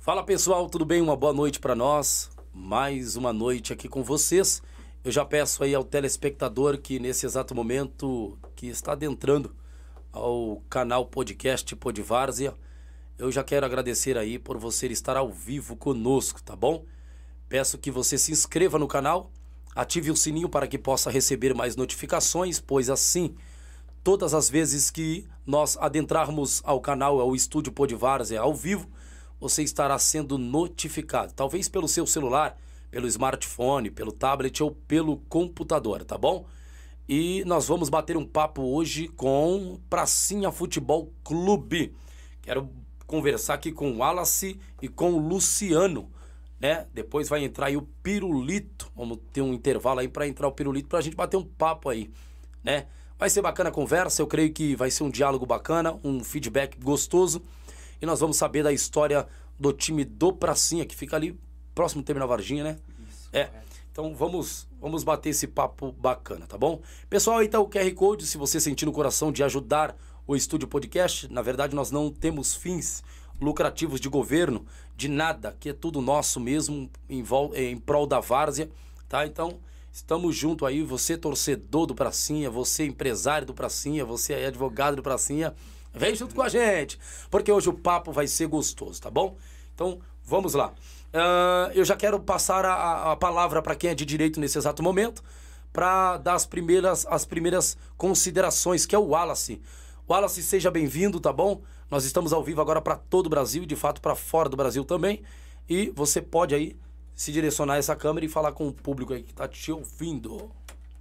Fala pessoal, tudo bem? Uma boa noite para nós. Mais uma noite aqui com vocês. Eu já peço aí ao telespectador que nesse exato momento que está adentrando ao canal podcast Podvárzea, eu já quero agradecer aí por você estar ao vivo conosco, tá bom? Peço que você se inscreva no canal, ative o sininho para que possa receber mais notificações, pois assim, todas as vezes que nós adentrarmos ao canal, ao estúdio Podvárzea ao vivo, você estará sendo notificado, talvez pelo seu celular, pelo smartphone, pelo tablet ou pelo computador, tá bom? E nós vamos bater um papo hoje com Pracinha Futebol Clube. Quero conversar aqui com o Wallace e com o Luciano, né? Depois vai entrar aí o Pirulito. Vamos ter um intervalo aí para entrar o Pirulito pra gente bater um papo aí, né? Vai ser bacana a conversa, eu creio que vai ser um diálogo bacana, um feedback gostoso. E nós vamos saber da história do time do Pracinha, que fica ali próximo do Terminal Varginha, né? Isso, Então vamos bater esse papo bacana, tá bom? Pessoal, aí tá o QR Code, se você sentir no coração de ajudar o Estúdio Podcast. Na verdade, nós não temos fins lucrativos de governo, de nada, que é tudo nosso mesmo, em prol da várzea, tá? Então, estamos junto aí, você torcedor do Pracinha, você empresário do Pracinha, você é advogado do Pracinha, vem junto com a gente, porque hoje o papo vai ser gostoso, tá bom? Então, vamos lá. Eu já quero passar a palavra para quem é de direito nesse exato momento, para dar as primeiras considerações, que é o Wallace. Wallace, seja bem-vindo, tá bom? Nós estamos ao vivo agora para todo o Brasil, de fato para fora do Brasil também, e você pode aí se direcionar essa câmera e falar com o público aí que está te ouvindo.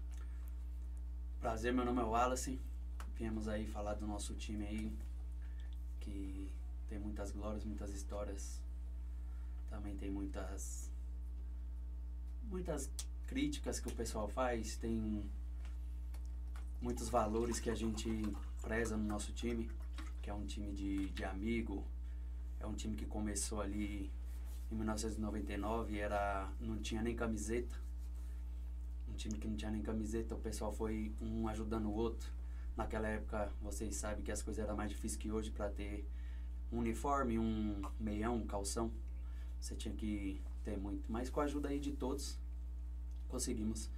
Prazer, meu nome é Wallace. Viemos aí falar do nosso time aí, que tem muitas glórias, muitas histórias. Também tem muitas críticas que o pessoal faz, tem muitos valores que a gente preza no nosso time, que é um time de amigo, é um time que começou ali em 1999, não tinha nem camiseta, um time que não tinha nem camiseta, o pessoal foi um ajudando o outro. Naquela época, vocês sabem que as coisas eram mais difíceis que hoje para ter um uniforme, um meião, um calção. Você tinha que ter muito. Mas com a ajuda aí de todos, conseguimos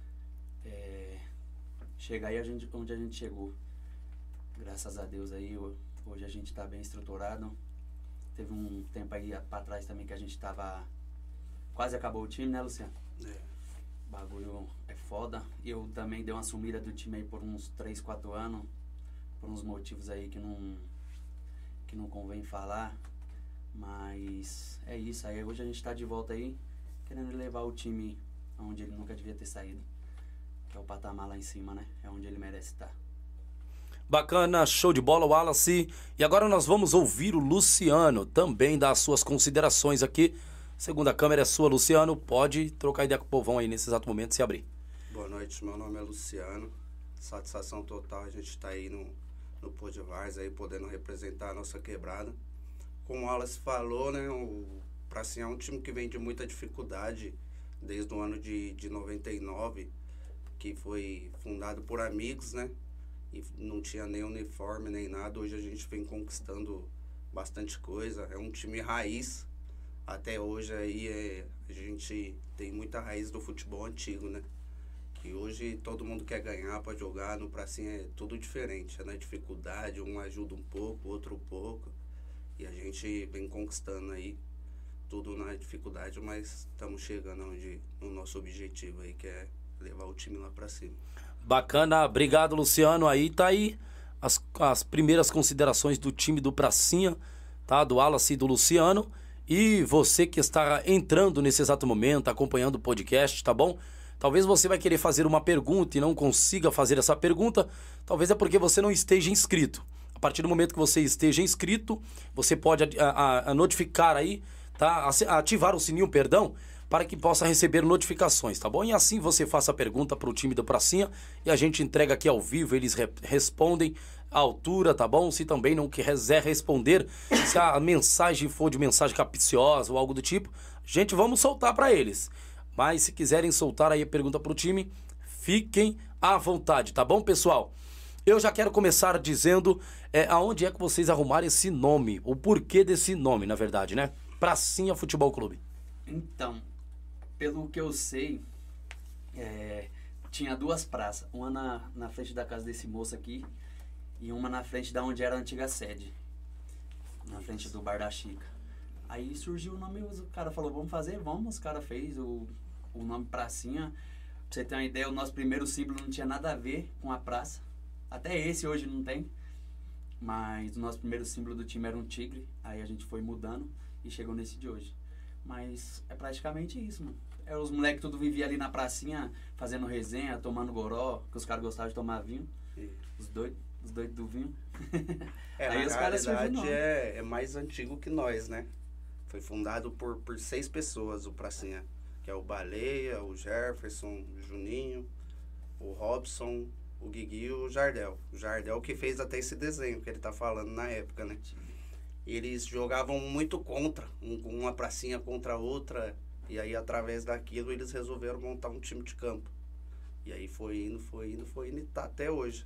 chegar aí onde a gente chegou. Graças a Deus aí, hoje a gente está bem estruturado. Teve um tempo aí para trás também que a gente tava... Quase acabou o time, né, Luciano? O bagulho é foda. Eu também dei uma sumida do time aí por uns 3, 4 anos. Por uns motivos aí que não convém falar. Mas é isso. Aí hoje a gente tá de volta aí, querendo levar o time aonde ele nunca devia ter saído. Que é o patamar lá em cima, né? É onde ele merece estar. Bacana, show de bola, Wallace. E agora nós vamos ouvir o Luciano também dar as suas considerações aqui. Segunda câmera é sua, Luciano. Pode trocar ideia com o povão aí nesse exato momento, se abrir. Boa noite, meu nome é Luciano. Satisfação total a gente estar aí no Podvárzea aí, podendo representar a nossa quebrada. Como o Wallace falou, né, o Pracinha é um time que vem de muita dificuldade desde o ano de 99, que foi fundado por amigos, né? E não tinha nem uniforme, nem nada. Hoje a gente vem conquistando bastante coisa. É um time raiz. Até hoje aí a gente tem muita raiz do futebol antigo, né? Que hoje todo mundo quer ganhar para jogar. No Pracinha é tudo diferente. É na dificuldade, um ajuda um pouco, outro um pouco. E a gente vem conquistando aí tudo na dificuldade, mas estamos chegando no nosso objetivo aí, que é levar o time lá para cima. Bacana, obrigado, Luciano. Aí tá aí as primeiras considerações do time do Pracinha, tá? Do Wallace e do Luciano. E você que está entrando nesse exato momento, acompanhando o podcast, tá bom? Talvez você vai querer fazer uma pergunta e não consiga fazer essa pergunta, talvez é porque você não esteja inscrito. A partir do momento que você esteja inscrito, você pode notificar aí, tá? Ativar o sininho, perdão, para que possa receber notificações, tá bom? E assim você faça a pergunta para o time do Pracinha e a gente entrega aqui ao vivo, eles respondem à altura, tá bom? Se também não quiser responder, se a mensagem for de mensagem capciosa ou algo do tipo, gente, vamos soltar para eles. Mas se quiserem soltar aí a pergunta para o time, fiquem à vontade, tá bom, pessoal? Eu já quero começar dizendo aonde é que vocês arrumaram esse nome, o porquê desse nome, na verdade, né? Pracinha Futebol Clube? Então, pelo que eu sei, tinha 2 praças. Uma na frente da casa desse moço aqui e uma na frente da onde era a antiga sede. Na frente do Bar da Chica. Aí surgiu o nome, o cara falou, vamos fazer? Vamos. Os cara fez o nome Pracinha. Pra você ter uma ideia, o nosso primeiro símbolo não tinha nada a ver com a praça. Até esse hoje não tem. Mas o nosso primeiro símbolo do time era um tigre. Aí a gente foi mudando e chegou nesse de hoje. Mas é praticamente isso, mano. Os moleques tudo viviam ali na pracinha, fazendo resenha, tomando goró, que os caras gostavam de tomar vinho. Os doidos do vinho. Aí os caras é mais antigo que nós, né? Foi fundado por 6 pessoas, o Pracinha. Que é o Baleia, o Jefferson, o Juninho, o Robson, o Guigui e o Jardel. O Jardel que fez até esse desenho que ele tá falando na época, né? Eles jogavam muito contra, uma pracinha contra a outra. E aí, através daquilo, eles resolveram montar um time de campo. E aí foi indo e tá até hoje.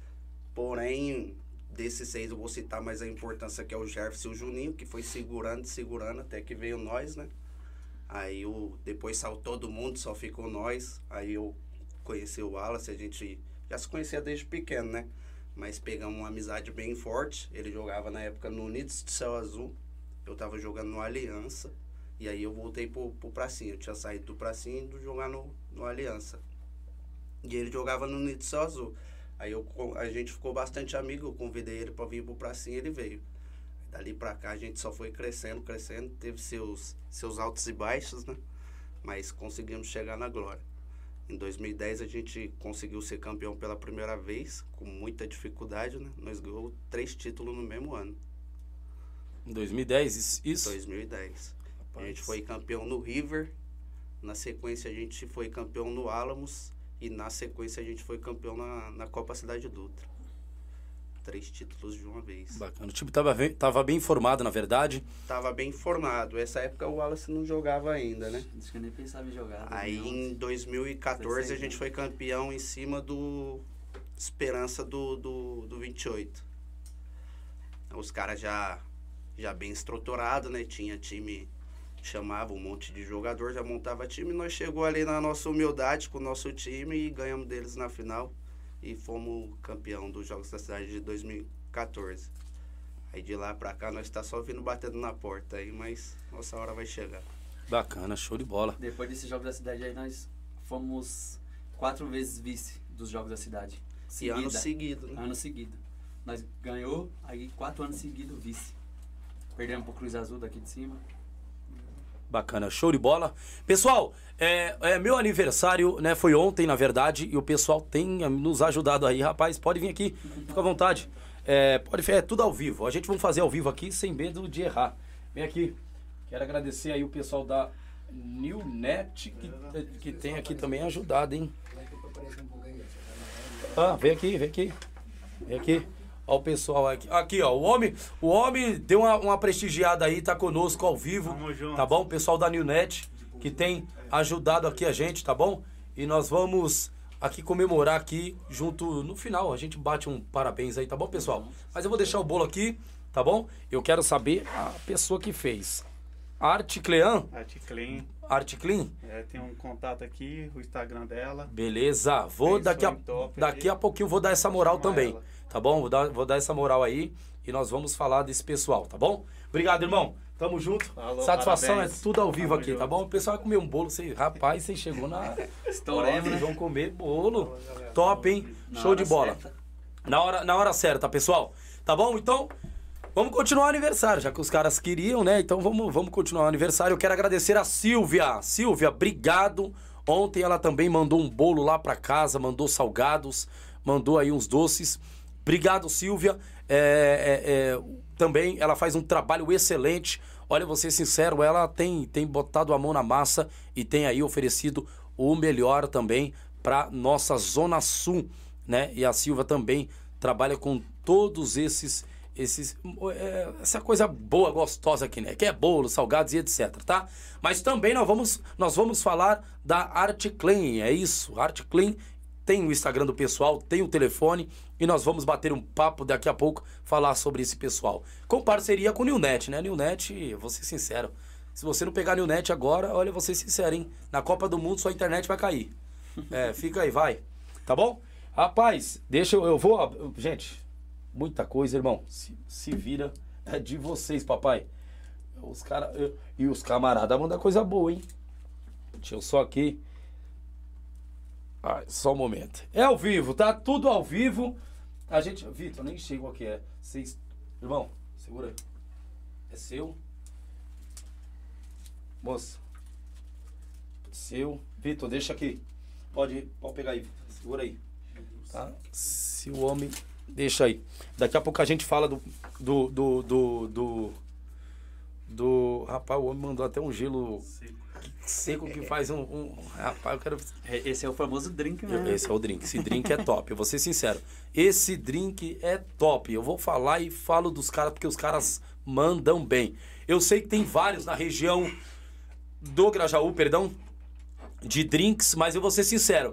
Porém, desses 6 eu vou citar mais a importância que é o Jefferson e o Juninho, que foi segurando até que veio nós, né? Aí depois saiu todo mundo, só ficou nós. Aí eu conheci o Wallace, a gente já se conhecia desde pequeno, né? Mas pegamos uma amizade bem forte. Ele jogava na época no Unidos de Céu Azul. Eu tava jogando no Aliança. E aí eu voltei pro Pracinha. Eu tinha saído do Pracinha e indo jogar no Aliança. E ele jogava no Unidos de Céu Azul. Aí a gente ficou bastante amigo. Eu convidei ele pra vir pro Pracinha e ele veio. Dali pra cá a gente só foi crescendo. Teve seus altos e baixos, né? Mas conseguimos chegar na glória. Em 2010 a gente conseguiu ser campeão pela primeira vez, com muita dificuldade, né? Nós ganhamos 3 títulos no mesmo ano. Em 2010, isso? 2010. Rapaz. A gente foi campeão no River, na sequência a gente foi campeão no Alamos e na sequência a gente foi campeão na Copa Cidade Dutra. 3 títulos de uma vez. Bacana. O time tava bem formado, na verdade. Tava bem formado. Essa época o Wallace não jogava ainda, né? Acho que eu nem pensava em jogar. Aí em 2014 a gente foi campeão em cima do Esperança do 28. Os caras já bem estruturados, né? Tinha time, chamava um monte de jogador, já montava time. Nós chegou ali na nossa humildade com o nosso time e ganhamos deles na final. E fomos campeão dos Jogos da Cidade de 2014. Aí de lá pra cá nós tá só vindo batendo na porta aí, mas nossa hora vai chegar. Bacana, show de bola. Depois desses Jogos da Cidade aí nós fomos 4 vezes vice dos Jogos da Cidade. E ano seguido, né? Ano seguido. Nós ganhou, aí 4 anos seguidos vice. Perdemos pro Cruz Azul daqui de cima. Bacana, show de bola. Pessoal, meu aniversário, né, foi ontem, na verdade, e o pessoal tem nos ajudado aí, rapaz, pode vir aqui, fica à vontade. É tudo ao vivo, a gente vai fazer ao vivo aqui, sem medo de errar. Vem aqui, quero agradecer aí o pessoal da Newnet, que tem aqui também ajudado, hein. Vem aqui. Ó o pessoal aqui, ó, o homem deu uma prestigiada aí, tá conosco ao vivo, tá bom? O pessoal da Newnet, que tem ajudado aqui a gente, tá bom? E nós vamos aqui comemorar aqui junto, no final, a gente bate um parabéns aí, tá bom, pessoal? Mas eu vou deixar o bolo aqui, tá bom? Eu quero saber a pessoa que fez. Arte Clean? Arte Clean? Tem um contato aqui, o Instagram dela. Beleza, vou daqui a pouquinho vou dar essa moral também. Ela. Tá bom? Vou dar essa moral aí e nós vamos falar desse pessoal, tá bom? Obrigado, irmão. Tamo junto. Falou, satisfação, parabéns. é tudo ao vivo Tamo aqui, junto. tá bom? O pessoal vai comer um bolo. Rapaz, você chegou na... Estouremos, Vocês né? vão comer bolo. Top, hein? Na Show de hora bola. certa. Na hora certa, pessoal. Tá bom? Então, vamos continuar o aniversário, já que os caras queriam, né? Então, vamos continuar o aniversário. Eu quero agradecer a Silvia. Silvia, obrigado. Ontem ela também mandou um bolo lá pra casa, mandou salgados, mandou aí uns doces. Obrigado, Silvia. Também ela faz um trabalho excelente. Olha, vou ser sincero, ela tem botado a mão na massa e tem aí oferecido o melhor também para nossa Zona Sul, né? E a Silvia também trabalha com todos essa coisa boa, gostosa aqui, né? Que é bolo, salgados e etc, tá? Mas também nós vamos falar da Arte Clean, é isso. Arte Clean tem o Instagram do pessoal, tem o telefone e nós vamos bater um papo daqui a pouco, falar sobre esse pessoal. Com parceria com o Newnet, né? Newnet, vou ser sincero, se você não pegar a Newnet agora, olha, vou ser sincero, hein? Na Copa do Mundo sua internet vai cair. Fica aí, vai. Tá bom? Rapaz, eu vou... Gente, muita coisa, irmão. Se vira, é de vocês, papai. E os camaradas mandam coisa boa, hein? Deixa eu só aqui. Só um momento. É ao vivo, tá? Tudo ao vivo. A gente... Vitor, nem sei qual que é. Irmão, segura aí. É seu? Moça. Seu. Vitor, deixa aqui. Pode pegar aí, Vitor. Segura aí. Tá? Se o homem... Deixa aí. Daqui a pouco a gente fala do... Rapaz, o homem mandou até um gelo seco que faz Rapaz, eu quero... Esse é o famoso drink, né? Esse é o drink. Esse drink é top. Eu vou ser sincero. Esse drink é top. Eu vou falar e falo dos caras porque os caras mandam bem. Eu sei que tem vários na região do Grajaú, perdão, de drinks, mas eu vou ser sincero.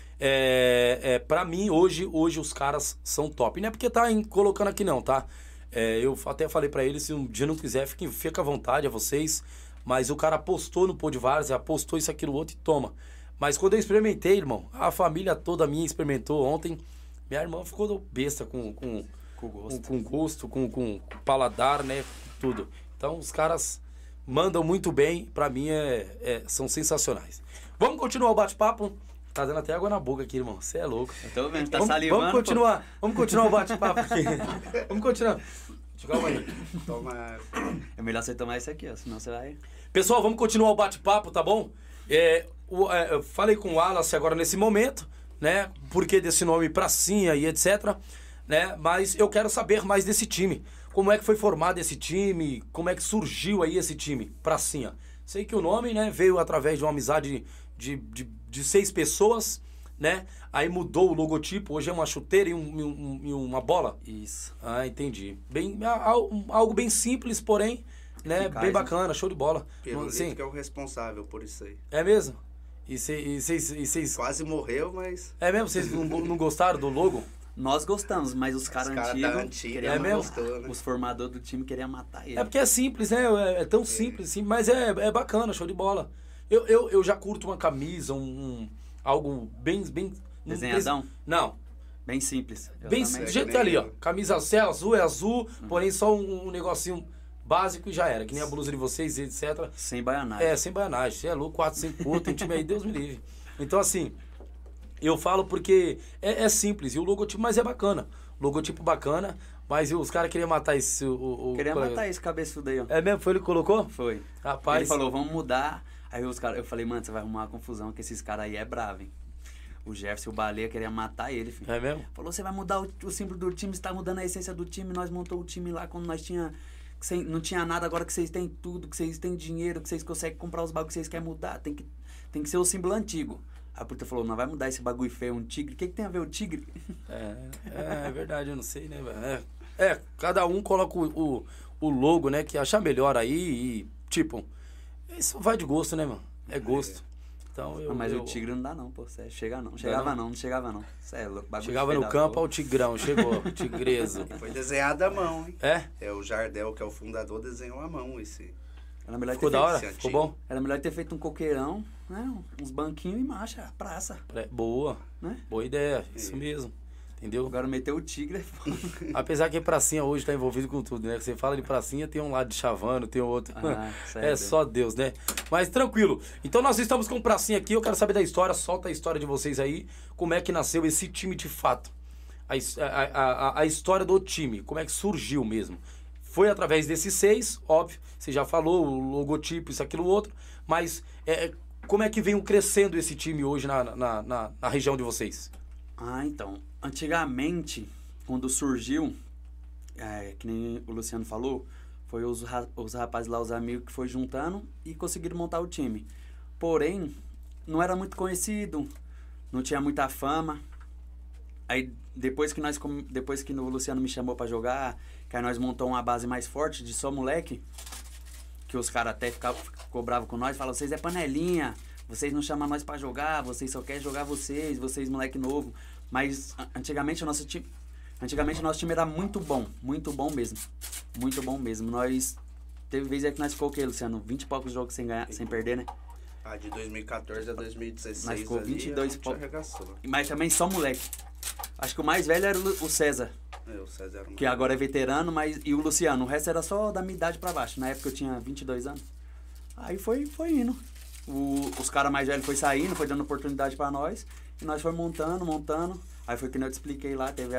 Pra mim, hoje os caras são top. Não é porque tá colocando aqui não, tá? Eu até falei pra eles, se um dia não quiser, fica à vontade a vocês. Mas o cara apostou no Pô de Várzea, apostou isso, aquilo, outro e toma. Mas quando eu experimentei, irmão, a família toda minha experimentou ontem. Minha irmã ficou besta com gosto, com paladar, né? Tudo. Então os caras mandam muito bem, pra mim são sensacionais. Vamos continuar o bate-papo? Tá dando até água na boca aqui, irmão. Você é louco. Eu tô vendo, tá salivando. Vamos continuar o bate-papo aqui. Vamos continuar. Calma aí. Toma. É melhor você tomar isso aqui, ó, senão você vai... Pessoal, vamos continuar o bate-papo, tá bom? Eu falei com o Wallace agora nesse momento, né? Por que desse nome Pracinha e etc, né? Mas eu quero saber mais desse time. Como é que foi formado esse time? Como é que surgiu aí esse time, Pracinha? Sei que o nome, né, veio através de uma amizade de 6 pessoas, né? Aí mudou o logotipo, hoje é uma chuteira e uma bola? Isso. Entendi. Algo bem simples, porém, né? Eficaz, bem bacana, show de bola. Pelo jeito que é o responsável por isso aí. É mesmo? E vocês... Quase morreu, mas... É mesmo? Vocês não gostaram do logo? Nós gostamos, mas os caras antigos queriam mesmo? Gostou, né? Os formadores do time queriam matar ele. É porque é simples, né? É tão simples, sim, mas é bacana, show de bola. Eu já curto uma camisa, algo bem... Desenhadão? Não. Bem simples. Bem do jeito que tá ali, ó. Camisa azul é azul, porém só um negocinho básico e já era. Que nem a blusa de vocês, etc. Sem baianagem. Sem baianagem. Você é louco, 4, 5 conto, tem time aí, Deus me livre. Então, assim, eu falo porque é simples. E o logotipo, mas é bacana. Logotipo bacana, mas os caras queriam matar esse... Queria matar esse cabeçudo aí, ó. É mesmo? Foi ele que colocou? Foi. Rapaz... Ele falou, vamos mudar. Aí eu falei, mano, você vai arrumar uma confusão, que esses caras aí é bravo, hein. O Jefferson, o Baleia, queria matar ele, filho. É mesmo? Falou, você vai mudar o símbolo do time, você tá mudando a essência do time. Nós montou o time lá quando nós não tinha nada, agora que vocês têm tudo, que vocês têm dinheiro, que vocês conseguem comprar os bagulhos que vocês querem mudar. Tem que ser o símbolo antigo. A puta falou, não vai mudar esse bagulho feio, um tigre. O que tem a ver o tigre? É verdade, eu não sei, né, velho? Cada um coloca o logo, né, que achar melhor aí e, tipo, isso vai de gosto, né, mano? É gosto. Então, mas o tigre não dá não, pô. Você chega não. Chegava não. Você é louco. Chegava no campo, ao tigrão, chegou, tigreso. Foi desenhado à mão, hein? É? O Jardel, que é o fundador, desenhou à mão esse. Era melhor Ficou da hora? Ficou bom? Era melhor ter feito um coqueirão, né? Uns banquinhos e marcha, praça. Boa. Né? Boa ideia, isso mesmo. Entendeu? Agora meteu o tigre. Apesar que Pracinha hoje tá envolvido com tudo, né? Você fala de Pracinha, tem um lado de Chavano, tem outro. É só Deus, né? Mas tranquilo. Então nós estamos com Pracinha aqui, eu quero saber da história, solta a história de vocês aí, como é que nasceu esse time de fato. A história do time, como é que surgiu mesmo. Foi através desses 6, óbvio, você já falou, o logotipo, isso, aquilo, outro, mas como é que vem crescendo esse time hoje na região de vocês? Então, antigamente, quando surgiu, que nem o Luciano falou, foi os rapazes lá, os amigos que foi juntando e conseguiram montar o time. Porém, não era muito conhecido, não tinha muita fama. Aí, depois que o Luciano me chamou pra jogar, que aí nós montamos uma base mais forte de só moleque, que os caras até ficou bravo com nós, falaram, vocês é panelinha, vocês não chamam nós pra jogar, vocês só querem jogar vocês moleque novo. Mas, antigamente, o nosso time... Antigamente nosso time era muito bom mesmo. Muito bom mesmo. Nós, teve vez aí que nós ficou o quê, Luciano? 20 e poucos jogos sem ganhar, sem perder, né? De 2014 a 2016 Nós ficou 22 e pouco. arregaçou. Mas também só moleque. Acho que o mais velho era o César, O César era que agora é veterano, e o Luciano. O resto era só da minha idade pra baixo. Na época eu tinha 22 anos. Aí foi indo. Os caras mais velhos foi saindo, foi dando oportunidade pra nós. E nós foi montando. Aí foi que eu te expliquei lá, teve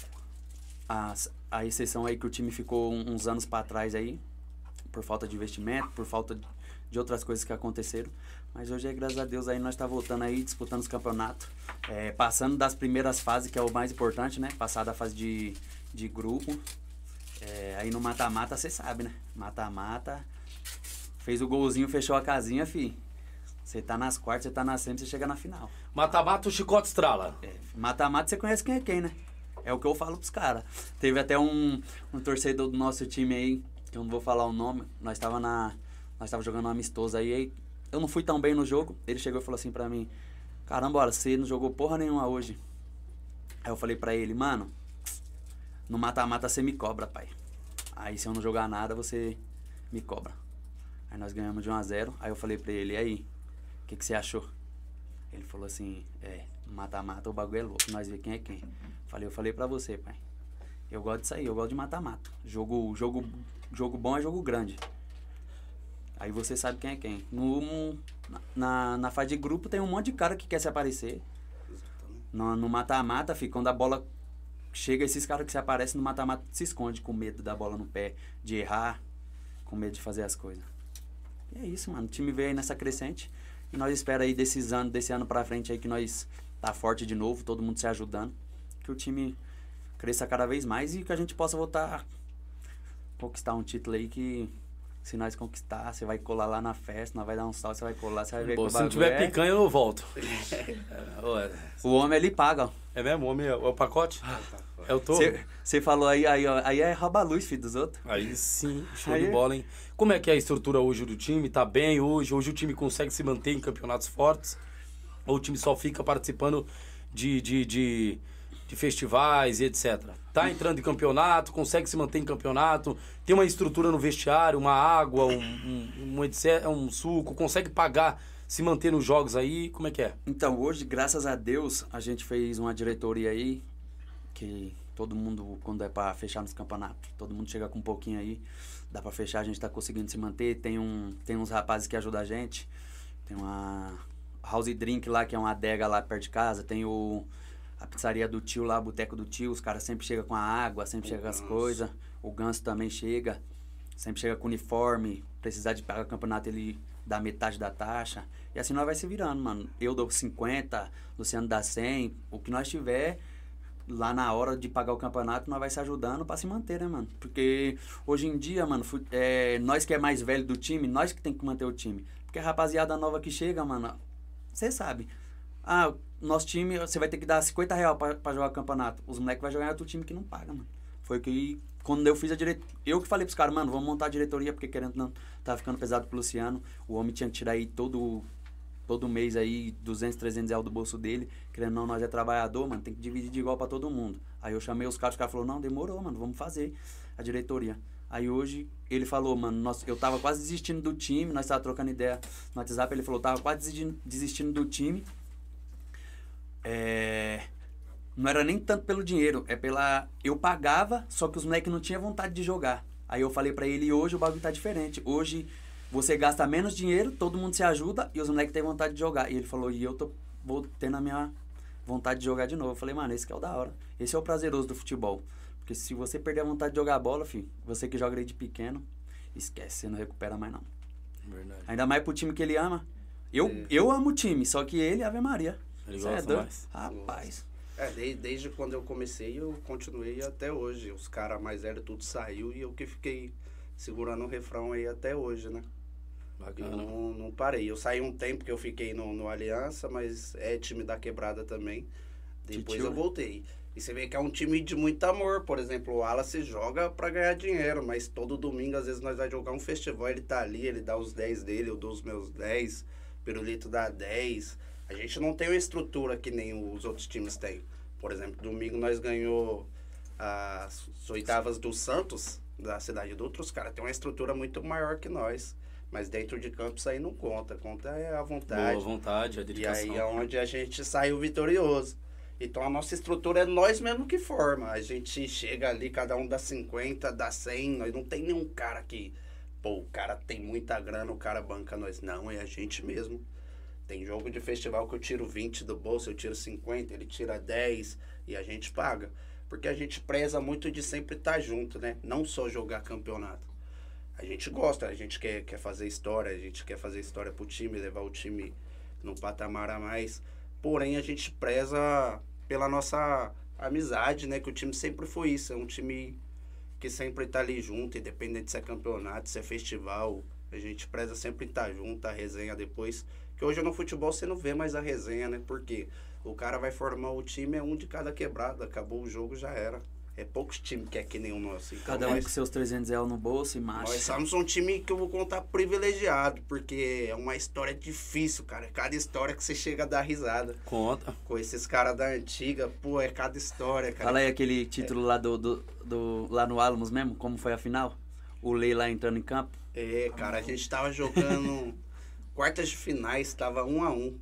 a exceção aí que o time ficou uns anos pra trás aí. Por falta de investimento, por falta de outras coisas que aconteceram. Mas hoje, graças a Deus, aí nós tá voltando aí, disputando os campeonatos. Passando das primeiras fases, que é o mais importante, né? Passar da fase de grupo. Aí no mata-mata, você sabe, né? Mata-mata. Fez o golzinho, fechou a casinha, fi. Você tá nas quartas, você tá na semi, você chega na final. Mata-mata, o chicote estrala. Mata-mata, você conhece quem é quem, né? É o que eu falo pros caras. Teve até um torcedor do nosso time aí, que eu não vou falar o nome. Nós tava jogando um amistoso aí. Eu não fui tão bem no jogo. Ele chegou e falou assim pra mim: caramba, olha, você não jogou porra nenhuma hoje. Aí eu falei pra ele: mano, no mata-mata você me cobra, pai. Aí se eu não jogar nada, você me cobra. Aí nós ganhamos de 1-0. Aí eu falei pra ele: e aí, o que você achou? Ele falou assim: mata-mata o bagulho é louco, nós vê quem é quem. Eu falei pra você, pai. Eu gosto disso aí, eu gosto de mata-mata. Jogo bom é jogo grande. Aí você sabe quem é quem. Na fase de grupo tem um monte de cara que quer se aparecer. No mata-mata, quando a bola chega, esses caras que se aparecem no mata-mata se esconde com medo da bola no pé, de errar, com medo de fazer as coisas. E é isso, mano. O time veio aí nessa crescente. E nós esperamos aí desse ano pra frente aí que nós tá forte de novo, todo mundo se ajudando. Que o time cresça cada vez mais e que a gente possa voltar a conquistar um título aí que... Se nós conquistar, você vai colar lá na festa, nós vai dar um salto, você vai colar, você vai ver que o bagulho se não tiver picanha, eu não volto. O homem, ele paga, ó. É mesmo? O homem é o pacote? É o touro? Você falou aí é rouba-luz, filho, dos outros. Aí sim, show de bola, hein? Como é que é a estrutura hoje do time? Tá bem hoje? Hoje o time consegue se manter em campeonatos fortes? Ou o time só fica participando de festivais e etc? Tá entrando em campeonato, consegue se manter em campeonato, tem uma estrutura no vestiário, uma água, um suco, consegue pagar, se manter nos jogos aí, como é que é? Então, hoje, graças a Deus, a gente fez uma diretoria aí, que todo mundo, quando é pra fechar nos campeonatos, todo mundo chega com um pouquinho aí, dá pra fechar, a gente tá conseguindo se manter, tem uns rapazes que ajudam a gente, tem uma House Drink lá, que é uma adega lá perto de casa, tem a pizzaria do tio lá, o boteco do tio, os caras sempre chegam com a água, sempre chegam com as coisas. O Ganso também chega, sempre chega com uniforme. Precisar de pagar o campeonato, ele dá metade da taxa. E assim nós vai se virando, mano. Eu dou 50, Luciano dá 100. O que nós tiver, lá na hora de pagar o campeonato, nós vai se ajudando pra se manter, né, mano? Porque hoje em dia, mano, nós que é mais velho do time, nós que tem que manter o time. Porque a rapaziada nova que chega, mano, você sabe. Nosso time, você vai ter que dar R$50 pra jogar o campeonato. Os moleques vão jogar em outro time que não paga, mano. Foi que, quando eu fiz a diretoria... Eu que falei pros caras, mano, vamos montar a diretoria, porque querendo não, tava ficando pesado pro Luciano. O homem tinha que tirar aí todo mês aí 200, 300 reais do bolso dele. Querendo não, nós é trabalhador, mano, tem que dividir de igual pra todo mundo. Aí eu chamei os caras falaram, não, demorou, mano, vamos fazer a diretoria. Aí hoje, ele falou, mano, eu tava quase desistindo do time, nós tava trocando ideia no WhatsApp, ele falou, tava quase desistindo do time. Não era nem tanto pelo dinheiro, eu pagava, só que os moleques não tinham vontade de jogar. Aí eu falei pra ele, hoje o bagulho tá diferente. Hoje você gasta menos dinheiro, todo mundo se ajuda e os moleques têm vontade de jogar. E ele falou, e eu vou tendo a minha vontade de jogar de novo. Eu falei, mano, esse que é o da hora. Esse é o prazeroso do futebol. Porque se você perder a vontade de jogar bola, filho, você que joga desde pequeno, esquece, você não recupera mais não. Verdade. Ainda mais pro time que ele ama. Eu amo o time, só que ele, Ave Maria. Ele gosta mais. Rapaz. Desde quando eu comecei, eu continuei até hoje. Os caras mais velhos tudo saiu e eu que fiquei segurando o refrão aí até hoje, né? Bacana. Não parei. Eu saí um tempo que eu fiquei no Aliança, mas é time da quebrada também. Depois eu voltei. E você vê que é um time de muito amor. Por exemplo, o Wallace joga pra ganhar dinheiro, mas todo domingo, às vezes, nós vamos jogar um festival, ele tá ali, ele dá os 10 dele, eu dou os meus 10, Pirulito dá 10. A gente não tem uma estrutura que nem os outros times têm. Por exemplo, domingo nós ganhou as oitavas do Santos, da Cidade Dutra, os caras têm uma estrutura muito maior que nós. Mas dentro de campo isso aí não conta. Conta é a vontade. Boa vontade, a dedicação. E aí é onde a gente saiu vitorioso. Então a nossa estrutura é nós mesmo que forma. A gente chega ali, cada um dá 50, dá 100. Nós não tem nenhum cara que... Pô, o cara tem muita grana, o cara banca nós. Não, é a gente mesmo. Tem jogo de festival que eu tiro 20 do bolso, eu tiro 50, ele tira 10 e a gente paga. Porque a gente preza muito de sempre estar junto, né? Não só jogar campeonato. A gente gosta, a gente quer fazer história, a gente quer fazer história pro time, levar o time num patamar a mais. Porém, a gente preza pela nossa amizade, né? Que o time sempre foi isso, é um time que sempre tá ali junto, independente se é campeonato, se é festival. A gente preza sempre estar junto, a resenha depois. Que hoje no futebol você não vê mais a resenha, né? Porque o cara vai formar o time, é um de cada quebrada, acabou o jogo, já era. É poucos times que é que nem o nosso. Então, Cada um com seus 300 reais no bolso e marcha. Nós somos um time que eu vou contar privilegiado, porque é uma história difícil, cara. É cada história que você chega a dar risada. Conta. Com esses caras da antiga, pô, é cada história, cara. Fala aí aquele título lá lá no Alamos mesmo, como foi a final? O Lei lá entrando em campo. É, cara, a gente tava jogando quartas de finais, tava 1-1.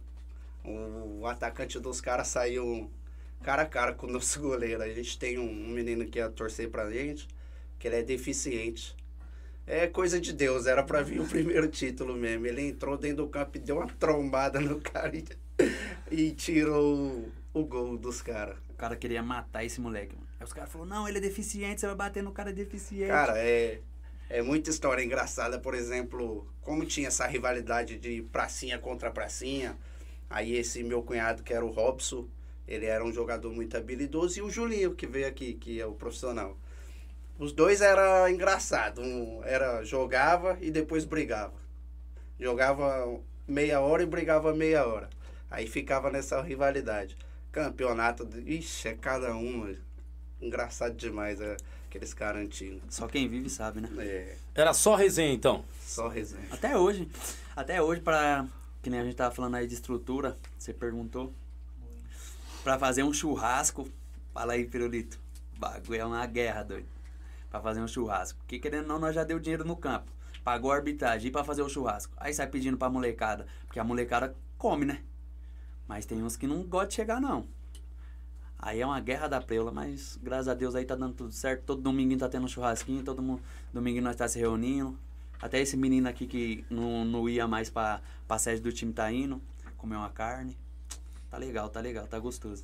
O atacante dos caras saiu cara a cara com o nosso goleiro. A gente tem um menino que ia torcer pra gente, que ele é deficiente. É coisa de Deus, era pra vir o primeiro título mesmo. Ele entrou dentro do campo e deu uma trombada no cara e tirou o gol dos caras. O cara queria matar esse moleque, mano. Aí os caras falaram, não, ele é deficiente, você vai bater no cara deficiente. Cara, é muita história engraçada. Por exemplo, como tinha essa rivalidade de pracinha contra pracinha, aí esse meu cunhado, que era o Robson, ele era um jogador muito habilidoso, e o Julinho, que veio aqui, que é o profissional. Os dois era engraçado. Jogava e depois brigava. Jogava meia hora e brigava meia hora. Aí ficava nessa rivalidade. Campeonato, ixi, é cada um. Engraçado demais, aqueles caras antigos. Só quem vive sabe, né? É, Era só resenha, então? só resenha. Até hoje, que nem a gente tava falando aí de estrutura, você perguntou, pra fazer um churrasco, fala aí, Pirulito, o bagulho é uma guerra, doido, pra fazer um churrasco, porque querendo ou não, nós já deu dinheiro no campo, pagou a arbitragem e pra fazer o churrasco, aí sai pedindo pra molecada, porque a molecada come, né, mas tem uns que não gostam de chegar, não. Aí é uma guerra da preula, mas graças a Deus aí tá dando tudo certo, todo domingo tá tendo um churrasquinho, domingo nós tá se reunindo. Até esse menino aqui que não ia mais pra sede do time tá indo, comer uma carne. Tá legal, tá gostoso.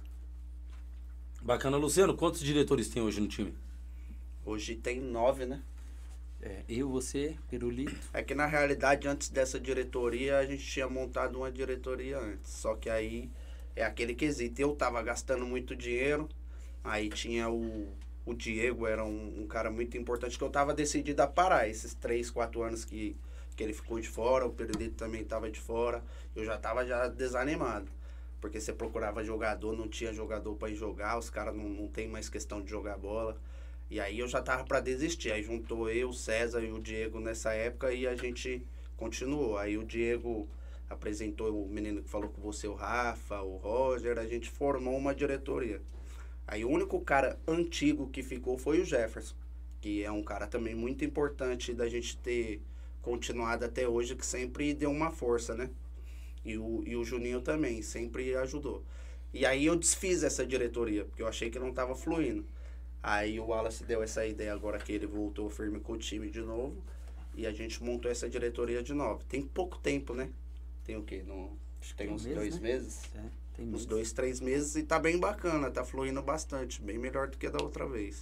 Bacana. Luciano, quantos diretores tem hoje no time? Hoje tem 9, né? Eu, você, Pirulito. É que na realidade, antes dessa diretoria, a gente tinha montado uma diretoria antes. Só que aí é aquele quesito. Eu tava gastando muito dinheiro, aí tinha o Diego, era um cara muito importante, que eu tava decidido a parar. Esses 3, 4 anos que ele ficou de fora, o Pirulito também tava de fora, eu já tava desanimado. Porque você procurava jogador, não tinha jogador para ir jogar, os caras não tem mais questão de jogar bola. E aí eu já tava para desistir. Aí juntou eu, o César e o Diego nessa época e a gente continuou. Aí o Diego apresentou o menino que falou com você, o Rafa, o Roger, a gente formou uma diretoria. Aí o único cara antigo que ficou foi o Jefferson, que é um cara também muito importante da gente ter continuado até hoje, que sempre deu uma força, né? E o Juninho também, sempre ajudou. E aí eu desfiz essa diretoria, porque eu achei que não estava fluindo. Aí o Wallace deu essa ideia agora que ele voltou firme com o time de novo, e a gente montou essa diretoria de novo. Tem pouco tempo, né? Tem o quê? Tem uns 2 meses? Tem uns 2, 3 meses, e tá bem bacana, tá fluindo bastante, bem melhor do que da outra vez.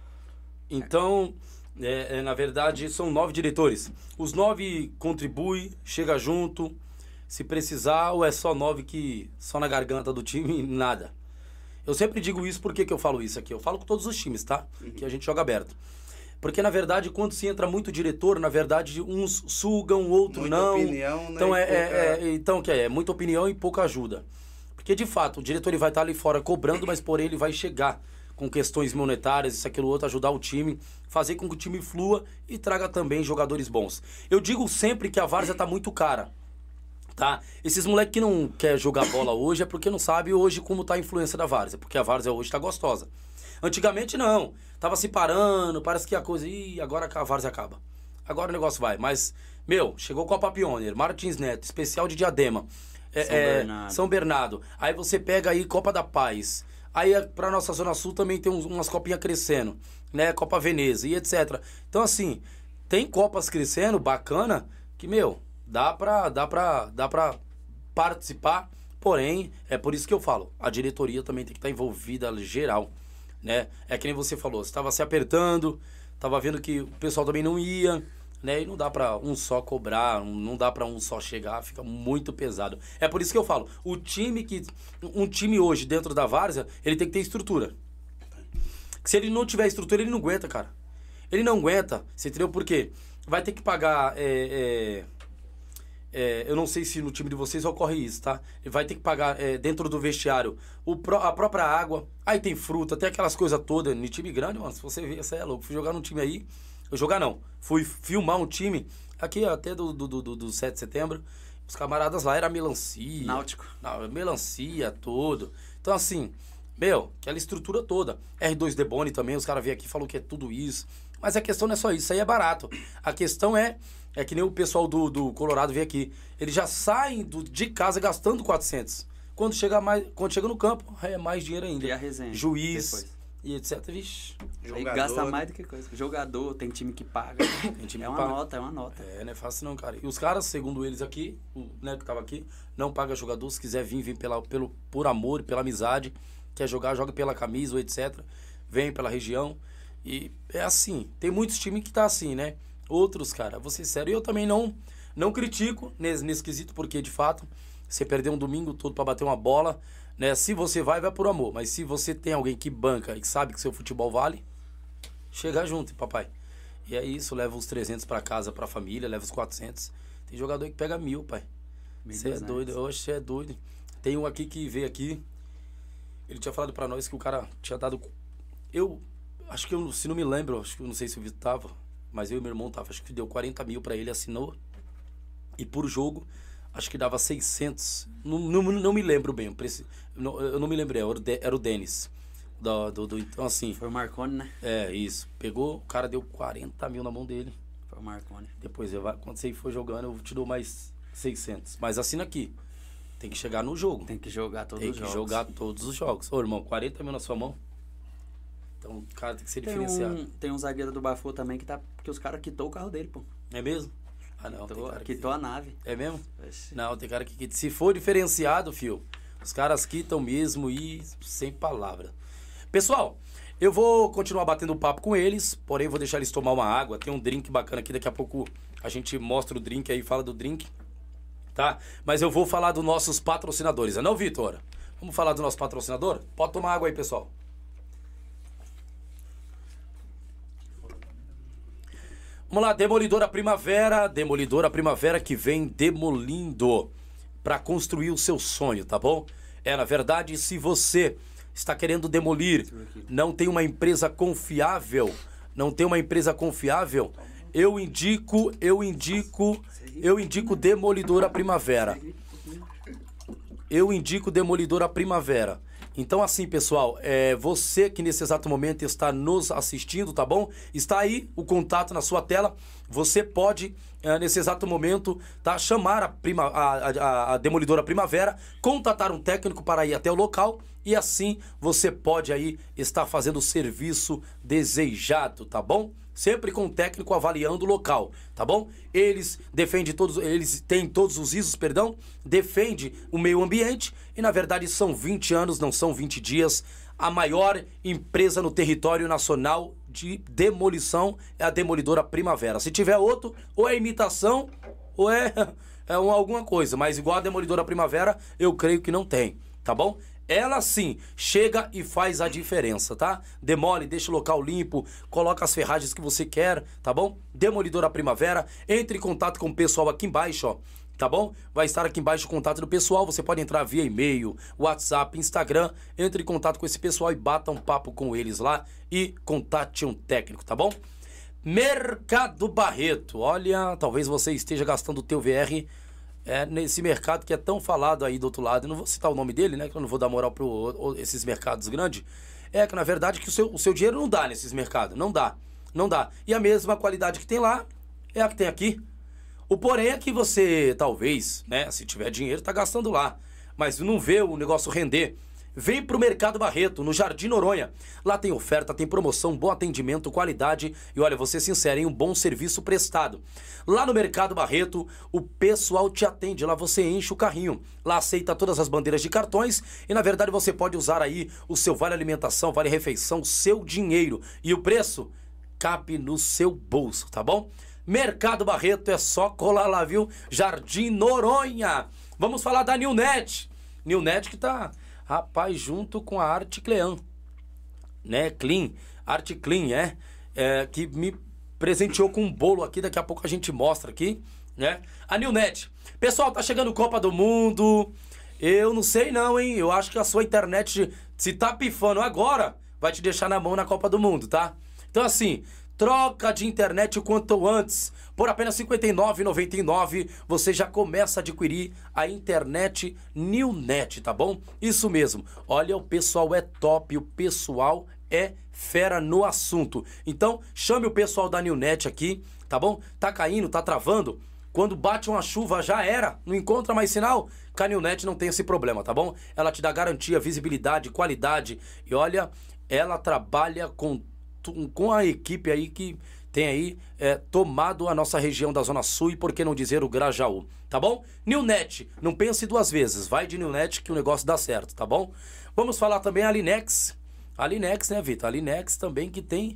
Então, na verdade, são 9 diretores. Os 9 contribuem, chega junto, se precisar, ou é só 9 que só na garganta do time, nada. Eu sempre digo isso, por que eu falo isso aqui? Eu falo com todos os times, tá? Que a gente joga aberto. Porque, na verdade, quando se entra muito diretor, na verdade, uns sugam, outro muita não. Opinião, né? Então, é muita opinião e pouca ajuda. Porque, de fato, o diretor ele vai estar ali fora cobrando, mas, porém, ele vai chegar com questões monetárias, isso, aquilo, outro, ajudar o time, fazer com que o time flua e traga também jogadores bons. Eu digo sempre que a várzea tá muito cara, tá? Esses moleques que não quer jogar bola hoje é porque não sabe hoje como tá a influência da várzea, porque a várzea hoje tá gostosa. Antigamente não. Tava se parando, parece que a coisa... Ih, agora a várzea acaba. Agora o negócio vai. Mas, meu, chegou Copa Pioneer, Martins Neto, especial de Diadema. São Bernardo. Aí você pega aí Copa da Paz. Aí pra nossa Zona Sul também tem umas copinhas crescendo, né? Copa Veneza e etc. Então, assim, tem copas crescendo, bacana, que, meu, dá pra participar. Porém, é por isso que eu falo, a diretoria também tem que estar envolvida geral, né? É que nem você falou, você estava se apertando, estava vendo que o pessoal também não ia, né? E não dá pra um só cobrar, não dá pra um só chegar, fica muito pesado. É por isso que eu falo, um time hoje dentro da várzea, ele tem que ter estrutura. Se ele não tiver estrutura, ele não aguenta, cara. Ele não aguenta, você entendeu por quê? Vai ter que pagar, eu não sei se no time de vocês ocorre isso, tá? Ele vai ter que pagar dentro do vestiário a própria água, aí tem fruta, tem aquelas coisas todas. No time grande, mano, se você ver, você é louco. Fui jogar num time aí, fui filmar um time aqui até do 7 de setembro. Os camaradas lá era melancia. Náutico. Melancia, tudo. Então assim, meu, aquela estrutura toda. R2 Deboni também, os caras vêm aqui e falam que é tudo isso. Mas a questão não é só isso aí é barato. A questão é que nem o pessoal do Colorado vem aqui. Eles já saem de casa gastando 400. Quando chega no campo, é mais dinheiro ainda. E a resenha. Juiz depois. E etc. Vixe. Aí gasta mais do que coisa. Jogador, tem time que paga. Tem time é que uma paga. nota, é uma nota. Não é fácil não, cara. E os caras, segundo eles aqui, o Neto que tava aqui, não paga jogador. Se quiser vir, vem por amor, pela amizade. Quer jogar, joga pela camisa, ou etc. Vem pela região. E é assim. Tem muitos times que tá assim, né? Outros, cara, vou ser sério, eu também não critico nesse quesito, porque de fato, você perder um domingo todo pra bater uma bola, né? Se você vai por amor, mas se você tem alguém que banca e sabe que seu futebol vale, chega junto, papai. E é isso, leva os 300 pra casa, pra família, leva os 400. Tem jogador que pega 1000, pai. Você é doido, oxe, você é doido. Tem um aqui que veio aqui, ele tinha falado pra nós que o cara tinha dado... Acho que se não me lembro, acho que eu não sei se o Vitor tava... Mas eu e meu irmão tava, acho que deu 40 mil pra ele, assinou. E por jogo, acho que dava 600. Não me lembro bem, eu não me lembrei, era o Denis. Então assim... Foi o Marconi, né? É, isso. Pegou, o cara deu 40 mil na mão dele. Foi o Marconi. Depois, quando você for jogando, eu te dou mais 600. Mas assina aqui. Tem que chegar no jogo. Tem que jogar todos os jogos. Tem que jogar todos os jogos. Ô, irmão, 40 mil na sua mão. Então, o cara tem que ser diferenciado. Tem um zagueiro do Bafu também que os caras quitou o carro dele, pô. É mesmo? Ah, não. Quitou a nave. É mesmo? Oxi. Não, tem cara que se for diferenciado, fio, os caras quitam mesmo e sem palavra. Pessoal, eu vou continuar batendo papo com eles, porém vou deixar eles tomar uma água. Tem um drink bacana aqui, daqui a pouco a gente mostra o drink aí, fala do drink, tá? Mas eu vou falar dos nossos patrocinadores, não, Vitor? Vamos falar do nosso patrocinador? Pode tomar água aí, pessoal. Vamos lá, Demolidora Primavera que vem demolindo para construir o seu sonho, tá bom? Na verdade, se você está querendo demolir, não tem uma empresa confiável, eu indico Demolidora Primavera. Então assim, pessoal, você que nesse exato momento está nos assistindo, tá bom? Está aí o contato na sua tela. Você pode, nesse exato momento, tá, chamar a Demolidora Primavera, contatar um técnico para ir até o local e assim você pode aí estar fazendo o serviço desejado, tá bom? Sempre com o técnico avaliando o local, tá bom? Eles têm todos os ISOs, defende o meio ambiente e na verdade são 20 anos, não são 20 dias. A maior empresa no território nacional de demolição é a Demolidora Primavera. Se tiver outro, ou é imitação, ou é alguma coisa, mas igual a Demolidora Primavera, eu creio que não tem, tá bom? Ela sim, chega e faz a diferença, tá? Demole, deixa o local limpo, coloca as ferragens que você quer, tá bom? Demolidora Primavera, entre em contato com o pessoal aqui embaixo, ó, tá bom? Vai estar aqui embaixo o contato do pessoal, você pode entrar via e-mail, WhatsApp, Instagram, entre em contato com esse pessoal e bata um papo com eles lá e contate um técnico, tá bom? Mercado Barreto, olha, talvez você esteja gastando o teu VR nesse mercado que é tão falado aí do outro lado. Eu não vou citar o nome dele, né? Que eu não vou dar moral para esses mercados grandes. É que na verdade que o seu dinheiro não dá nesses mercados. Não dá. Não dá. E a mesma qualidade que tem lá é a que tem aqui. O porém é que você, talvez, né, se tiver dinheiro, tá gastando lá. Mas não vê o negócio render. Vem pro Mercado Barreto, no Jardim Noronha. Lá tem oferta, tem promoção, bom atendimento, qualidade e olha, vou ser sincero, hein, um bom serviço prestado. Lá no Mercado Barreto, o pessoal te atende, lá você enche o carrinho. Lá aceita todas as bandeiras de cartões e na verdade você pode usar aí o seu vale alimentação, vale refeição, seu dinheiro. E o preço cabe no seu bolso, tá bom? Mercado Barreto é só colar lá, viu? Jardim Noronha. Vamos falar da Newnet. Newnet que tá... Rapaz, junto com a Arte Clean, né? Clean, Arte Clean, que me presenteou com um bolo aqui, daqui a pouco a gente mostra aqui, né? A Newnet. Pessoal, tá chegando Copa do Mundo, eu não sei não, hein? Eu acho que a sua internet, se tá pifando agora, vai te deixar na mão na Copa do Mundo, tá? Então assim... Troca de internet o quanto antes. Por apenas R$ 59,99 você já começa a adquirir a internet Newnet, tá bom? Isso mesmo. Olha, o pessoal é top, o pessoal é fera no assunto. Então, chame o pessoal da Newnet aqui, tá bom? Tá caindo, tá travando? Quando bate uma chuva já era, não encontra mais sinal? Com a Newnet não tem esse problema, tá bom? Ela te dá garantia, visibilidade, qualidade. E olha, ela trabalha com a equipe aí que tem aí tomado a nossa região da Zona Sul e por que não dizer o Grajaú, tá bom? Newnet, não pense duas vezes, vai de Newnet que o negócio dá certo, tá bom? Vamos falar também a Linex, né, Vitor? A Linex também que tem,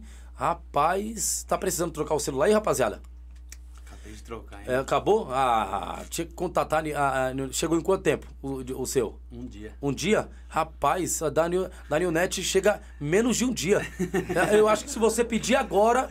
rapaz, tá precisando trocar o celular aí, rapaziada? Acabei de trocar, hein? Acabou? Tinha que contatar, chegou em quanto tempo o seu? Um dia. Um dia? Rapaz, a da Newnet chega menos de um dia. Eu acho que se você pedir agora,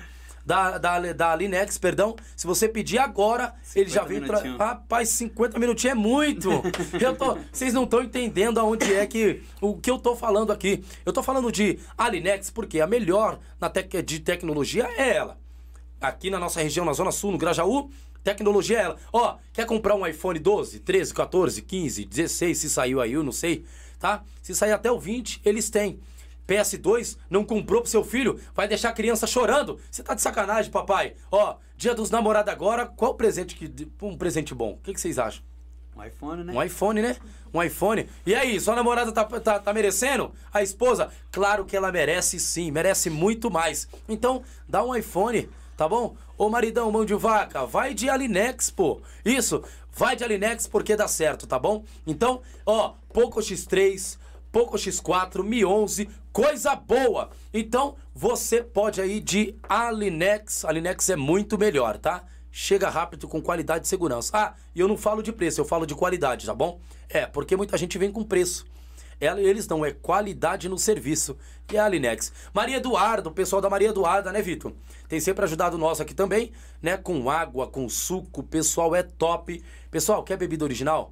da Linex, perdão, se você pedir agora, ele já vem pra... Rapaz, 50 minutinhos é muito! Vocês não estão entendendo aonde é o que eu tô falando aqui. Eu tô falando de Linex porque a melhor de tecnologia é ela. Aqui na nossa região, na Zona Sul, no Grajaú, tecnologia é ela. Ó, quer comprar um iPhone 12, 13, 14, 15, 16, se saiu aí, eu não sei, tá? Se sair até o 20, eles têm. PS2, não comprou pro seu filho, vai deixar a criança chorando. Você tá de sacanagem, papai. Ó, dia dos namorados agora, qual presente um presente bom? O que vocês acham? Um iPhone, né? Um iPhone, né? Um iPhone. E aí, sua namorada tá merecendo? A esposa? Claro que ela merece sim, merece muito mais. Então, dá um iPhone, tá bom? Ô maridão, mão de vaca, vai de Alinex, pô. Isso, vai de Alinex porque dá certo, tá bom? Então, ó, Poco X3, Poco X4, Mi 11, coisa boa. Então, você pode aí de Alinex. Alinex é muito melhor, tá? Chega rápido, com qualidade e segurança. E eu não falo de preço, eu falo de qualidade, tá bom? Porque muita gente vem com preço. Eles não, é qualidade no serviço. E é a Alinex. Maria Eduarda, o pessoal da Maria Eduarda, né, Vitor? Tem sempre ajudado nós aqui também, né? Com água, com suco, o pessoal é top. Pessoal, quer bebida original?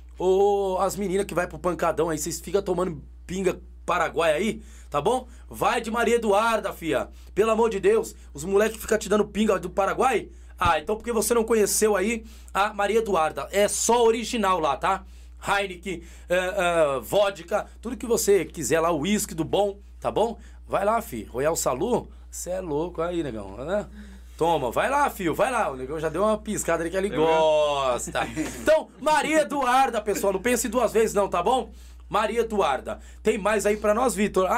Ou as meninas que vai pro pancadão aí, vocês ficam tomando pinga Paraguai aí, tá bom? Vai de Maria Eduarda, fia. Pelo amor de Deus, os moleques ficam te dando pinga do Paraguai? Então porque você não conheceu aí a Maria Eduarda. É só original lá, tá? Heineken, vodka, tudo que você quiser lá, uísque do bom, tá bom? Vai lá, fi. Royal Salu, você é louco aí, negão, né? Toma, vai lá, filho, vai lá. O negão já deu uma piscada ali que ele gosta. Então, Maria Eduarda, pessoal, não pense duas vezes não, tá bom? Maria Eduarda. Tem mais aí pra nós, Vitor?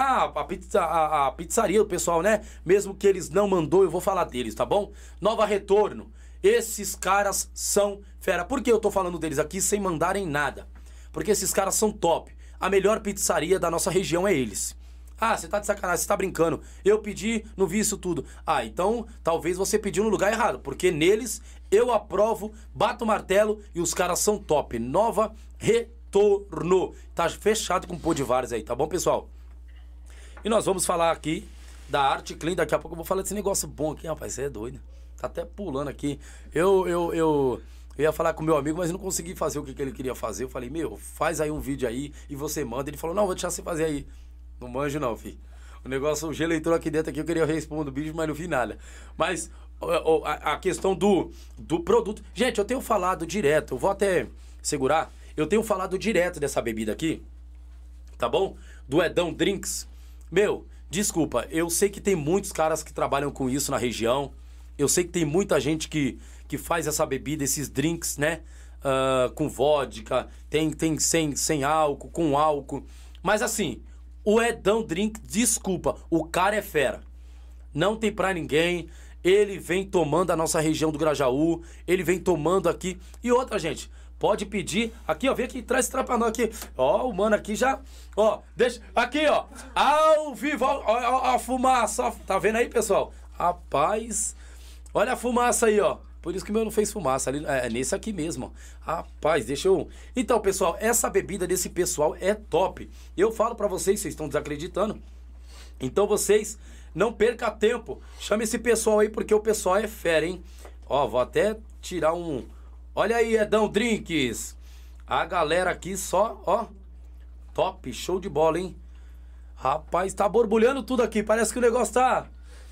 A pizzaria do pessoal, né? Mesmo que eles não mandou, eu vou falar deles, tá bom? Nova Retorno. Esses caras são fera. Por que eu tô falando deles aqui sem mandarem nada? Porque esses caras são top. A melhor pizzaria da nossa região é eles. Você tá de sacanagem, você tá brincando. Eu pedi, não vi isso tudo. Então talvez você pediu no lugar errado. Porque neles eu aprovo, bato o martelo e os caras são top. Nova Retorno. Tá fechado com o Pô de Vários aí, tá bom, pessoal? E nós vamos falar aqui da Arte Clean. Daqui a pouco eu vou falar desse negócio bom aqui, rapaz. Você é doido. Tá até pulando aqui. Eu ia falar com meu amigo, mas não consegui fazer o que ele queria fazer. Eu falei, faz aí um vídeo aí e você manda. Ele falou, não, vou deixar você fazer aí. Não manjo não, filho. O gelo entrou aqui dentro, aqui eu queria responder o bicho, mas não vi nada. Mas a questão do produto... Gente, eu tenho falado direto, eu vou até segurar. Eu tenho falado direto dessa bebida aqui, tá bom? Do Edão Drinks. Meu, desculpa, eu sei que tem muitos caras que trabalham com isso na região. Eu sei que tem muita gente que faz essa bebida, esses drinks, né? Com vodka, tem sem álcool, com álcool. Mas assim, o Edão Drink, desculpa, o cara é fera. Não tem pra ninguém. Ele vem tomando a nossa região do Grajaú. Ele vem tomando aqui. E outra, gente, pode pedir. Aqui, ó, vem aqui, traz esse trapanão aqui. Ó, o mano aqui já. Ó, deixa. Aqui, ó. Ao vivo, ó, a fumaça. Ó, tá vendo aí, pessoal? Rapaz, olha a fumaça aí, ó. Por isso que o meu não fez fumaça. Ali, é nesse aqui mesmo, ó. Rapaz, deixa eu... Então, pessoal, essa bebida desse pessoal é top. Eu falo pra vocês estão desacreditando. Então, vocês não percam tempo. Chame esse pessoal aí, porque o pessoal é fera, hein? Ó, vou até tirar um... Olha aí, Edão Drinks. A galera aqui só, ó. Top, show de bola, hein? Rapaz, tá borbulhando tudo aqui. Parece que o negócio tá...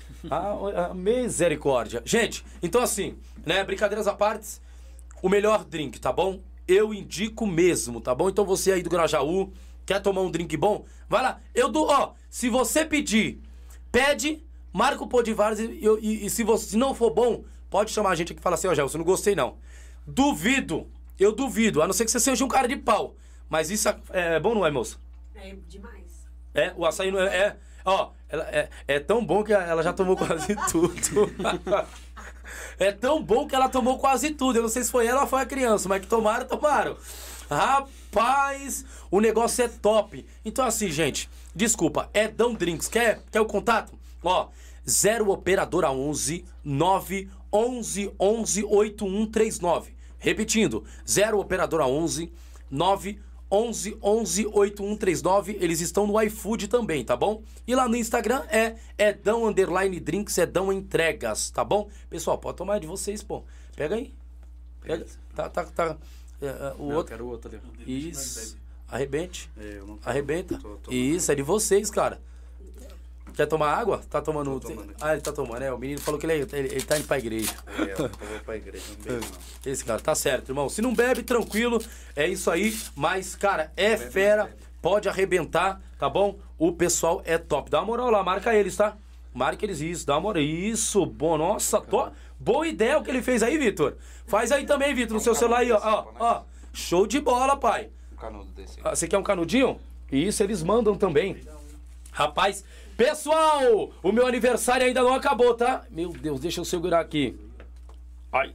misericórdia. Gente, então assim, né? Brincadeiras à parte, o melhor drink, tá bom? Eu indico mesmo, tá bom? Então você aí do Grajaú, quer tomar um drink bom? Vai lá. Eu dou, ó, se você pedir, pede, marca o Podivars e se não for bom, pode chamar a gente aqui e falar assim, ó, Gelson, não gostei não. Duvido, eu duvido, a não ser que você seja um cara de pau. Mas isso é bom, não é, moça? É demais. É, o açaí não é... Ó, ela é tão bom que ela já tomou quase tudo. É tão bom que ela tomou quase tudo. Eu não sei se foi ela ou foi a criança, mas que tomaram. Rapaz, o negócio é top. Então assim, gente, desculpa, Edão Drinks, quer o contato? Ó, 0 operadora 11 911 11 8139. Repetindo, 0 operadora 11 911 11 8139. Eles estão no iFood também, tá bom? E lá no Instagram é Edão_Drinks, Edão Entregas, tá bom? Pessoal, pode tomar de vocês, pô. Pega aí. Pega. Tá. O outro. Quero o outro ali. Isso. Arrebente. Eu não tô- Arrebenta. tô tomando. Isso, é de vocês, cara. Quer tomar água? Tá tomando... Tô tomando aqui. Ah, ele tá tomando, né? O menino falou que ele tá indo pra igreja. Eu vou pra igreja, não bebo não. Esse cara, tá certo, irmão. Se não bebe, tranquilo, é isso aí. Mas, cara, é fera, pode arrebentar, tá bom? O pessoal é top. Dá uma moral lá, marca eles, tá? Marca eles isso, dá uma moral. Isso, bom, nossa, boa ideia o que ele fez aí, Vitor. Faz aí também, Vitor, no seu celular aí, ó. Show de bola, pai. Um canudo desse Ah, você quer um canudinho? Isso, eles mandam também. Rapaz, pessoal, o meu aniversário ainda não acabou, tá? Meu Deus, deixa eu segurar aqui. Ai.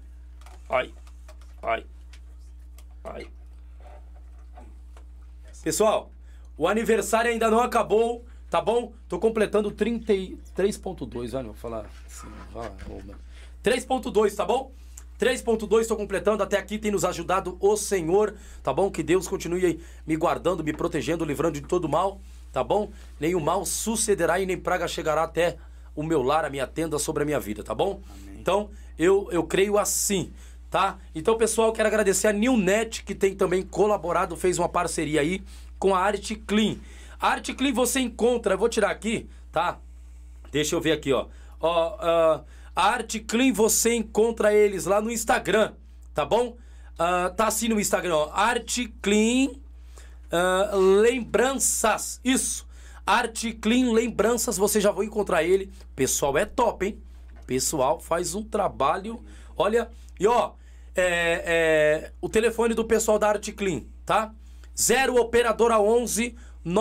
Pessoal, o aniversário ainda não acabou, tá bom? Tô completando 33.2, olha, vou falar assim, 3.2, tá bom? 3.2, tô completando, até aqui tem nos ajudado o Senhor, tá bom? Que Deus continue aí me guardando, me protegendo, livrando de todo mal, tá bom? Nem o mal sucederá e nem praga chegará até o meu lar, a minha tenda sobre a minha vida, tá bom? Amém. Então, eu creio assim, tá? Então, pessoal, quero agradecer a Newnet, que tem também colaborado, fez uma parceria aí com a Arte Clean. A Arte Clean você encontra, eu vou tirar aqui, tá? Deixa eu ver aqui, ó. A Arte Clean você encontra eles lá no Instagram, tá bom? Tá assim no Instagram, ó. Arte Clean Lembranças, isso. Arte Clean Lembranças, você já vai encontrar ele. Pessoal é top, hein? Pessoal faz um trabalho, olha, e ó, o telefone do pessoal da Arte Clean, tá? 0 operadora 11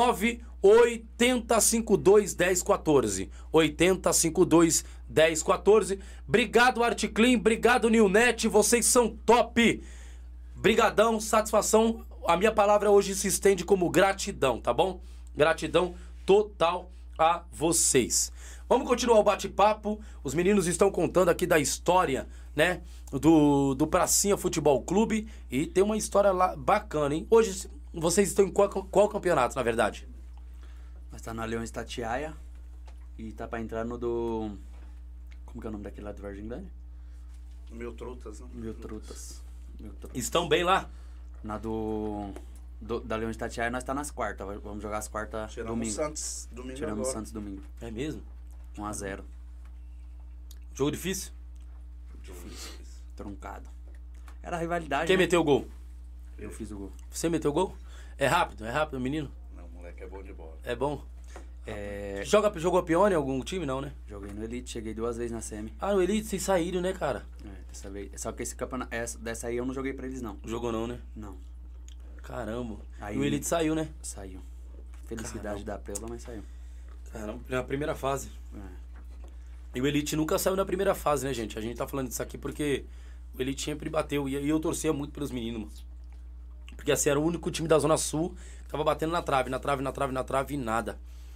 98052 1014. 8052 1014. Obrigado, Arte Clean, obrigado, Newnet, vocês são top. Brigadão, satisfação. A minha palavra hoje se estende como gratidão, tá bom? Gratidão total a vocês. Vamos continuar o bate-papo. Os meninos estão contando aqui da história, né? Do Pracinha Futebol Clube. E tem uma história lá bacana, hein? Hoje vocês estão em qual campeonato, na verdade? Nós tá na Leões Tatiaia e tá pra entrar no do... Como que é o nome daquele lá do Vargem Grande? Mil trutas, né? Mil Trutas. Estão bem lá? Na da Leões Tatiaia nós tá nas quartas. Vamos jogar as quartas Tiramos domingo. o Santos domingo Tiramos o agora. Santos domingo. É mesmo? 1-0. Jogo difícil? Difícil. Truncado. Era rivalidade, Quem né? meteu o gol? Eu fiz o gol. Você meteu o gol? É rápido, menino? Não, o moleque é bom de bola. É bom? Jogou Pione em algum time, não, né? Joguei no Elite, cheguei 2 vezes na semi. Ah, no Elite vocês saíram, né, cara? Dessa vez. Só que esse campeonato, dessa aí eu não joguei pra eles, não. Jogou não, né? Não. Caramba. Aí- E o Elite saiu, né? Saiu. Felicidade da Preula, mas saiu. Caramba, na primeira fase. É. E o Elite nunca saiu na primeira fase, né, gente? A gente tá falando disso aqui porque o Elite sempre bateu. E eu torcia muito pelos meninos, mano. Porque assim, era o único time da Zona Sul que tava batendo na trave e nada.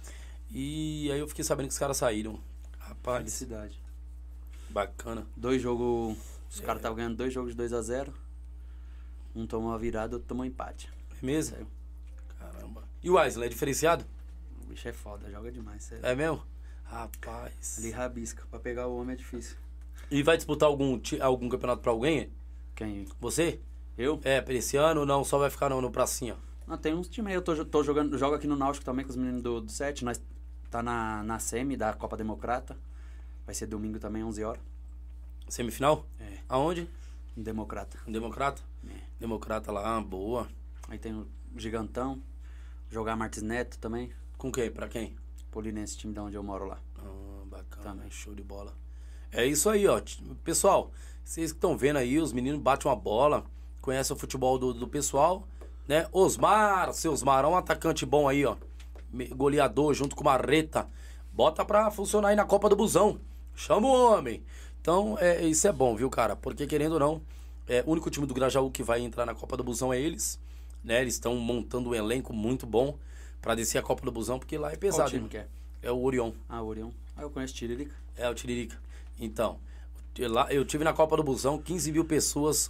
E aí eu fiquei sabendo que os caras saíram. Rapaz, Felicidade. bacana. 2 jogos. Os caras estavam ganhando 2 jogos de 2-0. Um tomou uma virada, outro tomou um empate. É mesmo? Saiu. Caramba. E o Wesley, é diferenciado? O bicho é foda, joga demais. Sério. É mesmo? Rapaz. Ali rabisca. Pra pegar o homem é difícil. E vai disputar algum campeonato pra alguém? Quem? Você? Eu? É, pra esse ano ou não? Só vai ficar no pracinha? Não, tem uns times aí. Eu tô jogando. Jogo aqui no Náutico também com os meninos do 7. Nós tá na semi da Copa Democrata. Vai ser domingo também, 11 horas. Semifinal? É. Aonde? Democrata. Democrata? É. Democrata lá, boa. Aí tem o Gigantão. Jogar Martins Neto também. Com quem? Pra quem? Polinense, time de onde eu moro lá. Bacana, Também. show de bola. É isso aí, ó. Pessoal, vocês que estão vendo aí, os meninos batem uma bola, conhecem o futebol do pessoal, né? Seu Osmar, é um atacante bom aí, ó. Goleador junto com o Marreta. Bota pra funcionar aí na Copa do Busão. Chama o homem. Então, isso é bom, viu, cara? Porque, querendo ou não, o único time do Grajaú que vai entrar na Copa do Busão é eles, né? Eles estão montando um elenco muito bom pra descer a Copa do Busão, porque lá é pesado. Qual time hein? que é? É o Orion. Ah, o Orion. Ah, eu conheço Tiririca. É, o Tiririca. Então, lá eu tive na Copa do Busão 15 mil pessoas,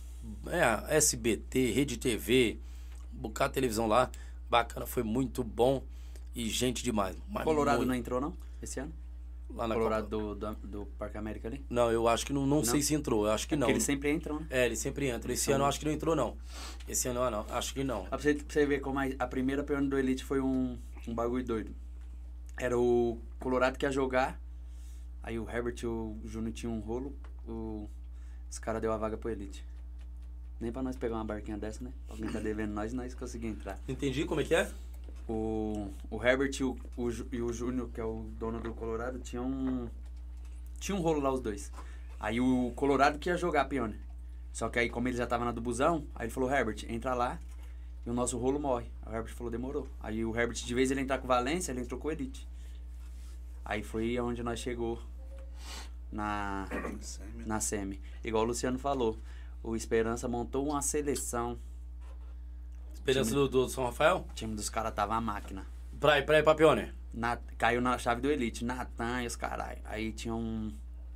SBT, Rede TV, um bocado de televisão lá. Bacana, foi muito bom e gente demais. Mas Colorado muito. não entrou, não? Esse ano? Lá na Colorado Copa. do Parque América ali? Não, eu acho que não sei se entrou, eu acho que não. Porque eles sempre entram, né? Eles sempre entram. Esse ano eu acho que não entrou, não. Esse ano não, acho que não. Pra você ver como a primeira perna do Elite foi um bagulho doido. Era o Colorado que ia jogar, aí o Herbert e o Júnior tinham um rolo, os caras deu a vaga pro Elite. Nem pra nós pegar uma barquinha dessa, né? Alguém tá devendo nós conseguimos entrar. Entendi como é que é? O Herbert e o Júnior, que é o dono do Colorado, tinha um rolo lá os dois. Aí o Colorado que ia jogar a Pione. Só que aí, como ele já tava na do busão, aí ele falou, Herbert, entra lá e o nosso rolo morre. Aí o Herbert falou, demorou. Aí o Herbert, de vez ele entrar com o Valência, ele entrou com o Elite. Aí foi onde nós chegou na semi. Igual o Luciano falou, o Esperança montou uma seleção. Esperança do São Rafael? O time dos caras tava a máquina. Pra ir pra Pione. Caiu na chave do Elite, Natan e os caralho. Aí tinha um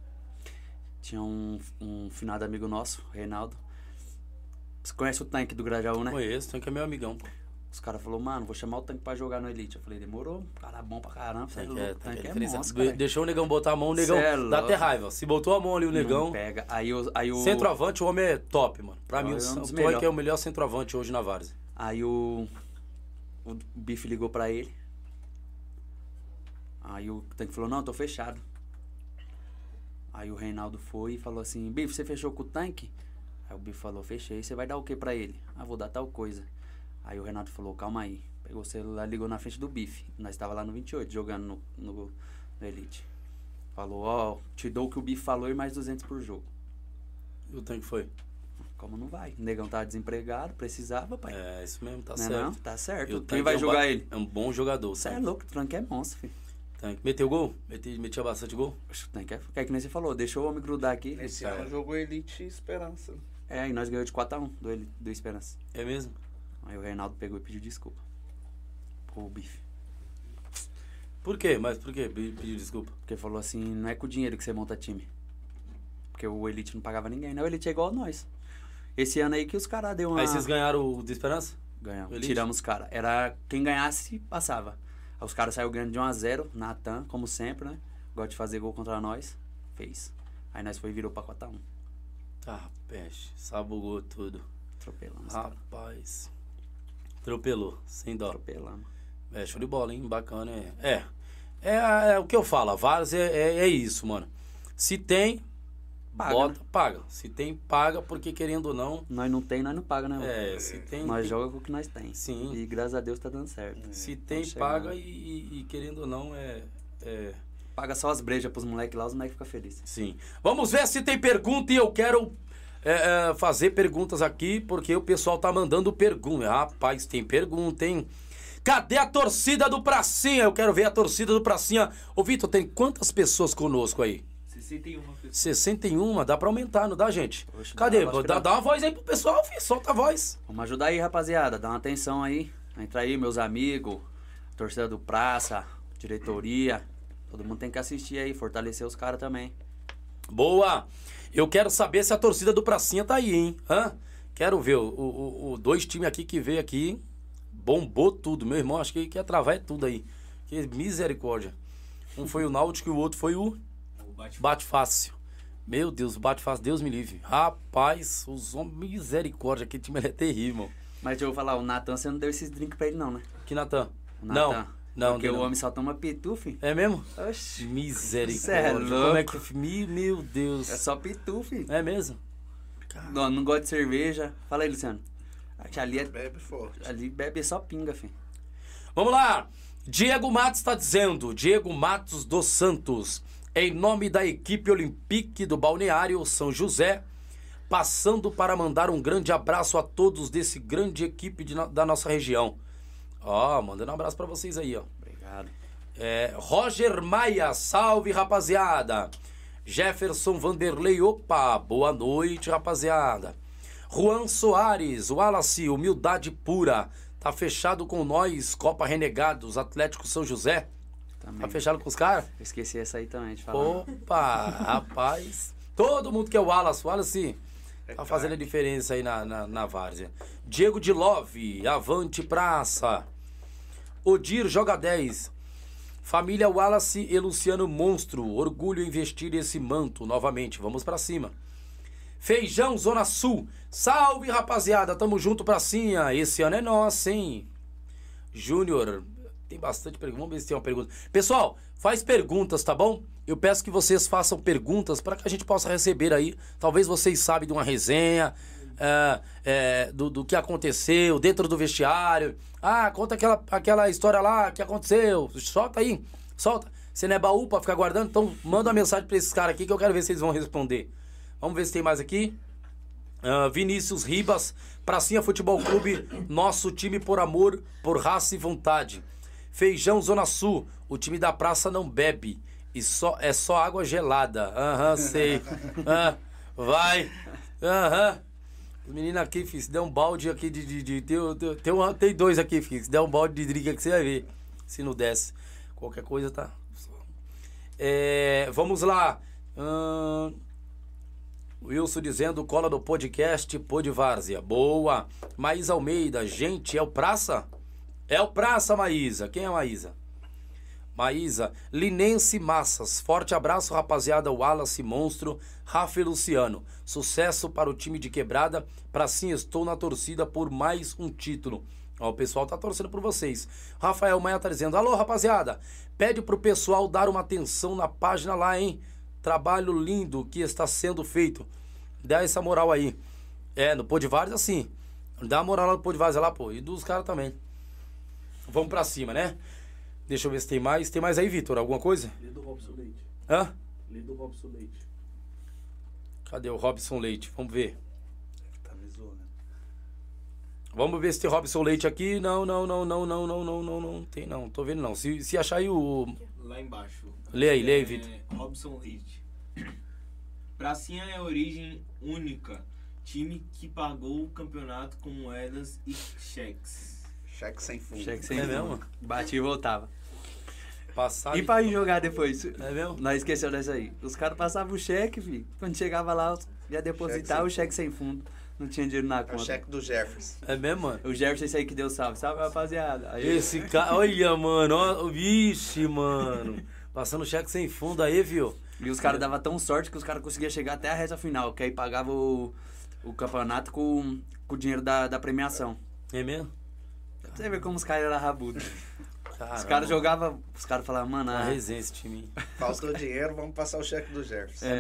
finado amigo nosso, Reinaldo. Você conhece o tanque do Grajaú, né? Conheço, o tanque é meu amigão, pô. Os caras falaram, mano, vou chamar o tanque pra jogar no Elite. Eu falei, demorou, cara bom pra caramba. O tanque é monstro, cara. Deixou o negão botar a mão, o negão dá até raiva. Se botou a mão ali, o negão... Não pega. Aí o Centroavante, o homem é top, mano. Pra mim, é um dos o melhores. Toy é o melhor centroavante hoje na Várzea. Aí o Bife ligou pra ele. Aí o tanque falou, não, tô fechado. Aí o Reinaldo foi e falou assim, Bife, você fechou com o tanque? Aí o Bife falou, fechei, você vai dar o que pra ele? Ah, vou dar tal coisa. Aí o Renato falou, calma aí. Pegou o celular, ligou na frente do Bife. Nós estava lá no 28, jogando no Elite. Falou, ó, te dou o que o Bife falou e mais 200 por jogo. E o tanque foi? Como não vai? O negão tava desempregado, precisava, pai. É, isso mesmo, tá Não é certo. não? Tá certo. E o Quem tanque vai jogar ele? É um bom jogador. Você é Tanque. louco, o tanque é monstro, filho. Tanque. Meteu gol? Metia bastante gol? O tanque é que nem você falou, deixou o homem grudar aqui. Esse ano jogou Elite e Esperança. É, e nós ganhamos de 4-1 do Esperança. É mesmo? Aí o Reinaldo pegou e pediu desculpa. Pro Bife. Por quê? Mas por quê? Pediu desculpa. Porque falou assim, não é com o dinheiro que você monta time. Porque o Elite não pagava ninguém, né? O Elite é igual a nós. Esse ano aí que os caras deu uma... Aí vocês ganharam o do Esperança? Ganhamos. Elite? Tiramos os caras. Era quem ganhasse, passava. Aí os caras saíram ganhando de 1-0. Natan, como sempre, né? Gosta de fazer gol contra nós. Fez. Aí nós foi e virou pra 4-1. Ah, peixe. Sabugou tudo. Atropelamos. Rapaz. Atropelou, sem dó. Atropelamos. É, show de bola, hein? Bacana. É o que eu falo. A Várzea é isso, mano. Se tem, paga. bota, Né? paga. Se tem, paga, porque querendo ou não... Nós não tem, nós não paga, né? Se tem... Nós joga com o que nós tem. Sim. E graças a Deus tá dando certo. Se tem, chegando. paga e querendo ou não, Paga só as brejas pros moleques lá, os moleques ficam felizes. Sim. Vamos ver se tem pergunta e eu quero fazer perguntas aqui, porque o pessoal tá mandando pergunta. Rapaz, tem pergunta, hein? Cadê a torcida do Pracinha? Eu quero ver a torcida do Pracinha. Ô, Vitor, tem quantas pessoas conosco aí? 61 pessoas. 61, dá pra aumentar, não dá, gente? Poxa, Cadê? acho que dá. Dá uma voz aí pro pessoal, filho. Solta a voz. Vamos ajudar aí, rapaziada. Dá uma atenção aí. Entra aí, meus amigos, torcida do Praça, diretoria. Todo mundo tem que assistir aí, fortalecer os caras também. Boa! Eu quero saber se a torcida do Pracinha tá aí, hein? Quero ver. O dois times aqui que veio aqui, bombou tudo. Meu irmão, acho que quer travar tudo aí. Que misericórdia. Um foi o Náutico e o outro foi o Bate Fácil. Meu Deus, o Bate Fácil, Deus me livre. Rapaz, os homens, misericórdia, aquele time é terrível. Mas deixa eu falar, o Natan, você não deu esses drinks pra ele não, né? Que Natan? O Natan. Não, Porque não. o homem só toma pitu, filho. É mesmo? Oxi. Misericórdia. Cê é louco. Como é que... Meu Deus. É só pitu, filho. É mesmo? Não gosta de cerveja. Fala aí, Luciano. Ali, Bebe forte. ali bebe só pinga, filho. Vamos lá. Diego Matos está dizendo. Diego Matos dos Santos. Em nome da equipe Olympique do Balneário São José, passando para mandar um grande abraço a todos desse grande equipe da nossa região. Mandando um abraço para vocês aí, ó. Obrigado. Roger Maia, salve, rapaziada. Jefferson Vanderlei, opa, boa noite, rapaziada. Juan Soares, Wallace, humildade pura. Tá fechado com nós, Copa Renegados, Atlético São José. Também. Tá fechado com os caras? Esqueci essa aí também de falar. Opa, rapaz. Todo mundo que é o Wallace tá fazendo a diferença aí na várzea. Diego de Love, avante praça. Odir joga 10. Família Wallace e Luciano Monstro, orgulho em vestir esse manto novamente. Vamos pra cima. Feijão, Zona Sul. Salve, rapaziada. Tamo junto, Pracinha. Esse ano é nosso, hein? Júnior, tem bastante pergunta. Vamos ver se tem uma pergunta. Pessoal, faz perguntas, tá bom? Eu peço que vocês façam perguntas para que a gente possa receber aí. Talvez vocês sabem de uma resenha, do que aconteceu dentro do vestiário. Conta aquela história lá que aconteceu. Solta aí, solta. Você não é baú pra ficar guardando? Então manda uma mensagem pra esses caras aqui que eu quero ver se eles vão responder. Vamos ver se tem mais aqui. Vinícius Ribas, Pracinha Futebol Clube, nosso time por amor, por raça e vontade. Feijão Zona Sul, o time da praça não bebe. E é só água gelada. Sei. Vai. Os meninos aqui, filho, se der um balde aqui tem dois aqui, filho. Se der um balde de drink aqui, você vai ver. Se não desce. Qualquer coisa, tá? Vamos lá. Wilson dizendo, cola do podcast Pod Várzea. Boa. Maísa Almeida, gente, é o Praça? É o Praça, Maísa. Quem é a Maísa? Maísa, Linense Massas. Forte abraço, rapaziada. Wallace Monstro, Rafa e Luciano. Sucesso para o time de Quebrada. Pracinha, estou na torcida por mais um título. O pessoal tá torcendo por vocês. Rafael Maia tá dizendo, alô, rapaziada. Pede pro pessoal dar uma atenção na página lá, hein? Trabalho lindo que está sendo feito. Dá essa moral aí. No Pod Várzea, assim. Dá uma moral lá no Pod Várzea lá, pô. E dos caras também. Vamos pra cima, né? Deixa eu ver se tem mais. Tem mais aí, Vitor? Alguma coisa? Lê do Robson Leite. Lê do Robson Leite. Cadê o Robson Leite? Vamos ver. Tá me zoando. Vamos ver se tem Robson Leite aqui. Não tem não. Tô vendo não. Se achar aí o... Lá embaixo. Lê aí, Vitor. Robson Leite. Pracinha é origem única. Time que pagou o campeonato com moedas e cheques. Cheque sem fundo. Cheque sem É fundo. mesmo? Bati e voltava. Passado. E pra ir jogar depois? É mesmo? Nós esquecemos dessa aí. Os caras passavam o cheque, filho. Quando chegava lá, ia depositar o cheque sem fundo. Não tinha dinheiro na É o conta. cheque do Jefferson. É mesmo, mano? O Jefferson, esse aí que deu salve. Salve, rapaziada. Aí, Esse cara... Olha, mano. Ó, vixe, mano. Passando cheque sem fundo aí, viu? E os caras davam tão sorte que os caras conseguiam chegar até a reta final. Que aí pagava o campeonato com o dinheiro da premiação. É mesmo? Pra você ver como os caras eram rabudos. Caramba. Os caras jogavam... Os caras falavam, mano... Uma resenha esse time. Faltou dinheiro, vamos passar o cheque do Jefferson. É mesmo?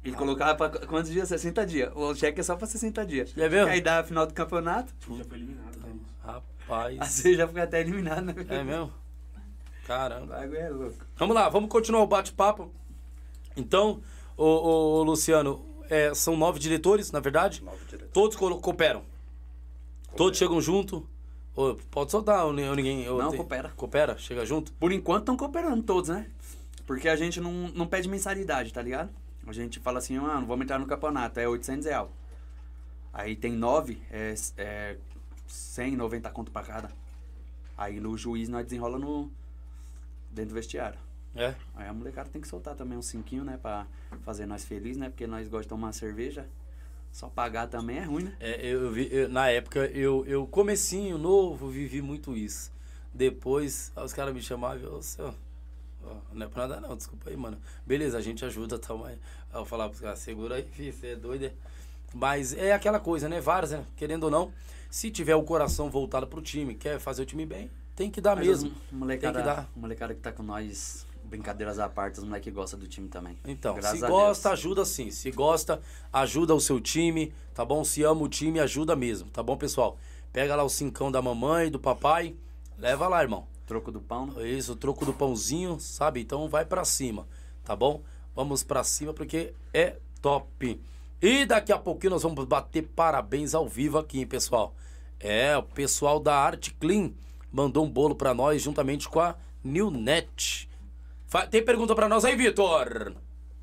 Ele colocava pra quantos dias? 60 dias. O cheque é só pra 60 dias. É mesmo? E aí dá a final do campeonato, Já foi eliminado. Né? Rapaz. às vezes já fica até eliminado, né? É mesmo? O Caramba. bagulho é louco. Vamos lá, vamos continuar o bate-papo. Então, ô Luciano, são 9 diretores, na verdade? 9 diretores. Todos cooperam. Todos chegam junto. Ô, pode soltar ou ninguém? Não, coopera. Coopera? Chega junto? Por enquanto estão cooperando todos, né? Porque a gente não pede mensalidade, tá ligado? A gente fala assim, mano, vamos entrar no campeonato, é R$800. Aí tem 9, é 190 conto pra cada. Aí no juiz nós desenrola dentro do vestiário. É. Aí a molecada tem que soltar também uns 5, né? Pra fazer nós felizes, né? Porque nós gostamos de tomar cerveja. Só pagar também é ruim, né? Na época, eu comecinho, novo, vivi muito isso. Depois, os caras me chamavam e eu, senhor, não é pra nada não, desculpa aí, mano. Beleza, a gente ajuda, tal, mas eu falava pros caras, segura aí, filho, você é doido, é? Mas é aquela coisa, né? Vários, né? Querendo ou não, se tiver o coração voltado pro time, quer fazer o time bem, tem que dar Mas mesmo. os molecada, Tem que dar. molecada que tá com nós, brincadeiras à parte, os moleques gostam do time também. Então, Graças se a gosta, Deus. ajuda sim. Se gosta, ajuda o seu time, tá bom? Se ama o time, ajuda mesmo, tá bom, pessoal? Pega lá o 5 da mamãe, do papai, leva lá, irmão. Troco do pão, né? Isso, o troco do pãozinho, sabe? Então vai pra cima, tá bom? Vamos pra cima porque é top. E daqui a pouquinho nós vamos bater parabéns ao vivo aqui, hein, pessoal? O pessoal da Arte Clean mandou um bolo pra nós juntamente com a Newnet. Tem pergunta pra nós aí, Vitor?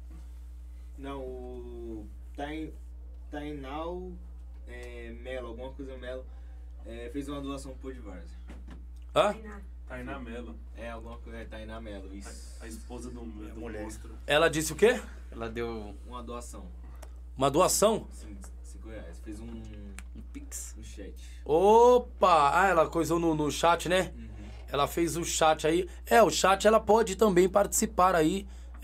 Não, o Tainal Melo, alguma coisa Melo, fez uma doação pro de Várzea. Hã? Tainá Mello, Alguma coisa, Tainá Melo, isso. a esposa do mulher. monstro. Ela disse o quê? Ela deu Uma doação, Uma doação? R$5. Fez um pix. chat. Opa! ela coisou no chat, né? Ela fez o chat aí. O chat ela pode também participar aí.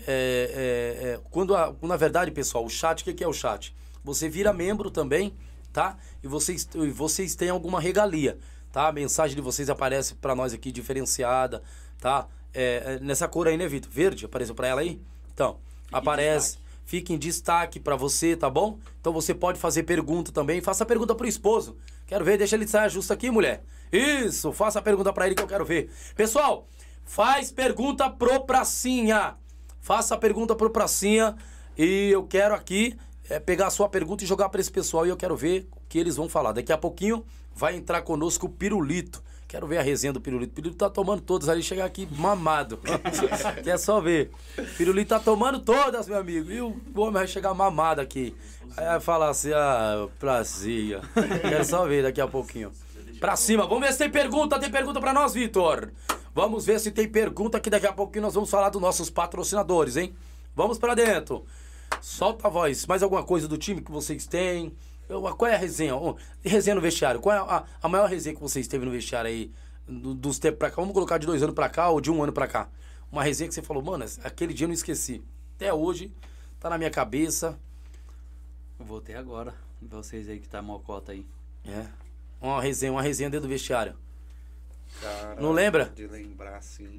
Quando na verdade, pessoal, o chat, o que é o chat? Você vira membro também, tá? E vocês têm alguma regalia, tá? A mensagem de vocês aparece pra nós aqui diferenciada, tá? Nessa cor aí, né, Vitor? Verde, apareceu pra ela aí? Então, aparece. Fica em destaque pra você, tá bom? Então você pode fazer pergunta também. Faça a pergunta pro esposo. Quero ver, deixa ele sair justo aqui, mulher. Isso, faça a pergunta pra ele que eu quero ver. Pessoal, faz pergunta pro Pracinha. Faça a pergunta pro Pracinha. E eu quero aqui pegar a sua pergunta e jogar pra esse pessoal. E eu quero ver o que eles vão falar. Daqui a pouquinho vai entrar conosco o Pirulito. Quero ver a resenha do Pirulito. O Pirulito tá tomando todas ali, chegar aqui mamado. Quer só ver. O Pirulito tá tomando todas, meu amigo. E o homem vai chegar mamado aqui. Aí vai falar assim, Pracinha. Quero só ver daqui a pouquinho. Pra cima, vamos ver se tem pergunta. Tem pergunta pra nós, Vitor? Vamos ver se tem pergunta, que daqui a pouquinho nós vamos falar dos nossos patrocinadores, hein? Vamos pra dentro. Solta a voz. Mais alguma coisa do time que vocês têm? Qual é a resenha? Resenha no vestiário. Qual é a maior resenha que vocês teve no vestiário aí? Dos tempos pra cá? Vamos colocar de 2 anos pra cá ou de 1 ano pra cá? Uma resenha que você falou, mano, aquele dia eu não esqueci. Até hoje, tá na minha cabeça. Eu voltei agora. Vocês aí que tá mocota aí. Uma resenha dentro do vestiário. Cara, Não lembra? De lembrar, assim.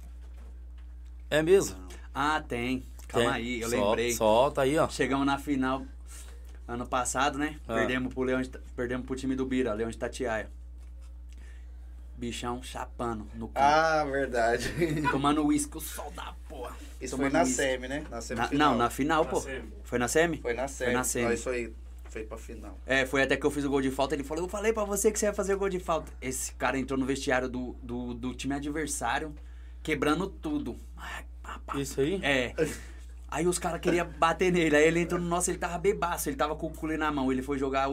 É mesmo? Ah, tem. Calma Tem. aí, eu lembrei. Solta aí, ó. Chegamos na final ano passado, né? Perdemos pro time do Bira, Leão de Tatiaia. Bichão chapando no campo. Verdade. Tomando uísque, o sol da porra. Isso Tomando foi na uísque. semi, né? Na semifinal. Não, na final, pô. semi. Foi na semi? Foi na semi. Foi na semi. Nós foi pra final. Foi até que eu fiz o gol de falta. Ele falou, eu falei pra você que você ia fazer o gol de falta. Esse cara entrou no vestiário do time adversário, quebrando tudo. Isso aí? Aí os caras queriam bater nele. Aí ele entrou no nosso, ele tava bebaço. Ele tava com o cule na mão. Ele foi jogar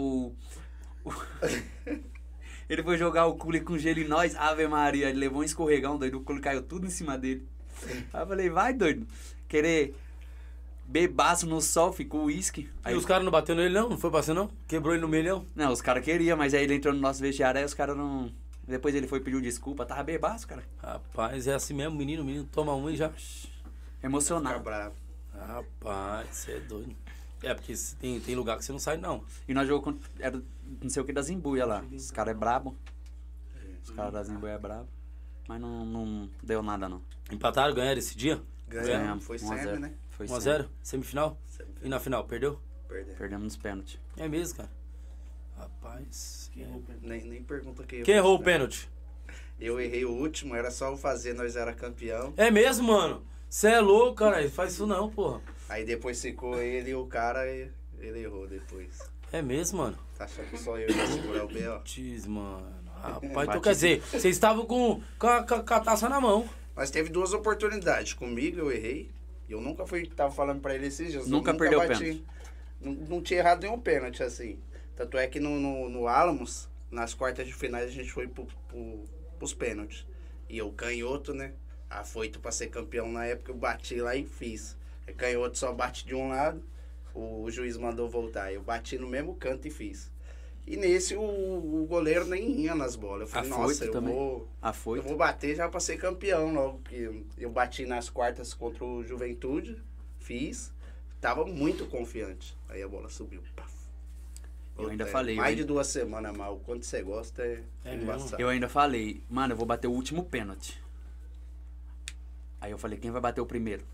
ele foi jogar o cule com gelo em nós. Ave Maria, ele levou um escorregão, doido. O cule caiu tudo em cima dele. Aí eu falei, vai, doido. Querer bebaço no sol, ficou uísque. E os caras não bateu nele, não? Não foi passando, não? Quebrou ele no milhão? Não, os caras queriam, mas aí ele entrou no nosso vestiário, aí os caras não... Depois ele foi pedir desculpa, tava bebaço, cara. Rapaz, é assim mesmo, menino toma um e já... Ficar Emocionado. bravo. Rapaz, você é doido. Porque tem lugar que você não sai, não. E nós jogamos contra... Era não sei o que da Zimbuia lá. Os caras é brabo. Os caras da Zimbuia é brabo. Mas não deu nada, não. Empataram, ganharam esse dia? Ganhamos. Foi 1 a 0. semi, né? Foi 1x0? Semifinal? Semifinal. E na final, perdeu? Perdemos. Perdemos nos pênaltis. É mesmo, cara. Rapaz. Quem errou o pênalti? Nem pergunta quem Quem errou o né? pênalti? Eu errei o último, era só eu fazer, nós era campeão. É mesmo, mano? Você é louco, cara. Faz isso não, porra. Aí depois ficou ele e o cara, e ele errou depois. É mesmo, mano? Tá achando que só eu ia segurar o B.O.? Diz, mano. Rapaz, então Bati- quer dizer, vocês estavam com a taça na mão. Mas teve 2 oportunidades. Comigo eu errei. E eu nunca fui, tava falando pra ele esses dias. eu Nunca perdeu o bati. pênalti. Não tinha errado nenhum pênalti, assim. Tanto é que no Alamos, nas quartas de finais, a gente foi pros pênaltis. E eu canhoto, né? Afoito pra ser campeão na época, eu bati lá e fiz. Aí canhoto só bate de um lado, o juiz mandou voltar. Eu bati no mesmo canto e fiz. E nesse o goleiro nem ia nas bolas. Eu falei, Afoito nossa, eu também. vou Afoito. bater já pra ser campeão logo. Porque eu bati nas quartas contra o Juventude, fiz. Tava muito confiante. Aí a bola subiu. Paf. Eu ainda Puta, falei, Mais eu de 2 semanas mal. Quando você gosta é mesmo? embaçado. Eu ainda falei, mano, eu vou bater o último pênalti. Aí eu falei, quem vai bater o primeiro?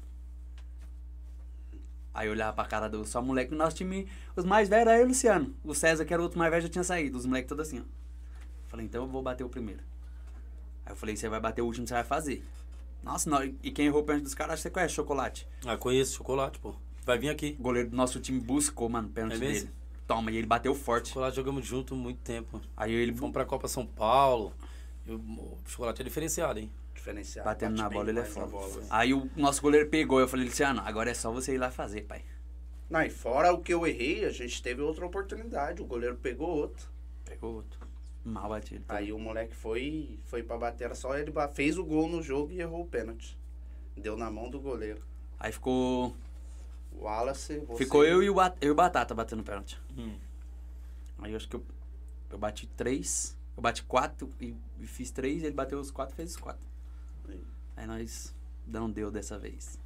Aí eu olhava pra cara do só moleque do nosso time, os mais velhos era eu e o Luciano. O César, que era o outro mais velho, já tinha saído. Os moleques todos assim, ó. Falei, então eu vou bater o primeiro. Aí eu falei, você vai bater o último, você vai fazer. Nossa, não, e quem errou o pênalti dos caras, acho que você conhece Chocolate. Ah, conheço chocolate, pô. Vai vir aqui. O goleiro do nosso time buscou, mano, o pênalti É mesmo? dele. Toma, e ele bateu forte. Chocolate jogamos junto muito tempo. Aí ele Fomos pra Copa São Paulo. O chocolate é diferenciado, hein? Diferenciado. batendo bate na bem bola, ele é demais na foda. bola. Aí o nosso goleiro pegou, eu falei, Luciano, agora é só você ir lá fazer, pai. Não, e fora o que eu errei, a gente teve outra oportunidade. O goleiro pegou outro. Pegou outro. Mal batido. Aí o moleque foi pra bater, era só ele fez o gol no jogo e errou o pênalti. Deu na mão do goleiro. Aí ficou. O Wallace, você... Ficou eu e o Batata batendo pênalti. Hum. Aí eu acho que eu bati 3, eu bati 4 e fiz 3, ele bateu os 4 e fez os 4. Aí. Aí nós não deu dessa vez.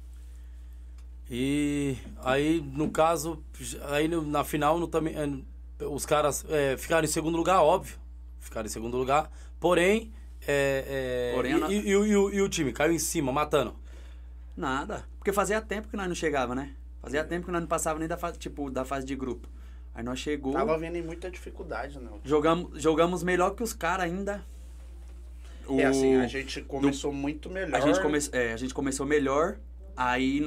E aí, no caso, aí na final também, os caras ficaram em segundo lugar, óbvio. Ficaram em segundo lugar. Porém, Porém, e o time caiu em cima, matando. Nada. Porque fazia tempo que nós não chegava, né? Fazia tempo que nós não passava nem da fase, da fase de grupo. Aí nós chegou, Tava vendo em muita dificuldade, né? jogamos melhor que os caras ainda. É assim, a gente começou muito melhor. A gente começou melhor, aí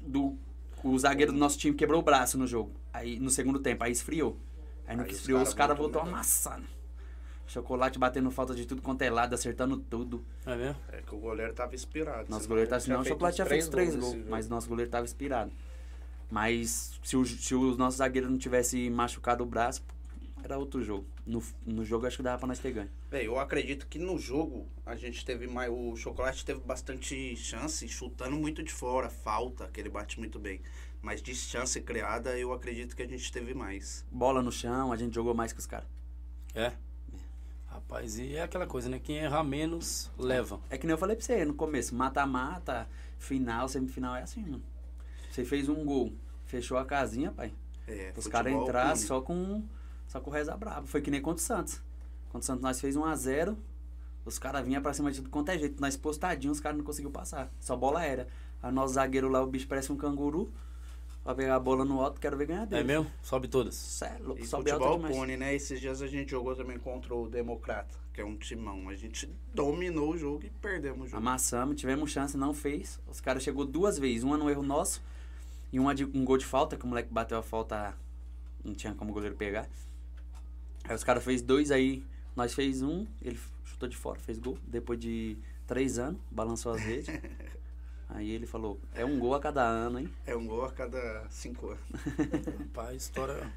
o zagueiro do nosso time quebrou o braço no jogo. Aí no segundo tempo, aí esfriou. Aí no Aí que os esfriou, cara os caras voltou voltou melhor. amassando. Chocolate batendo falta de tudo quanto é lado, acertando tudo. É mesmo? É que o goleiro tava inspirado. Nosso senão goleiro tava ele tinha não, o feito Chocolate uns tinha feito 3 nesse gols, jogo. mas o nosso goleiro tava inspirado. Mas se o nosso zagueiro não tivesse machucado o braço, era outro jogo. No jogo acho que dava pra nós ter ganho. Bem, eu acredito que no jogo a gente teve mais. O Chocolate teve bastante chance, chutando muito de fora, falta, que ele bate muito bem. Mas de chance criada, eu acredito que a gente teve mais. Bola no chão, a gente jogou mais que os caras. É. Rapaz, e é aquela coisa, né? Quem errar menos, leva. É que nem eu falei pra você no começo, mata-mata, final, semifinal é assim, mano. Você fez um gol, fechou a casinha, pai. É, Os futebol caras entraram pune. só com o reza brabo. Foi que nem contra o Santos. Contra o Santos nós fez 1-0, os caras vinham pra cima de tudo quanto é jeito. Nós postadinhos, os caras não conseguiu passar. Só bola aérea. A nosso zagueiro lá, o bicho parece um canguru. Pra pegar a bola no alto, quero ver ganhar dele. É mesmo? Sobe todas. Cê é louco, E sobe alto futebol demais. pune, né? Esses dias a gente jogou também contra o Democrata, que é um timão. A gente dominou o jogo e perdemos o jogo. Amassamos, tivemos chance, não fez. Os caras chegou 2 vezes, uma no erro nosso e uma de um gol de falta, que o moleque bateu a falta, não tinha como o goleiro pegar. Aí os caras fez 2, aí nós fez 1, ele chutou de fora, fez gol. Depois de 3 anos, balançou as redes. Aí ele falou, é um gol a cada ano, hein? É um gol a cada 5 anos. Rapaz, história.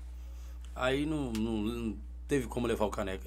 Aí não teve como levar o caneco.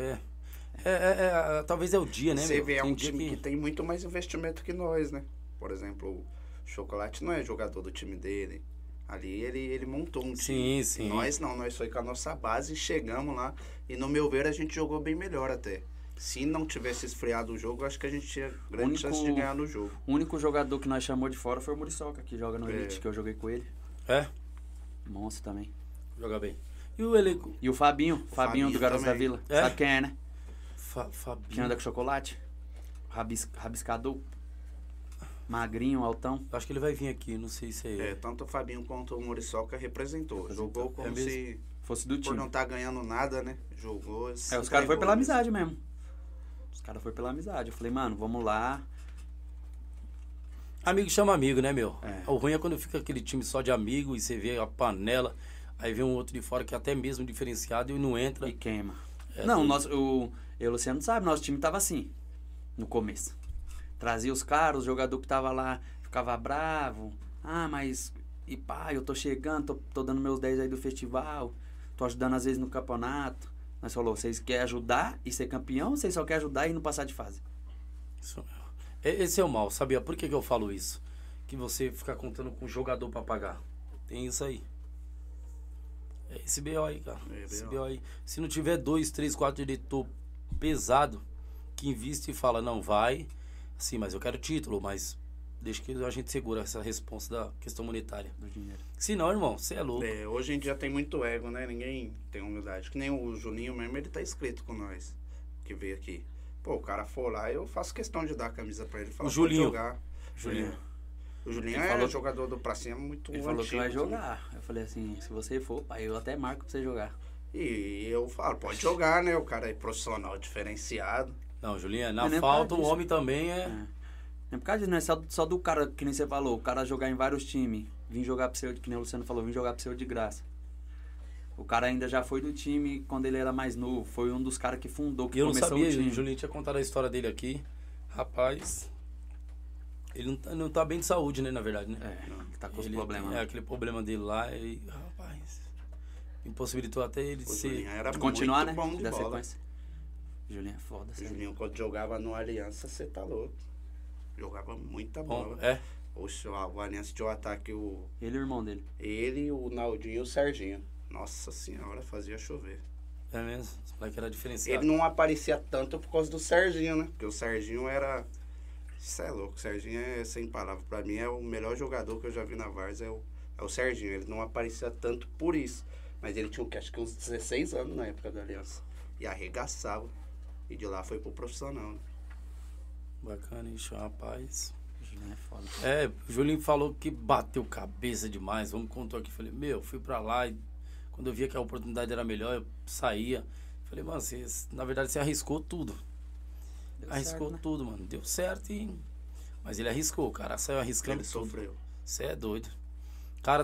Talvez é o dia, né? Você meu? vê, é Tem um dia time que tem muito mais investimento que nós, né? Por exemplo, o Chocolate não é jogador do time dele. Ali ele montou um time. Sim, sim. Nós não, nós foi com a nossa base e chegamos lá. E no meu ver a gente jogou bem melhor até. Se não tivesse esfriado o jogo, acho que a gente tinha grande chance de ganhar no jogo. O único jogador que nós chamou de fora foi o Muriçoca, que joga no É. Elite, que eu joguei com ele. É? Monstro também. Joga bem. E o elenco? E o Fabinho, Fabinho do Garotos da também. Vila. É? Sabe quem é, né? Que Fabinho. anda com chocolate. Rabiscador. magrinho, altão. Eu acho que ele vai vir aqui, não sei se é ele. Tanto o Fabinho quanto o Muriçoca representou. Jogou como mesmo? se, Fosse do por time. não estar ganhando nada, né? Jogou. Os caras foram pela amizade mesmo. Os caras foram pela amizade. Eu falei, mano, vamos lá. Amigo chama amigo, né, meu? É. O ruim é quando fica aquele time só de amigo e você vê a panela, aí vem um outro de fora que é até mesmo diferenciado e não entra. E queima. É, não, tem- eu e o Luciano sabe, nosso time tava assim, no começo. Trazia os caras, o jogador que tava lá ficava bravo. Ah, mas, e pá, eu tô chegando, tô dando meus 10 aí do festival, tô ajudando às vezes no campeonato. Nós falou, vocês querem ajudar e ser campeão, ou vocês só querem ajudar e não passar de fase? Isso mesmo. Esse é o mal, sabia? Por que eu falo isso? Que você fica contando com o jogador pra pagar. Tem isso aí. É esse BO aí, cara. Esse BO aí. Se não tiver 2, 3, 4 diretor pesado que investe e fala, não, vai, sim, mas eu quero título, mas deixa que a gente segura essa responsa da questão monetária. Do dinheiro. Se não, irmão, você é louco. Hoje em dia tem muito ego, né? Ninguém tem humildade. Que nem o Juninho mesmo, ele tá inscrito com nós, que veio aqui. Pô, o cara for lá, eu faço questão de dar a camisa pra ele. Fala, O Julinho. "Pode jogar." Julinho. O Julinho Ele é falou- jogador do Pracinha muito Ele antigo. falou que vai também. jogar. Eu falei assim, se você for, pai, eu até marco pra você jogar. E eu falo, pode jogar, né? O cara é profissional diferenciado. Não, Julinho, na Mas nem por falta causa o disso. homem também é... É por causa disso, não é só do cara, que nem você falou, o cara jogar em vários times, vir jogar pro seu, que nem o Luciano falou, vir jogar pro seu de graça. O cara ainda já foi do time quando ele era mais novo, foi um dos caras que fundou, que E eu não começou sabia, o time. o Julinho tinha contado a história dele aqui. Rapaz, ele não tá bem de saúde, né, na verdade, né? É, que tá com os Ele- problemas. É, aquele problema dele lá e, rapaz, impossibilitou até ele de O ser... Julinho era De continuar, muito né? bom de Da bola. sequência. Julinho é foda, O sério. Julinho, quando jogava no Aliança, você tá louco. Jogava muita bola. Bom, é, Oxe, o Aliança tinha o ataque, Ele e o irmão dele. ele, o Naldinho e o Serginho. Nossa senhora, fazia chover. é mesmo. Esse moleque era diferenciado. Ele não aparecia tanto por causa do Serginho, né? Porque o Serginho era... Isso é louco, o Serginho é sem palavras. Pra mim é o melhor jogador que eu já vi na Várzea, é o Serginho. Ele não aparecia tanto por isso. Mas ele tinha, acho que uns 16 anos na época da Aliança. E arregaçava. E de lá foi pro profissional, né? Bacana isso, rapaz. Julinho é foda. É, o Julinho falou que bateu cabeça demais. Vamos contar aqui. Falei, meu, fui pra lá e quando eu via que a oportunidade era melhor, eu saía. Falei, mano, na verdade você arriscou tudo. Deu Arriscou certo, né? tudo, mano. Deu certo e... Mas ele arriscou, o cara saiu arriscando Ele tudo. sofreu. Você é doido. O cara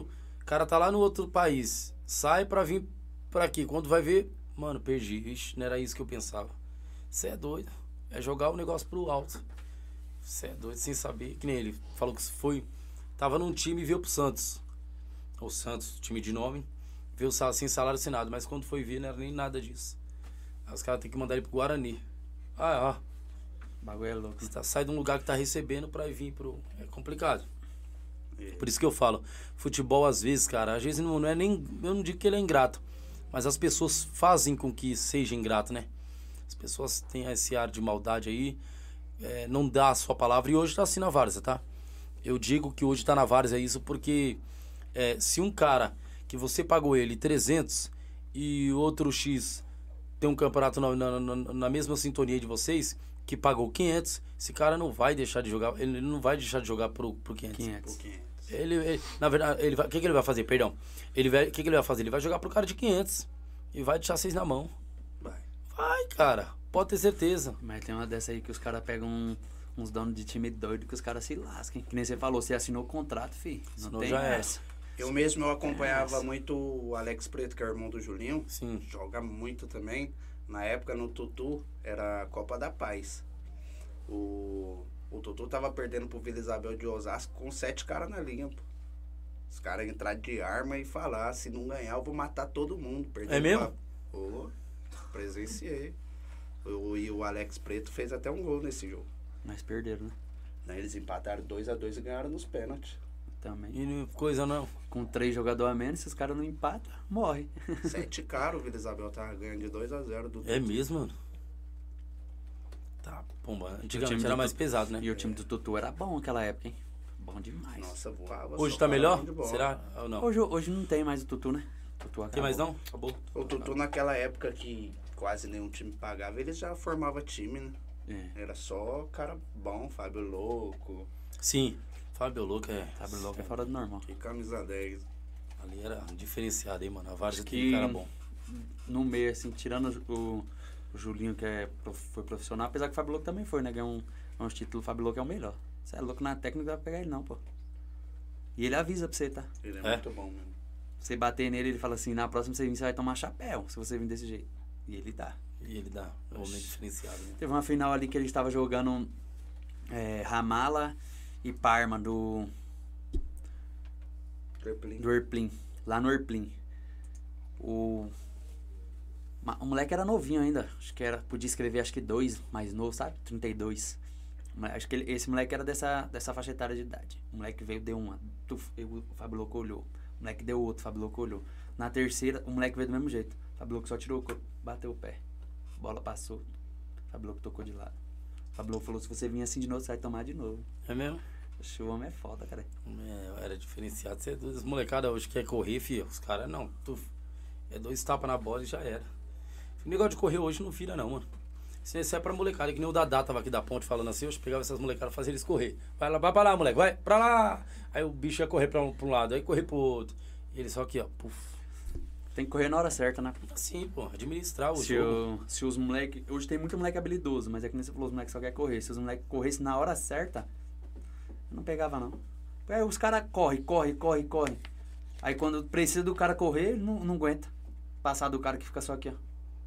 tá lá no outro país. Sai pra vir pra aqui. Quando vai ver, mano, perdi. Ixi, não era isso que eu pensava. Você é doido. É jogar o negócio pro alto. Você é doido sem saber. Que nem ele falou que foi... Tava num time e veio pro Santos. O Santos, time de nome. Veio sem salário assinado. Mas quando foi ver, não era nem nada disso. Aí os caras tem que mandar ele pro Guarani. Ah, O bagulho é louco. né? sai de um lugar que tá recebendo pra vir pro... É complicado. É. Por isso que eu falo, futebol às vezes, cara, às vezes não é nem... Eu não digo que ele é ingrato, mas as pessoas fazem com que seja ingrato, né? As pessoas têm esse ar de maldade aí, não dá a sua palavra, e hoje tá assim na Várzea, tá? Eu digo que hoje tá na Várzea isso porque se um cara que você pagou ele 300 e outro X tem um campeonato na mesma sintonia de vocês, que pagou 500, esse cara não vai deixar de jogar, ele não vai deixar de jogar pro 500. 500. Na verdade, o que ele vai fazer? Perdão. O que ele vai fazer? Ele vai jogar pro cara de 500 e vai deixar vocês na mão. Vai. Vai, cara. Pode ter certeza. Mas tem uma dessa aí que os caras pegam uns donos de time doido que os caras se lascam. Que nem você falou, você assinou o contrato, fi. Não Assinou, tem já era. essa. Eu mesmo acompanhava muito o Alex Preto, que é o irmão do Julinho. Sim. Joga muito também. Na época, no Tutu, era a Copa da Paz. O Tutu tava perdendo pro Vila Isabel de Osasco com 7 caras na linha, pô. Os caras entraram de arma e falaram, se não ganhar, eu vou matar todo mundo. É mesmo? Presenciei. E o Alex Preto fez até um gol nesse jogo. Mas perderam, né? Daí eles empataram 2-2 e ganharam nos pênaltis. Também. E não coisa não. Com 3 jogadores a menos, se os caras não empatam, morre. 7 caras, o Vila Isabel tava ganhando de 2-0 do É mesmo, mano? Tá, pomba. O Antigamente time era do mais pesado, né? E o time do Tutu era bom naquela época, hein? Bom demais. Nossa, voava. Hoje só tá cara melhor? bom de bola. Será? Ou não? Hoje não tem mais o Tutu, né? O Tutu acabou. Tem mais não? Acabou. O Tutu naquela época que quase nenhum time pagava, ele já formava time, né? É. Era só cara bom, Fábio Louco. Sim, Fábio Louco é. Fábio Louco é fora do normal. Que camisa 10. Ali era diferenciado, hein, mano. A várzea Acho que cara bom. No meio, assim, tirando o Julinho, que foi profissional, apesar que o Fábio Louco também foi, né? Ganhou uns títulos, o Fábio Louco é o melhor. Você é louco na técnica, não vai pegar ele não, pô. E ele avisa pra você, tá? Ele é, É? muito bom mesmo. Você bater nele, ele fala assim, na próxima você vir, você vai tomar chapéu, se você vir desse jeito. E ele dá. E ele dá um homem diferenciado, né? Teve uma final ali que ele estava jogando Ramala e Parma do Erplim, lá no Erplim. O moleque era novinho ainda, acho que podia escrever acho que 2, mais novo, sabe? 32. Acho que esse moleque era dessa faixa etária de idade. O moleque veio, deu uma, o Fábio Louco olhou. O moleque deu outro, o Fábio Louco olhou. Na terceira, o moleque veio do mesmo jeito. O Fábio Louco só tirou, bateu o pé. A bola passou. O Fábio Louco tocou de lado. O Fábio Louco falou, se você vir assim de novo, você vai tomar de novo. É mesmo? O homem é foda, cara. Era diferenciado. Você, as molecadas hoje quer correr, filho. Os caras, não. É 2 tapas na bola e já era. O negócio de correr hoje não vira, não, mano. Isso é pra molecada, que nem o Dadá tava aqui da ponte falando assim, eu pegava essas molecadas e fazia eles correr. Vai pra lá, moleque, vai pra lá. Aí o bicho ia correr pra um lado, aí correr pro outro. E ele só aqui, ó, puf. Tem que correr na hora certa, né? Assim, pô, administrar o Se jogo. se os moleques... Hoje tem muito moleque habilidoso, mas é que nem você falou, os moleques só querem correr. Se os moleques corressem na hora certa, eu não pegava, não. Aí os caras correm. Aí quando precisa do cara correr, ele não aguenta. Passar do cara que fica só aqui, ó.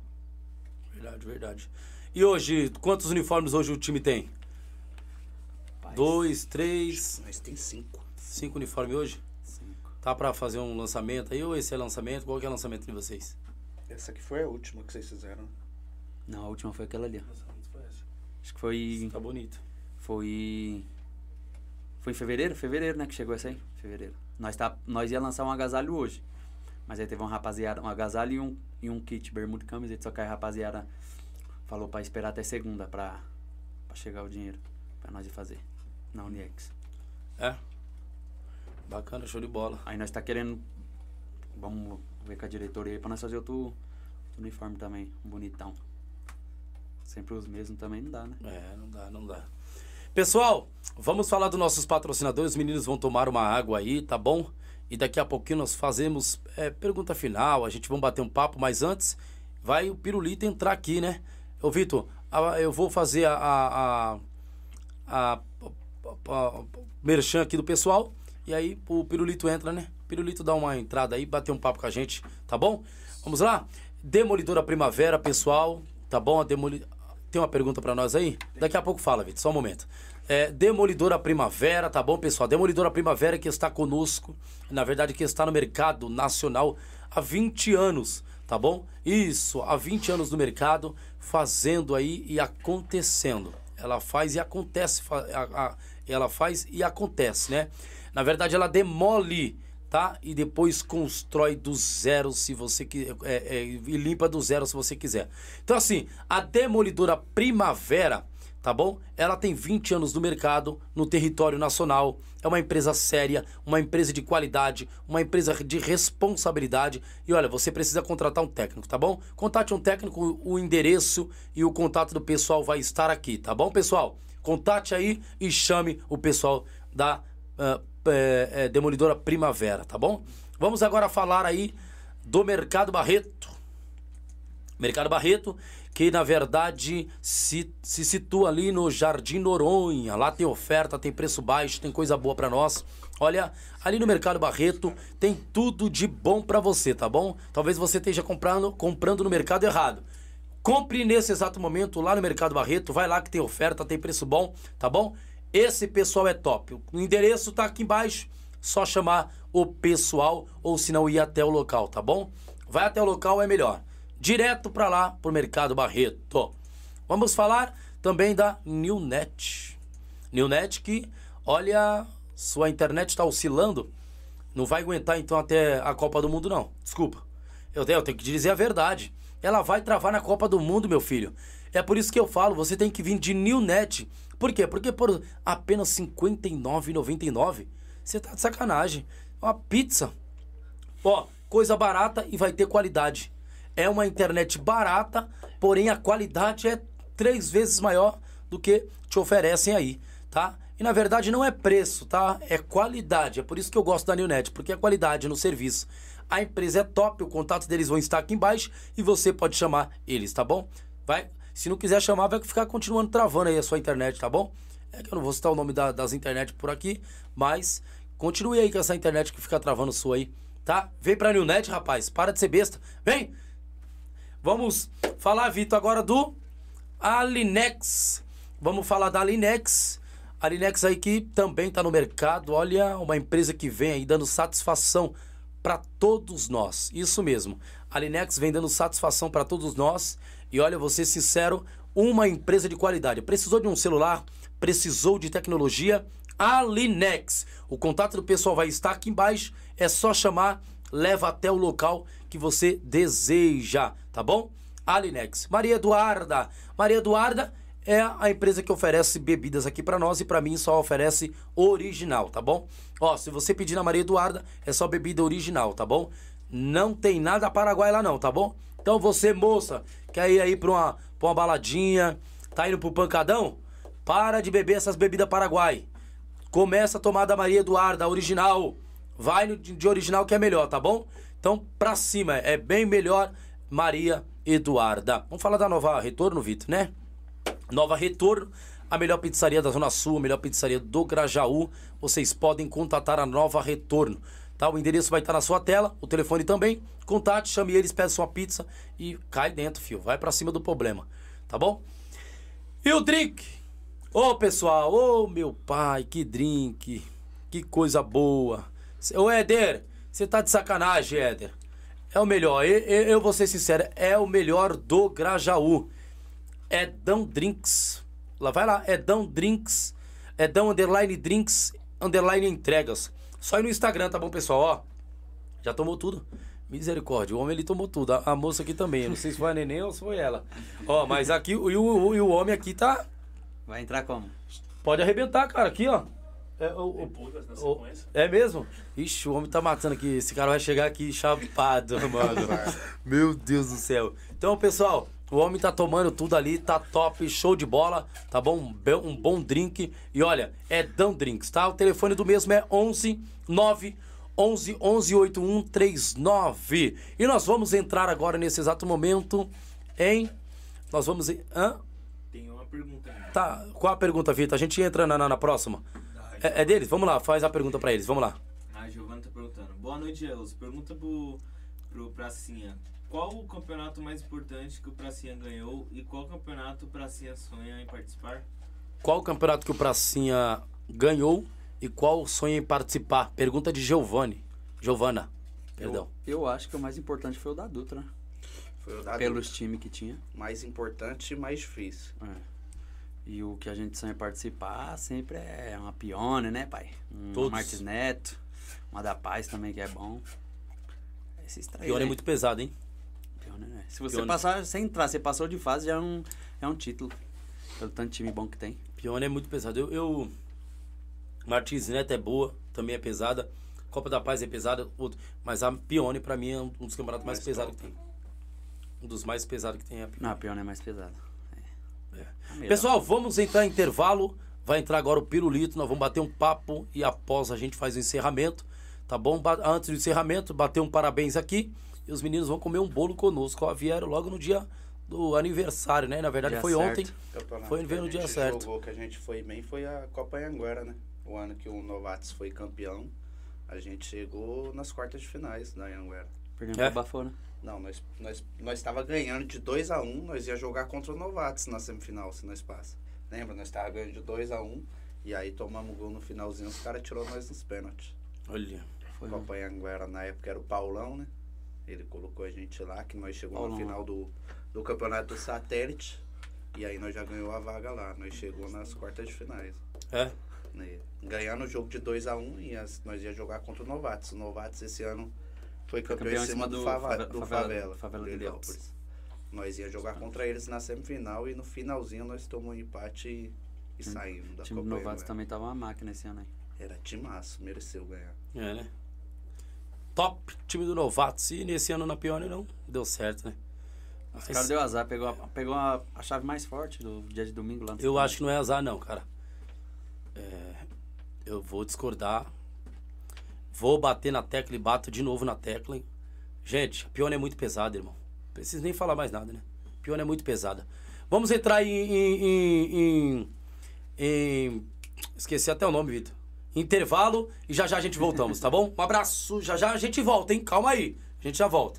Verdade. E hoje, quantos uniformes hoje o time tem? Paz. 2, 3, Nós tem 5. 5 uniformes hoje? 5. Tá pra fazer um lançamento aí ou esse é lançamento? Qual que é o lançamento de vocês? Essa aqui foi a última que vocês fizeram. Não, a última foi aquela ali, ó. Nossa, muito foi essa. Acho que foi... Tá bonito. Foi em fevereiro? Fevereiro, né, que chegou essa aí? Fevereiro. Nós ia lançar um agasalho hoje. Mas aí teve uma rapaziada, um agasalho e um kit, bermuda e camiseta. Só que a rapaziada falou pra esperar até segunda pra chegar o dinheiro. Pra nós ir fazer. Na Uniex. É? Bacana, show de bola. Aí nós tá querendo... Vamos ver com a diretoria aí pra nós fazer outro uniforme também. Um bonitão. Sempre os mesmos também não dá, né? Não dá. Pessoal, vamos falar dos nossos patrocinadores. Os meninos vão tomar uma água aí, tá bom? E daqui a pouquinho nós fazemos pergunta final. A gente vai bater um papo, mas antes vai o Pirulito entrar aqui, né? Ô, Vitor, eu vou fazer a merchan aqui do pessoal. E aí o Pirulito entra, né? O Pirulito dá uma entrada aí, bater um papo com a gente, tá bom? Vamos lá? Demolidora Primavera, pessoal, tá bom? Tem uma pergunta pra nós aí? Daqui a pouco fala, Vitor, só um momento. Demolidora Primavera, tá bom, pessoal? Demolidora Primavera que está conosco, na verdade que está no mercado nacional há 20 anos, tá bom? Isso, há 20 anos no mercado, fazendo aí e acontecendo. Ela faz e acontece, ela faz e acontece, né? Na verdade ela demole, tá? E depois constrói do zero se você e limpa do zero se você quiser. Então assim, a Demolidora Primavera, tá bom? Ela tem 20 anos no mercado, no território nacional. É uma empresa séria, uma empresa de qualidade, uma empresa de responsabilidade. E olha, você precisa contratar um técnico, tá bom? Contate um técnico, o endereço e o contato do pessoal vai estar aqui, tá bom, pessoal? Contate aí e chame o pessoal da Demolidora Primavera, tá bom? Vamos agora falar aí do Mercado Barreto. Mercado Barreto, que na verdade se situa ali no Jardim Noronha. Lá tem oferta, tem preço baixo, tem coisa boa pra nós. Olha, ali no Mercado Barreto tem tudo de bom pra você, tá bom? Talvez você esteja comprando no mercado errado. Compre nesse exato momento lá no Mercado Barreto, vai lá que tem oferta, tem preço bom, tá bom? Esse pessoal é top. O endereço tá aqui embaixo, só chamar o pessoal ou se não ir até o local, tá bom? Vai até o local é melhor. Direto para lá, pro Mercado Barreto. Vamos falar também da Newnet. Newnet que, olha, sua internet está oscilando. Não vai aguentar então até a Copa do Mundo não. Desculpa. Eu tenho que dizer a verdade. Ela vai travar na Copa do Mundo, meu filho. É por isso que eu falo, você tem que vir de Newnet. Por quê? Porque por apenas R$ 59,99 você tá de sacanagem. Uma pizza. Ó, coisa barata e vai ter qualidade. É uma internet barata, porém a qualidade é 3 vezes maior do que te oferecem aí. tá? E na verdade não é preço, tá? É qualidade. É por isso que eu gosto da Newnet, porque é qualidade no serviço. A empresa é top, o contato deles vão estar aqui embaixo e você pode chamar eles, tá bom? Vai, se não quiser chamar, vai ficar continuando travando aí a sua internet, tá bom? É que eu não vou citar o nome das internet por aqui, mas continue aí com essa internet que fica travando sua aí, tá? Vem pra Newnet, rapaz, para de ser besta. Vem! Vamos falar, Vitor, agora do Alinex. Vamos falar da Alinex. A Alinex aí que também tá no mercado. Olha, uma empresa que vem aí dando satisfação para todos nós. Isso mesmo. A Alinex vem dando satisfação para todos nós. E olha, vou ser sincero, uma empresa de qualidade. Precisou de um celular? Precisou de tecnologia? Alinex. O contato do pessoal vai estar aqui embaixo. É só chamar, leva até o local que você deseja, tá bom? Alinex. Maria Eduarda. Maria Eduarda é a empresa que oferece bebidas aqui pra nós e pra mim só oferece original, tá bom? Ó, se você pedir na Maria Eduarda, é só bebida original, tá bom? Não tem nada Paraguai lá não, tá bom? Então você, moça, quer ir aí pra uma baladinha, tá indo pro pancadão? Para de beber essas bebidas Paraguai. Começa a tomar da Maria Eduarda, a original. Vai no de original que é melhor, tá bom? Então, pra cima, é bem melhor Maria Eduarda. Vamos falar da Nova Retorno, Vitor, né? Nova Retorno, a melhor pizzaria da Zona Sul, a melhor pizzaria do Grajaú. Vocês podem contatar a Nova Retorno, tá? O endereço vai estar na sua tela, o telefone também. Contate, chame eles, peça uma pizza e cai dentro, fio. Vai pra cima do problema, tá bom? E o drink? Ô, pessoal, ô, meu pai, que drink. Que coisa boa. Ô, Éder, você tá de sacanagem, Éder. É o melhor, eu vou ser sincero, é o melhor do Grajaú. Edão Drinks. Lá vai lá, Edão Drinks. Edão underline Drinks underline entregas. Só ir no Instagram, tá bom, pessoal? Ó, já tomou tudo. Misericórdia, o homem ele tomou tudo. A moça aqui também. Eu não sei se foi a neném ou se foi ela. Ó, mas aqui, o homem aqui tá. Vai entrar como? Pode arrebentar, cara. Aqui, ó. É mesmo? Ixi, o homem tá matando aqui. Esse cara vai chegar aqui chapado, mano. Meu Deus do céu. Então, pessoal, o homem tá tomando tudo ali, tá top, show de bola, tá bom? Um bom drink. E olha, é Dão Drinks, tá? O telefone do mesmo é 11 9 11 11 8139. E nós vamos entrar agora nesse exato momento em... Nós vamos... Hã? Tem uma pergunta aí. Tá, qual a pergunta, Vitor? A gente entra na próxima. É deles? Vamos lá, faz a pergunta pra eles, vamos lá. A Giovana tá perguntando. Boa noite, Elos. Pergunta pro Pracinha. Qual o campeonato mais importante que o Pracinha ganhou e qual campeonato o Pracinha sonha em participar? Qual o campeonato que o Pracinha ganhou e qual sonha em participar? Pergunta de Giovana, perdão. Eu acho que o mais importante foi o da Dutra, né? Foi o da Pelos times que tinha. mais importante e mais difícil. É. E o que a gente sonha participar sempre é uma Pione, né, pai? Todos. Martins Neto, uma da Paz também, que é bom. Esses três. Pior é muito pesado, hein? Pione, né? Se você Pione. passar, sem entrar, você passou de fase, já é um título. Pelo tanto de time bom que tem. Pione é muito pesado. Martins Neto é boa, também é pesada. Copa da Paz é pesada, mas a Pione pra mim é um dos campeonatos mais pesados que tem. Um dos mais pesados que tem é a Pione. Não, a Pione é mais pesada. Pessoal, vamos entrar em intervalo. Vai entrar agora o Pirulito. Nós vamos bater um papo e após a gente faz o encerramento. Tá bom? Antes do encerramento, bater um parabéns aqui. E os meninos vão comer um bolo conosco. Ó, vieram logo no dia do aniversário, né? Na verdade Dia foi certo. ontem. Campeonato Foi ver no que dia a gente certo. jogou, que a gente foi bem, foi a Copa Anhanguera, né? O ano que o Novatos foi campeão, a gente chegou nas quartas de finais da Anhanguera. Perdemos É? pro Bafona. Não, nós tava ganhando de 2-1, nós ia jogar contra o Novatos na semifinal, se nós passa. Lembra? Nós tava ganhando de 2-1 e aí tomamos gol no finalzinho, os caras tirou nós nos pênaltis. Olha. Foi Copa Anhanguera na época era o Paulão, né? Ele colocou a gente lá, que nós chegamos Paulão. na final do campeonato do satélite. E aí nós já ganhou a vaga lá. Nós chegou nas quartas de finais. É? Né? Ganhando o jogo de 2-1 e nós ia jogar contra o Novatos. O Novatos esse ano foi campeão em cima do Favela Favela de Deltas. Nós ia jogar contra eles na semifinal e no finalzinho nós tomamos um empate e saímos da O time Copa do Novatos Anhanguera. também tava uma máquina esse ano aí. Era timaço, mereceu ganhar. É, né? Top time do Novatos. E nesse ano na Pione não deu certo, né? Os Mas caras deu azar, pegou a chave mais forte do dia de domingo lá no eu acho que não é azar não, cara. Eu vou discordar. Vou bater na tecla e bato de novo na tecla. Gente, a piona é muito pesada, irmão. Não preciso nem falar mais nada, né? A piona é muito pesada. Vamos entrar em esqueci até o nome, Vitor. Intervalo e já a gente voltamos, tá bom? Um abraço, já a gente volta, hein? Calma aí, a gente já volta.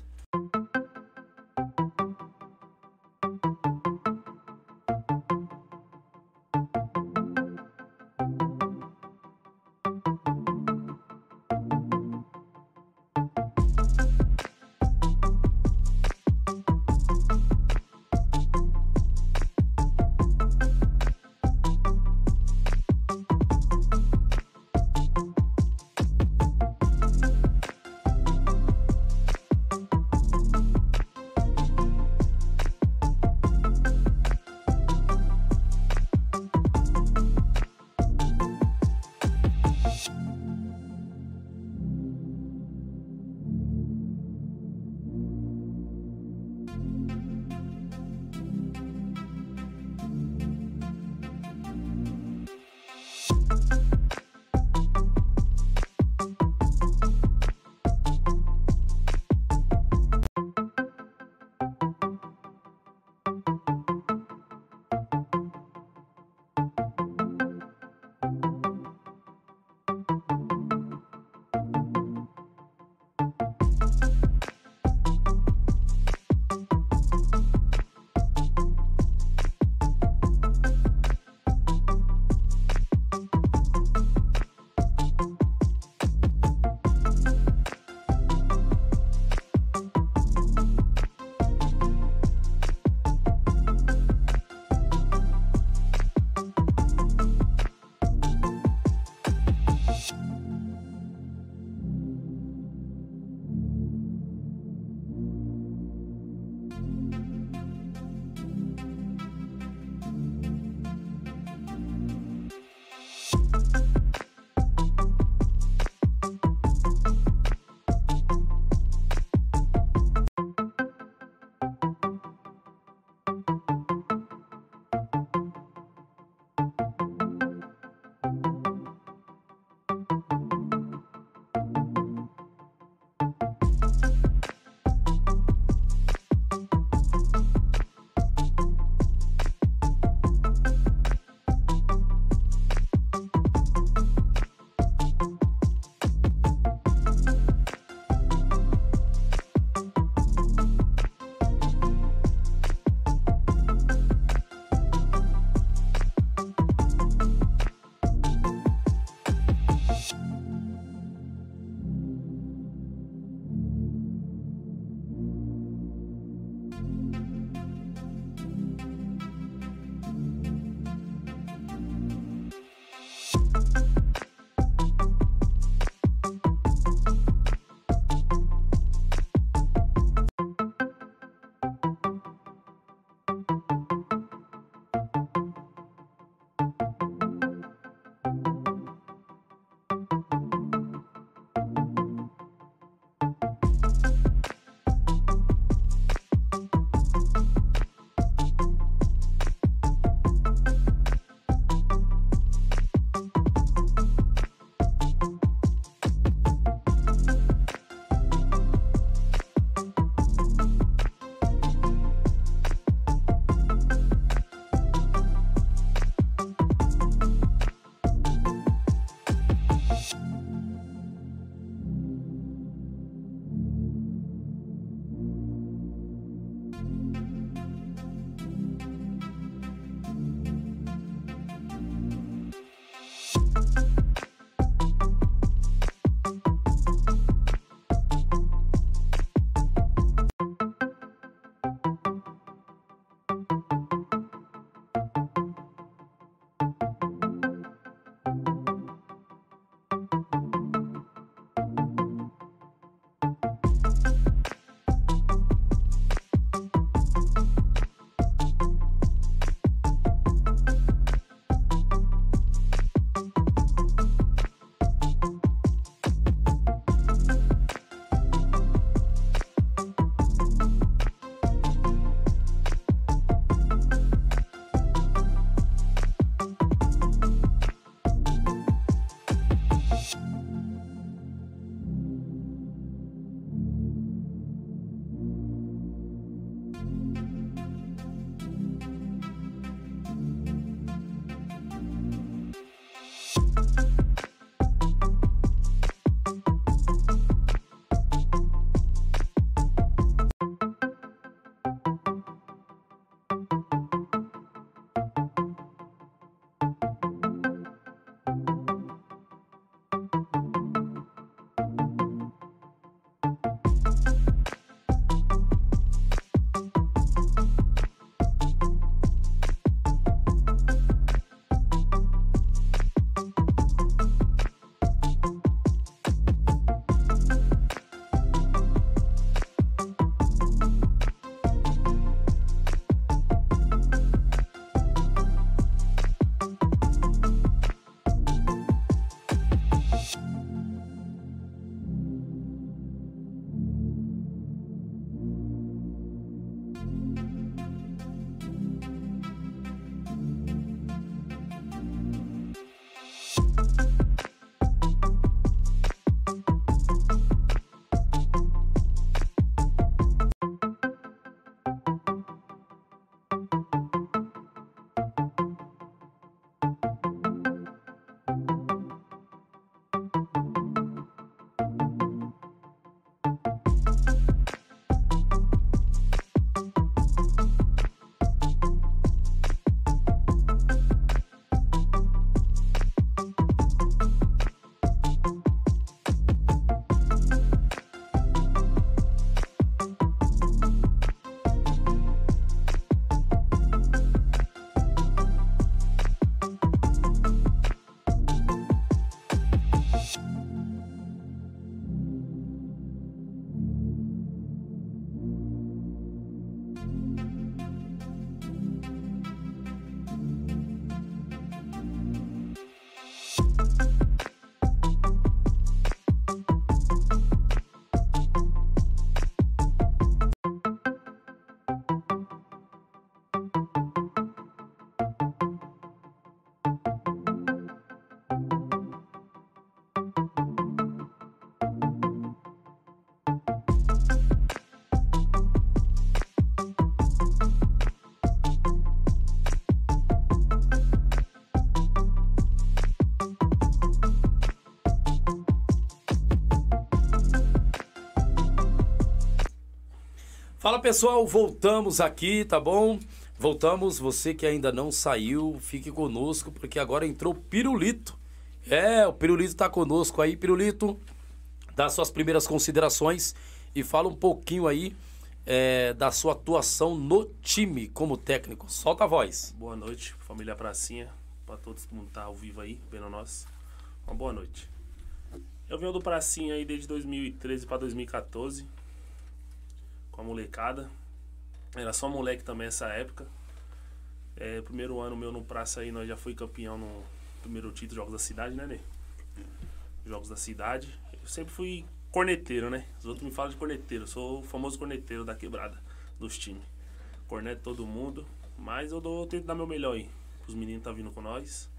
Fala pessoal, voltamos aqui, tá bom? Voltamos, você que ainda não saiu, fique conosco, porque agora entrou o Pirulito. O Pirulito tá conosco aí. Pirulito, dá suas primeiras considerações e fala um pouquinho aí da sua atuação no time como técnico. Solta a voz. Boa noite, família Pracinha, pra todos que tá ao vivo aí, vendo nós. Uma boa noite. Eu venho do Pracinha aí desde 2013 pra 2014, com a molecada. Era só moleque também nessa época. Primeiro ano meu no Praça aí, nós já fui campeão no primeiro título, Jogos da Cidade, né, Ney? Jogos da Cidade. Eu sempre fui corneteiro, né? Os outros me falam de corneteiro. Eu sou o famoso corneteiro da quebrada dos times. Corneto todo mundo. Mas eu tento dar meu melhor aí. Os meninos tá vindo com nós.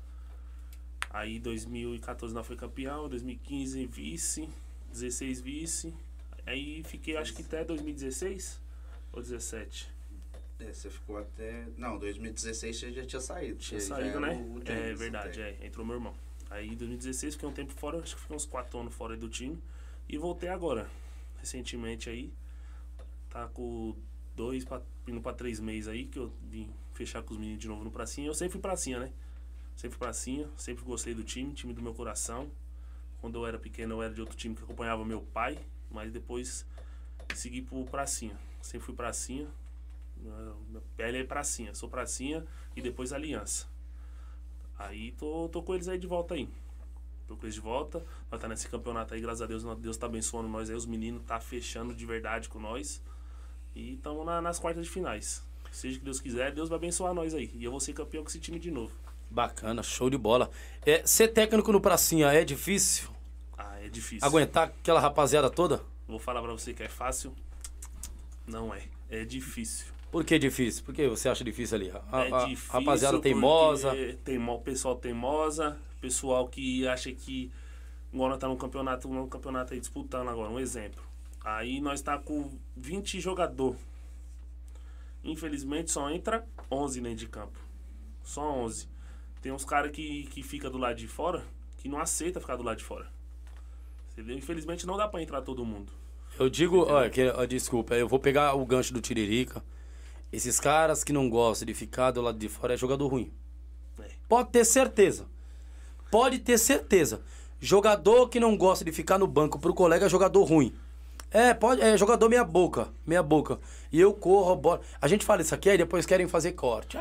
Aí 2014 nós foi campeão, 2015 vice, 16 vice. Aí fiquei acho que até 2016 ou 17. Você ficou até... Não, 2016 você já tinha saído. Tinha Você já saído, era né? o É James, verdade, até. entrou meu irmão. Aí em 2016 fiquei um tempo fora, acho que fiquei uns 4 anos fora aí do time. E voltei agora, recentemente aí. Tá com 2, indo pra 3 meses aí, que eu vim fechar com os meninos de novo no Pracinha. Eu sempre fui Pracinha, né? Sempre Pracinha, sempre gostei do time do meu coração. Quando eu era pequeno eu era de outro time que acompanhava meu pai, mas depois segui pro Pracinha. Sempre fui Pracinha. Minha pele é Pracinha, sou Pracinha e depois Aliança. Aí tô com eles aí de volta aí. Tô com eles de volta. Nós tá nesse campeonato aí, graças a Deus, Deus tá abençoando nós aí. Os meninos tá fechando de verdade com nós. E estamos nas quartas de finais. Seja o que Deus quiser, Deus vai abençoar nós aí. E eu vou ser campeão com esse time de novo. Bacana, show de bola. Ser técnico no Pracinha é difícil? É difícil. Aguentar aquela rapaziada toda? Vou falar pra você que é fácil. Não é. É difícil. Por que difícil? Por que você acha difícil ali? A Difícil rapaziada teimosa. Pessoal teimosa, pessoal que acha que igual nós tá num campeonato aí disputando agora, um exemplo. Aí nós tá com 20 jogador. Infelizmente só entra 11 dentro de campo. Só 11. Tem uns caras que fica do lado de fora, que não aceita ficar do lado de fora. Entendeu? Infelizmente não dá pra entrar todo mundo. Eu digo, desculpa, eu vou pegar o gancho do Tiririca. Esses caras que não gostam de ficar do lado de fora é jogador ruim. Pode ter certeza. Pode ter certeza. Jogador que não gosta de ficar no banco pro colega é jogador ruim. É jogador meia boca. E eu corro, bola. A gente fala isso aqui, aí depois querem fazer corte.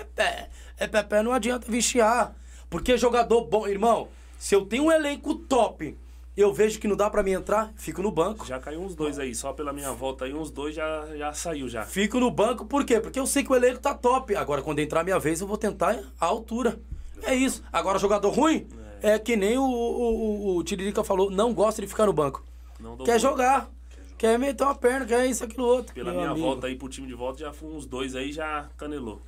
Pepe, não adianta vixiar. Porque jogador bom, irmão, se eu tenho um elenco top, eu vejo que não dá pra mim entrar, fico no banco. Já caiu uns 2 aí, só pela minha volta aí, uns 2 já saiu já. Fico no banco, por quê? Porque eu sei que o elenco tá top. Agora, quando entrar a minha vez, eu vou tentar a altura. É isso. Agora, jogador ruim, é que nem o Tiririca falou, não gosta de ficar no banco. Quer jogar. Quer meter uma perna, quer isso, aquilo, outro. Pela minha volta aí pro time de volta, já foi uns 2 aí, já canelou.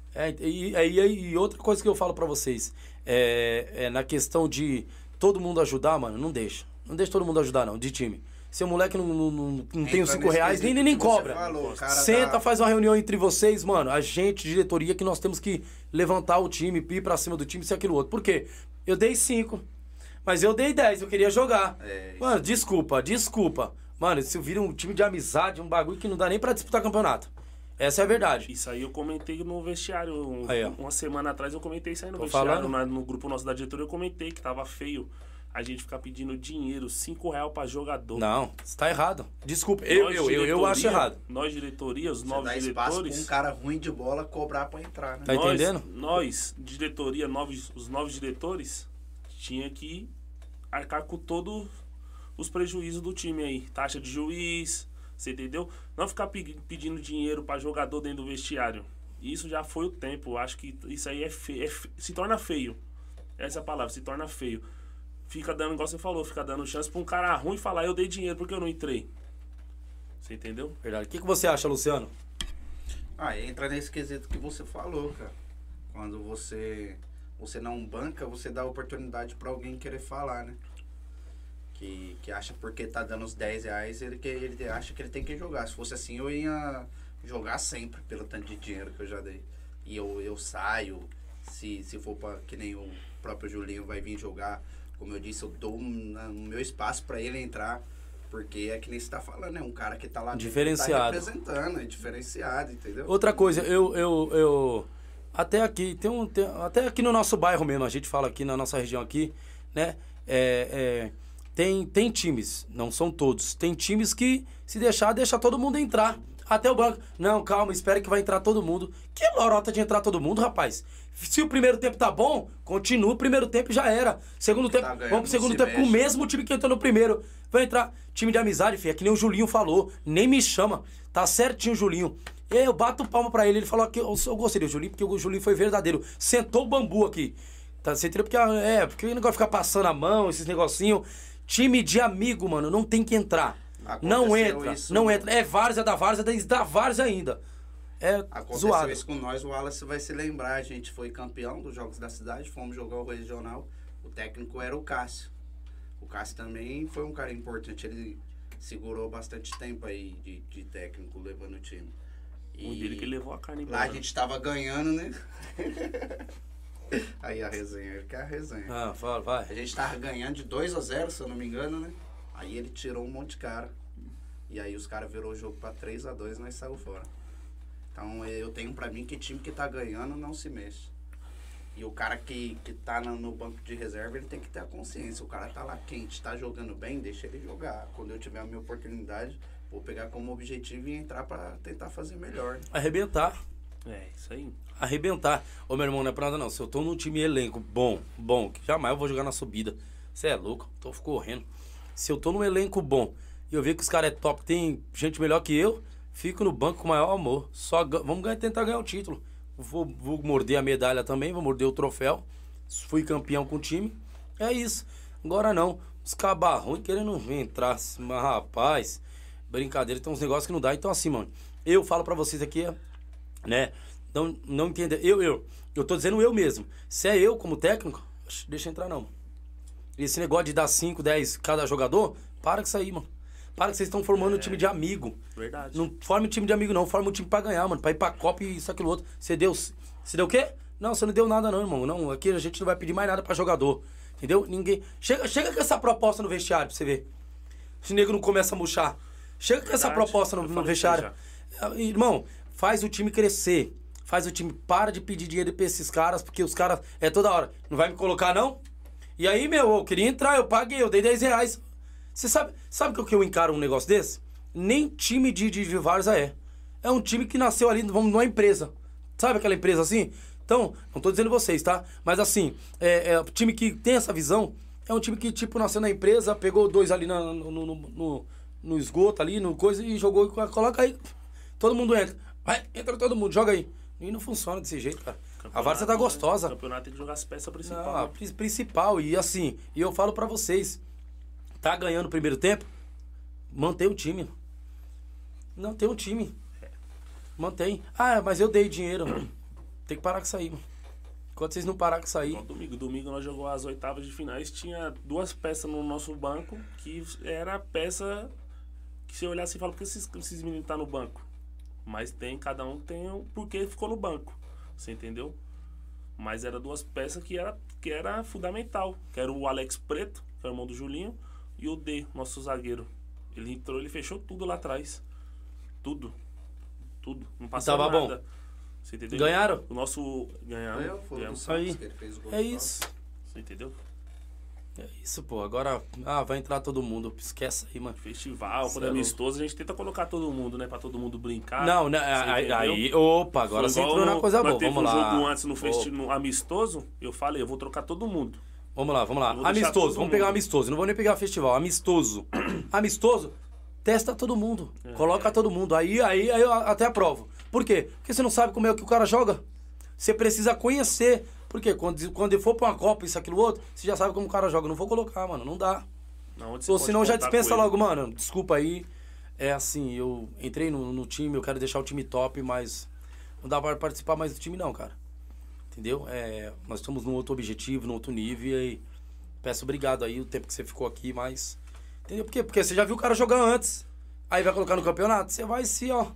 E outra coisa que eu falo pra vocês, na questão de todo mundo ajudar, mano, não deixa. Não deixa todo mundo ajudar, não, de time. Se o moleque não tem os 5 reais, nem cobra. Senta, faz uma reunião entre vocês, mano. A gente, diretoria, que nós temos que levantar o time, ir pra cima do time, isso e aquilo outro. Por quê? Eu dei 5, mas eu dei 10, eu queria jogar. Mano, desculpa. Mano, isso vira um time de amizade, um bagulho que não dá nem pra disputar campeonato. Essa é a verdade. Isso aí eu comentei no vestiário. Uma semana atrás eu comentei isso aí no Tô vestiário. No grupo nosso da diretoria eu comentei que tava feio a gente ficar pedindo dinheiro, 5 reais pra jogador. Não, você tá errado. Desculpa, eu acho errado. Nós, diretoria, os novos dá diretores... espaço pra um cara ruim de bola cobrar pra entrar, né? Tá entendendo? Nós, diretoria, os novos diretores, tinha que arcar com todos os prejuízos do time aí. Taxa de juiz, você entendeu? Não ficar pedindo dinheiro pra jogador dentro do vestiário. Isso já foi o tempo. Acho que isso aí se torna feio. Essa é a palavra, se torna feio. Fica dando, igual você falou, fica dando chance pra um cara ruim falar, eu dei dinheiro porque eu não entrei. Você entendeu? Verdade. O que você acha, Luciano? Entra nesse quesito que você falou, cara. Quando você não banca, você dá oportunidade pra alguém querer falar, né? Que acha porque tá dando os 10 reais, ele acha que ele tem que jogar. Se fosse assim, eu ia jogar sempre pelo tanto de dinheiro que eu já dei. E eu saio, se for pra, que nem o próprio Julinho vai vir jogar, como eu disse, eu dou o meu espaço pra ele entrar. Porque é que nem você tá falando, é um cara que tá lá dentro, Diferenciado. tá representando, é diferenciado, entendeu? Outra coisa, eu até aqui, até aqui no nosso bairro mesmo, a gente fala aqui na nossa região aqui, né? Tem times, não são todos, tem times que se deixar todo mundo entrar. Até o banco. Não, calma, espere que vai entrar todo mundo. Que lorota de entrar todo mundo, rapaz? Se o primeiro tempo tá bom, continua o primeiro tempo e já era. Segundo tempo, Tá ganhando, vamos pro segundo se tempo com o mexe. mesmo time que entrou no primeiro. Vai entrar time de amizade, filho. É que nem o Julinho falou. Nem me chama. Tá certinho o Julinho. Eu bato palma pra ele. Ele falou que eu gostei do Julinho, porque o Julinho foi verdadeiro. Sentou o bambu aqui. Tá, você entendeu? Porque o negócio ficar passando a mão, esses negocinhos. Time de amigo, mano, não tem que entrar. Não Aconteceu entra, isso. não entra. É várzea da várzea, da várzea ainda. É Aconteceu zoado. isso com nós, o Wallace vai se lembrar. A gente foi campeão dos Jogos da Cidade, fomos jogar o regional. O técnico era o Cássio. O Cássio também foi um cara importante. Ele segurou bastante tempo aí de técnico, levando o time. O dele que levou a carne Lá a embora. gente tava ganhando, né? Aí a resenha, ele quer a resenha. Ah, fala, vai. A gente tava ganhando de 2-0, se eu não me engano, né? Aí ele tirou um monte de cara. E aí os caras virou o jogo pra 3-2 e nós saímos fora. Então eu tenho pra mim que time que tá ganhando não se mexe. E o cara que tá no banco de reserva, ele tem que ter a consciência. O cara tá lá quente, tá jogando bem, deixa ele jogar. Quando eu tiver a minha oportunidade, vou pegar como objetivo e entrar pra tentar fazer melhor. Arrebentar. É, isso aí. Arrebentar. Ô, meu irmão, não é pra nada não. Se eu tô num time elenco bom, que jamais eu vou jogar na subida. Você é louco, tô correndo. Se eu tô num elenco bom e eu ver que os caras é top, tem gente melhor que eu, fico no banco com o maior amor. Vamos tentar ganhar o título. Vou morder a medalha também, vou morder o troféu. Fui campeão com o time. É isso. Agora não. Os cabarrões querendo entrar. Mas, rapaz, brincadeira, tem uns negócios que não dá. Então, assim, mano, eu falo pra vocês aqui, né? Não entenda. Eu tô dizendo eu mesmo. Se é eu como técnico, deixa entrar não. Esse negócio de dar 5, 10 cada jogador, para com isso aí, mano. Para que vocês estão formando um time de amigo. Verdade. Não forme um time de amigo, não. Forma um time pra ganhar, mano. Pra ir pra Copa e isso, aquilo, outro. Você deu o quê? Não, você não deu nada, não, irmão. Não, aqui a gente não vai pedir mais nada pra jogador. Entendeu? Ninguém... Chega com essa proposta no vestiário pra você ver. Se o nego não começa a murchar. Chega com essa proposta no vestiário. Irmão, faz o time crescer. Faz o time, para de pedir dinheiro pra esses caras, porque os caras é toda hora. Não vai me colocar, não? E aí, eu queria entrar, eu paguei, eu dei R$10. Você sabe que eu encaro um negócio desse? Nem time de várzea é. É um time que nasceu ali numa empresa. Sabe aquela empresa assim? Então, não tô dizendo vocês, tá? Mas assim, o time que tem essa visão, é um time que, tipo, nasceu na empresa, pegou 2 ali no esgoto ali, no coisa, e jogou, coloca aí. Todo mundo entra. Vai, entra todo mundo, joga aí. E não funciona desse jeito, cara. A várzea tá gostosa. O campeonato tem que jogar as peças principais. Não, a principal. E assim, eu falo pra vocês, tá ganhando o primeiro tempo, mantém o time. Não tem um time. Mantém. Ah, mas eu dei dinheiro. Tem que parar com isso aí, mano. Enquanto vocês não parar com isso aí... Domingo nós jogamos as oitavas de finais, tinha 2 peças no nosso banco, que era peça que você olhar assim e fala, por que esses meninos tá no banco? Mas cada um tem um porquê ficou no banco. Você entendeu? Mas era 2 peças que era fundamental. Que era o Alex Preto, que é o irmão do Julinho, e o D, nosso zagueiro. Ele entrou, ele fechou tudo lá atrás. Tudo. Não passou tava nada. bom. Você entendeu? Ganharam? O nosso... Ganhamos. Foi do Aí. Santos que ele fez o gol. É isso. Você entendeu? É isso, pô. Agora, vai entrar todo mundo. Esquece aí, mano. Festival, Cê quando é é amistoso, a gente tenta colocar todo mundo, né? Pra todo mundo brincar. Não, né? Aí, opa, agora você entrou na coisa boa. Vamos lá. Nós teve um jogo antes no amistoso, eu falei, eu vou trocar todo mundo. Vamos lá. Eu vou deixar Amistoso, todo vamos pegar mundo. amistoso. Não vou nem pegar festival. Amistoso. Amistoso, testa todo mundo. Coloca todo mundo. Aí eu até aprovo. Por quê? Porque você não sabe como é que o cara joga. Você precisa conhecer. Porque quando ele for pra uma Copa, isso, aquilo, outro, você já sabe como o cara joga. Não vou colocar, mano. Não dá. Ou senão já dispensa logo, mano. Desculpa aí. É assim, eu entrei no time, eu quero deixar o time top, mas não dá pra participar mais do time não, cara. Entendeu? Nós estamos num outro objetivo, num outro nível, e aí peço obrigado aí o tempo que você ficou aqui, mas... Entendeu? Por quê? Porque você já viu o cara jogar antes. Aí vai colocar no campeonato, você vai se, ó...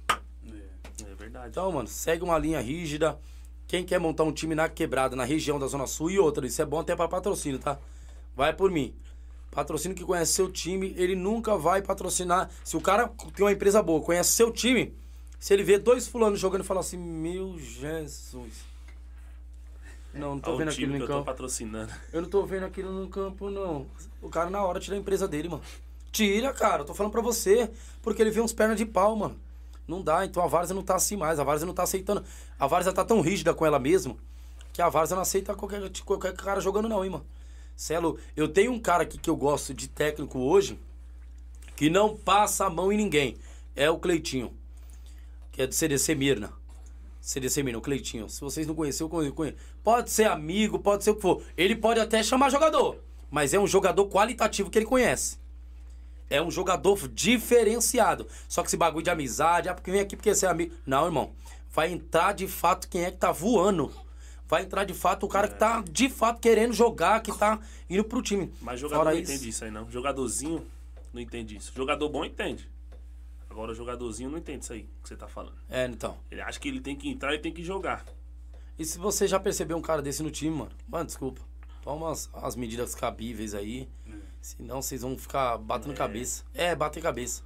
É verdade. Então, mano, segue uma linha rígida. Quem quer montar um time na quebrada, na região da Zona Sul e outra, isso é bom até pra patrocínio, tá? Vai por mim. Patrocínio que conhece seu time, ele nunca vai patrocinar. Se o cara tem uma empresa boa, conhece seu time, se ele vê 2 fulanos jogando e fala assim, meu Jesus. Não tô vendo aquilo no campo. Eu tô patrocinando. Eu não tô vendo aquilo no campo, não. O cara na hora tira a empresa dele, mano. Tira, cara. Eu tô falando pra você. Porque ele vê uns pernas de pau, mano. Não dá. Então a Várzea não tá assim mais. A Várzea não tá aceitando. A Várzea tá tão rígida com ela mesma que a Várzea não aceita qualquer cara jogando não, hein, mano. Celo, eu tenho um cara aqui que eu gosto de técnico hoje que não passa a mão em ninguém. É o Cleitinho. Que é do CDC Mirna. CDC Mirna, o Cleitinho. Se vocês não conheceram, eu conheço. Pode ser amigo, pode ser o que for. Ele pode até chamar jogador. Mas é um jogador qualitativo que ele conhece. É um jogador diferenciado. Só que esse bagulho de amizade, porque vem aqui porque você é amigo. Não, irmão. Vai entrar de fato quem é que tá voando. Vai entrar de fato o cara que tá de fato querendo jogar, que tá indo pro time. Mas jogador não entende isso aí, não. Jogadorzinho não entende isso. Jogador bom entende. Agora, jogadorzinho não entende isso aí que você tá falando. É, então. Ele acha que ele tem que entrar e tem que jogar. E se você já percebeu um cara desse no time, mano? Mano, desculpa. Toma as medidas cabíveis aí. Senão vocês vão ficar batendo cabeça. Bater cabeça.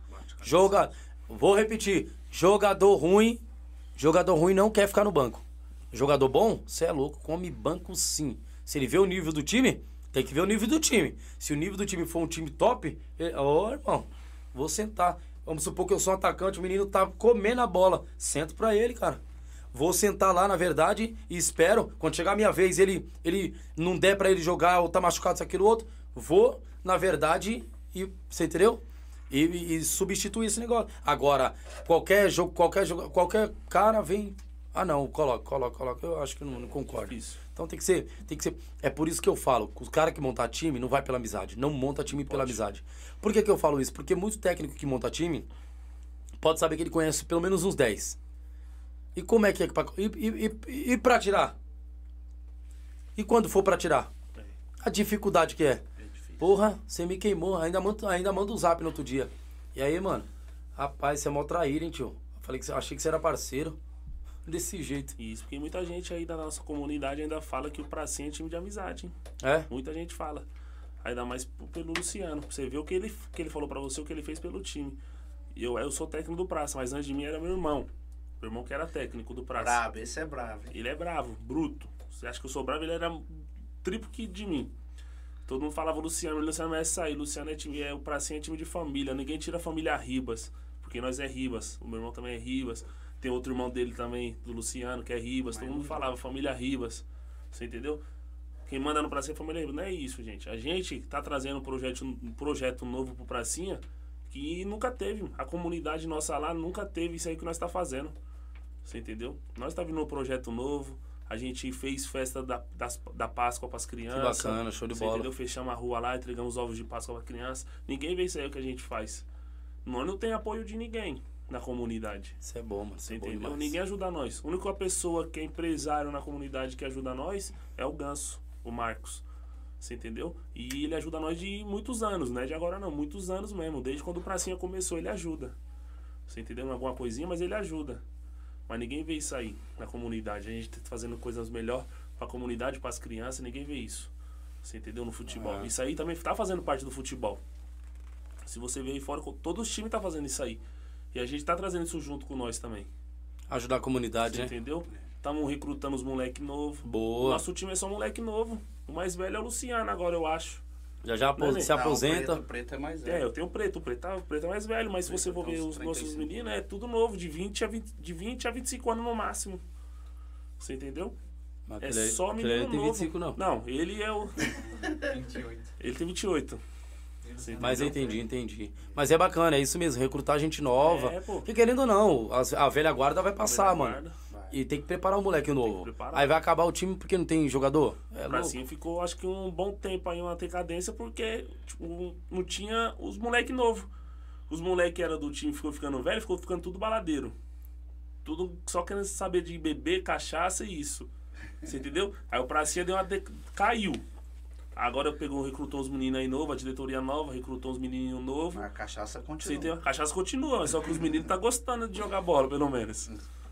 Vou repetir. Jogador ruim não quer ficar no banco. Jogador bom, você é louco, come banco sim. Se ele vê o nível do time, tem que ver o nível do time. Se o nível do time for um time top, irmão, vou sentar. Vamos supor que eu sou um atacante, o menino tá comendo a bola. Sento pra ele, cara. Vou sentar lá, na verdade, e espero. Quando chegar a minha vez, ele não der pra ele jogar ou tá machucado, isso, aquilo, outro. Vou, na verdade, você entendeu? E substituir esse negócio. Agora, qualquer cara vem... Ah, não, coloca. Eu acho que não concordo. Isso. Então tem que ser. É por isso que eu falo, o cara que monta time não vai pela amizade. Não monta time pela amizade. Por que eu falo isso? Porque muito técnico que monta time pode saber que ele conhece pelo menos uns 10. E como é que é pra... E pra tirar? E quando for pra tirar? A dificuldade que é. Porra, você me queimou. Ainda manda um zap no outro dia. E aí, mano? Rapaz, você é mó traíra, hein, tio? Achei que você era parceiro. Desse jeito. Isso, porque muita gente aí da nossa comunidade ainda fala que o Pracinha é time de amizade, hein? É? Muita gente fala. Ainda mais pelo Luciano. Você vê o que ele falou pra você, o que ele fez pelo time. Eu sou técnico do Praça, mas antes de mim era meu irmão. Meu irmão que era técnico do Praça. Bravo, esse é bravo. Ele é bravo, bruto. Você acha que eu sou bravo? Ele era triplo que de mim. Todo mundo falava Luciano merece sair. Luciano o Pracinha é time de família. Ninguém tira a família Ribas, porque nós é Ribas. O meu irmão também é Ribas. Tem outro irmão dele também, do Luciano, que é Ribas. Todo mundo falava, família Ribas. Você entendeu? Quem manda no Pracinha é família Ribas. Não é isso, gente. A gente tá trazendo um projeto novo pro Pracinha que nunca teve. A comunidade nossa lá nunca teve isso aí que nós tá fazendo. Você entendeu? Nós tá vindo um projeto novo. A gente fez festa da Páscoa pras crianças. Que bacana, show de bola. Entendeu? Fechamos a rua lá, entregamos ovos de Páscoa pra criança. Ninguém vê isso aí o que a gente faz. Nós não tem apoio de ninguém na comunidade. Isso é bom, mano. Você entendeu? Ninguém ajuda nós. A única pessoa que é empresário na comunidade que ajuda nós é o Ganso, o Marcos. Você entendeu? E ele ajuda nós de muitos anos, né? De agora não, muitos anos mesmo. Desde quando o Pracinha começou, ele ajuda. Você entendeu? Alguma coisinha, mas ele ajuda. Mas ninguém vê isso aí na comunidade. A gente tá fazendo coisas melhor pra comunidade, pras crianças, ninguém vê isso. Você entendeu? No futebol. Isso aí também tá fazendo parte do futebol. Se você ver aí fora, todos os times tá fazendo isso aí. E a gente tá trazendo isso junto com nós também. Ajudar a comunidade, né? Entendeu? Estamos recrutando os moleque novo. Boa. Nosso time é só moleque novo. O mais velho é o Luciano agora, eu acho. Já se aposenta. O preto é mais velho. Eu tenho o preto é mais velho, mas se você for ver os nossos meninos, é tudo novo, de 20 a 25 anos no máximo. Você entendeu? Mas só menino ele tem novo. 25 não. Não, ele é o... 28. Ele tem 28. Mas eu entendi. Mas é bacana, é isso mesmo, recrutar gente nova. Pô. Porque querendo ou não, a velha guarda vai passar, mano. Guarda. E tem que preparar o moleque novo. preparar. Aí vai acabar o time porque não tem jogador. O Pracinha ficou, acho que um bom tempo aí, uma decadência, porque tipo, não tinha os moleque novos. Os moleque que era do time ficou ficando velho, ficou ficando tudo baladeiro. Tudo só querendo saber de beber, cachaça e isso. Você entendeu? Aí o Pracinha caiu. Agora recrutou uns meninos aí novos, a diretoria nova, recrutou uns menininhos novos. Mas a cachaça Você continua. entendeu? A cachaça continua, só que os meninos tá gostando de jogar bola, pelo menos.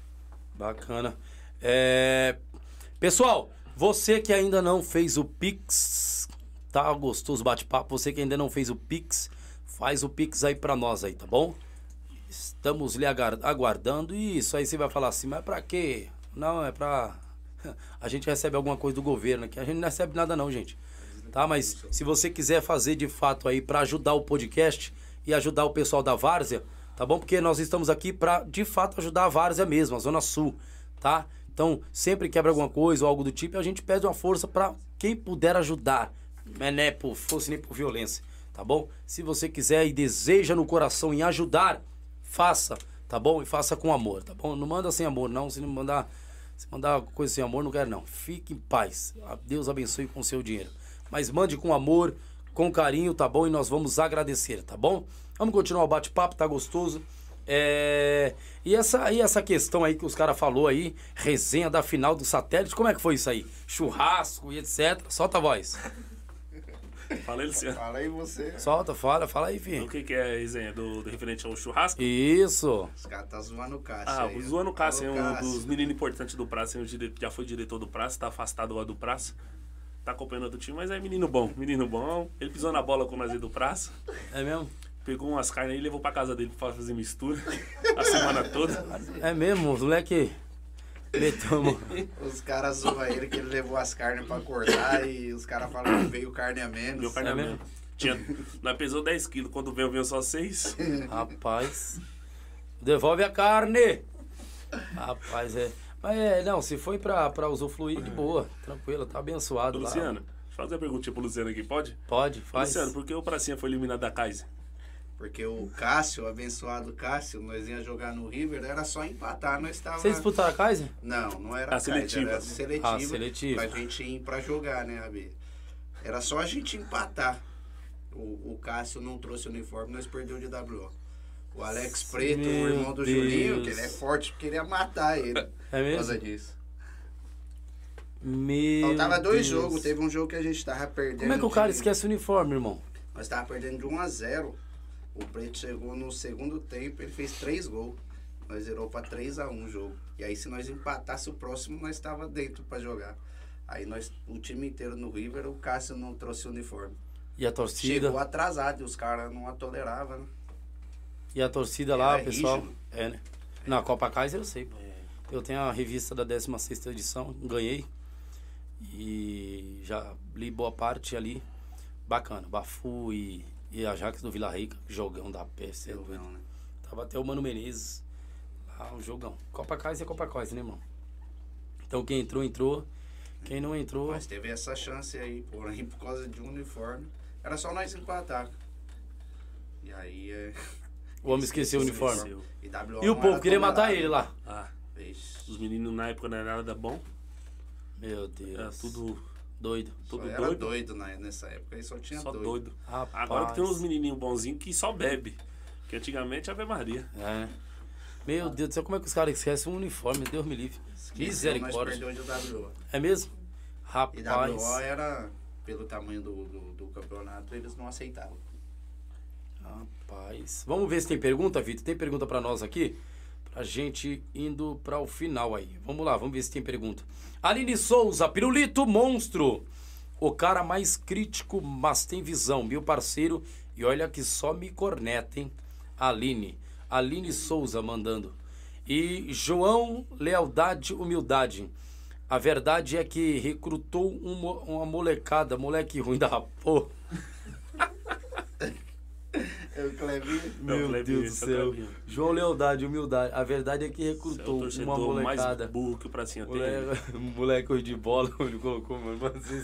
Bacana. Pessoal, você que ainda não fez o Pix, tá gostoso o bate-papo. Você que ainda não fez o Pix, faz o Pix aí pra nós aí, tá bom? Estamos lhe aguardando. E isso aí você vai falar assim, mas pra quê? Não, é pra... A gente recebe alguma coisa do governo aqui. A gente não recebe nada não, gente. Tá? Mas se você quiser fazer de fato aí pra ajudar o podcast e ajudar o pessoal da Várzea, tá bom? Porque nós estamos aqui pra, de fato, ajudar a Várzea mesmo, a Zona Sul, tá? Então, sempre quebra alguma coisa ou algo do tipo, a gente pede uma força pra quem puder ajudar. Não é por força nem por violência, tá bom? Se você quiser e deseja no coração em ajudar, faça, tá bom? E faça com amor, tá bom? Não manda sem amor, não. Se mandar coisa sem amor, não quero, não. Fique em paz. Deus abençoe com o seu dinheiro. Mas mande com amor, com carinho, tá bom? E nós vamos agradecer, tá bom? Vamos continuar o bate-papo, tá gostoso. E essa questão aí que os caras falou aí, resenha da final do satélite, como é que foi isso aí? Churrasco e etc. Solta a voz. Fala aí, Luciano. Fala aí você. Solta, fala aí, filho. O que é a resenha? Do referente ao churrasco? Isso. Os caras tá zoando o Cássio aí. Zoando o Cássio, Alô, um Cássio. dos meninos importantes do Praça, já foi diretor do Praça, tá afastado lá do Praça. Tá acompanhando outro time, mas é menino bom. Ele pisou na bola com nós aí do Praça. É mesmo? Pegou umas carnes aí e levou pra casa dele pra fazer mistura a semana toda. É mesmo, os moleque metamos. Os caras zoam ele que ele levou as carnes pra cortar e os caras falam que veio carne a menos. Deu carne É a mesmo? menos. Nós pesou 10 quilos, quando veio só 6. Rapaz, devolve a carne. Rapaz, Mas não, se foi pra usufruir, de boa, tranquilo, tá abençoado lá. Luciano, deixa eu fazer uma perguntinha pro Luciano aqui, pode? Pode, faz. Luciano, por que o Pracinha foi eliminado da Kaiser? Porque o Cássio, o abençoado Cássio, nós ia jogar no River, era só empatar, nós tava... Vocês disputaram a Kaiser? Não era Kaiser, seletiva. era seletiva. Seletiva. Pra gente ir pra jogar, né, Abi? Era só a gente empatar. O Cássio não trouxe uniforme, nós perdemos de WO. O Alex Preto, o irmão do Deus. Julinho, que ele é forte, queria matar ele. É Por mesmo? causa disso. Meu Faltava 2 Deus. jogos, teve um jogo que a gente tava perdendo. Como é que o cara de- esquece o uniforme, irmão? Nós tava perdendo de 1-0. O Preto chegou no segundo tempo, ele fez 3 gols. Nós zerou pra 3-1 o jogo. E aí se nós empatasse o próximo, nós tava dentro pra jogar. Aí o time inteiro no River, o Cássio não trouxe o uniforme. E a torcida? Chegou atrasado e os caras não a toleravam, né? E a torcida lá, É o pessoal? rígido. Né? Na Copa Kaiser eu sei, pô. Eu tenho a revista da 16ª edição, ganhei. E já li boa parte ali. Bacana. Bafu e Ajax do Vila Rica, jogão da peste. Não, né? Tava até o Mano Menezes. Lá, um jogão. Copa Kaiser é Copa Kaiser, né, irmão? Então quem entrou, entrou. Quem não entrou... Mas teve essa chance aí, porém, por causa de um uniforme. Era só nós empatar. E aí O homem esqueceu o uniforme. Esqueceu. E, WO E o não povo era queria matar tolerável. ele lá. Vixe. Os meninos na época não era nada bom. Meu Deus. Era tudo doido. Só era doido. doido nessa época, aí só tinha Só doido. doido. Rapaz. Agora que tem uns menininhos bonzinhos que só bebe. Que antigamente Ave Maria. É. Meu Deus do céu, como é que os caras esquecem um uniforme? Deus me livre. Nós Misericórdia. perdemos de WO. É mesmo? E Rapaz. WO era, pelo tamanho do campeonato, eles não aceitavam. Rapaz. Vamos ver se tem pergunta, Vitor. Tem pergunta pra nós aqui? Pra gente indo pra o final aí. Vamos lá, vamos ver se tem pergunta. Aline Souza, Pirulito Monstro. O cara mais crítico, mas tem visão. Meu parceiro. E olha que só me corneta, hein? Aline Souza mandando. E João, lealdade, humildade. A verdade é que recrutou uma molecada, moleque ruim da porra. Eu, Clevinho. Meu Clebinho, Deus do esse é o céu. Clebinho. João Lealdade, humildade. A verdade é que Esse é o recrutou uma torcedor molecada. mais burro que o Pracinha tem. Moleque ruim de bola, ele colocou, mano.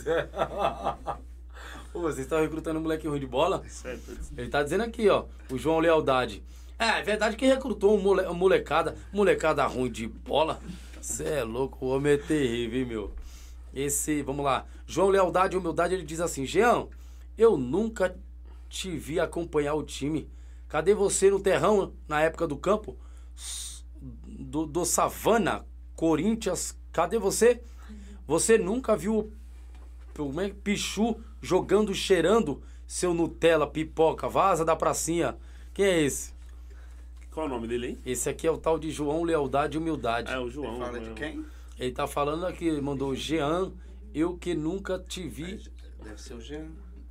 Ô, vocês estão recrutando um moleque ruim de bola? Certo. Ele tá dizendo aqui, ó, o João Lealdade. É verdade que recrutou uma molecada ruim de bola. Você é louco, o homem é terrível, hein, meu? Vamos lá. João Lealdade e Humildade, ele diz assim: Jean, eu nunca te vi acompanhar o time. Cadê você no terrão, na época do campo? Do Savana, Corinthians, cadê você? Você nunca viu o Pichu jogando, cheirando seu Nutella, pipoca, vaza da pracinha. Quem é esse? Qual é o nome dele aí? Esse aqui é o tal de João Lealdade e Humildade. É o João. Fala de quem? Ele tá falando aqui, mandou Jean, eu que nunca te vi. Deve ser o Jean.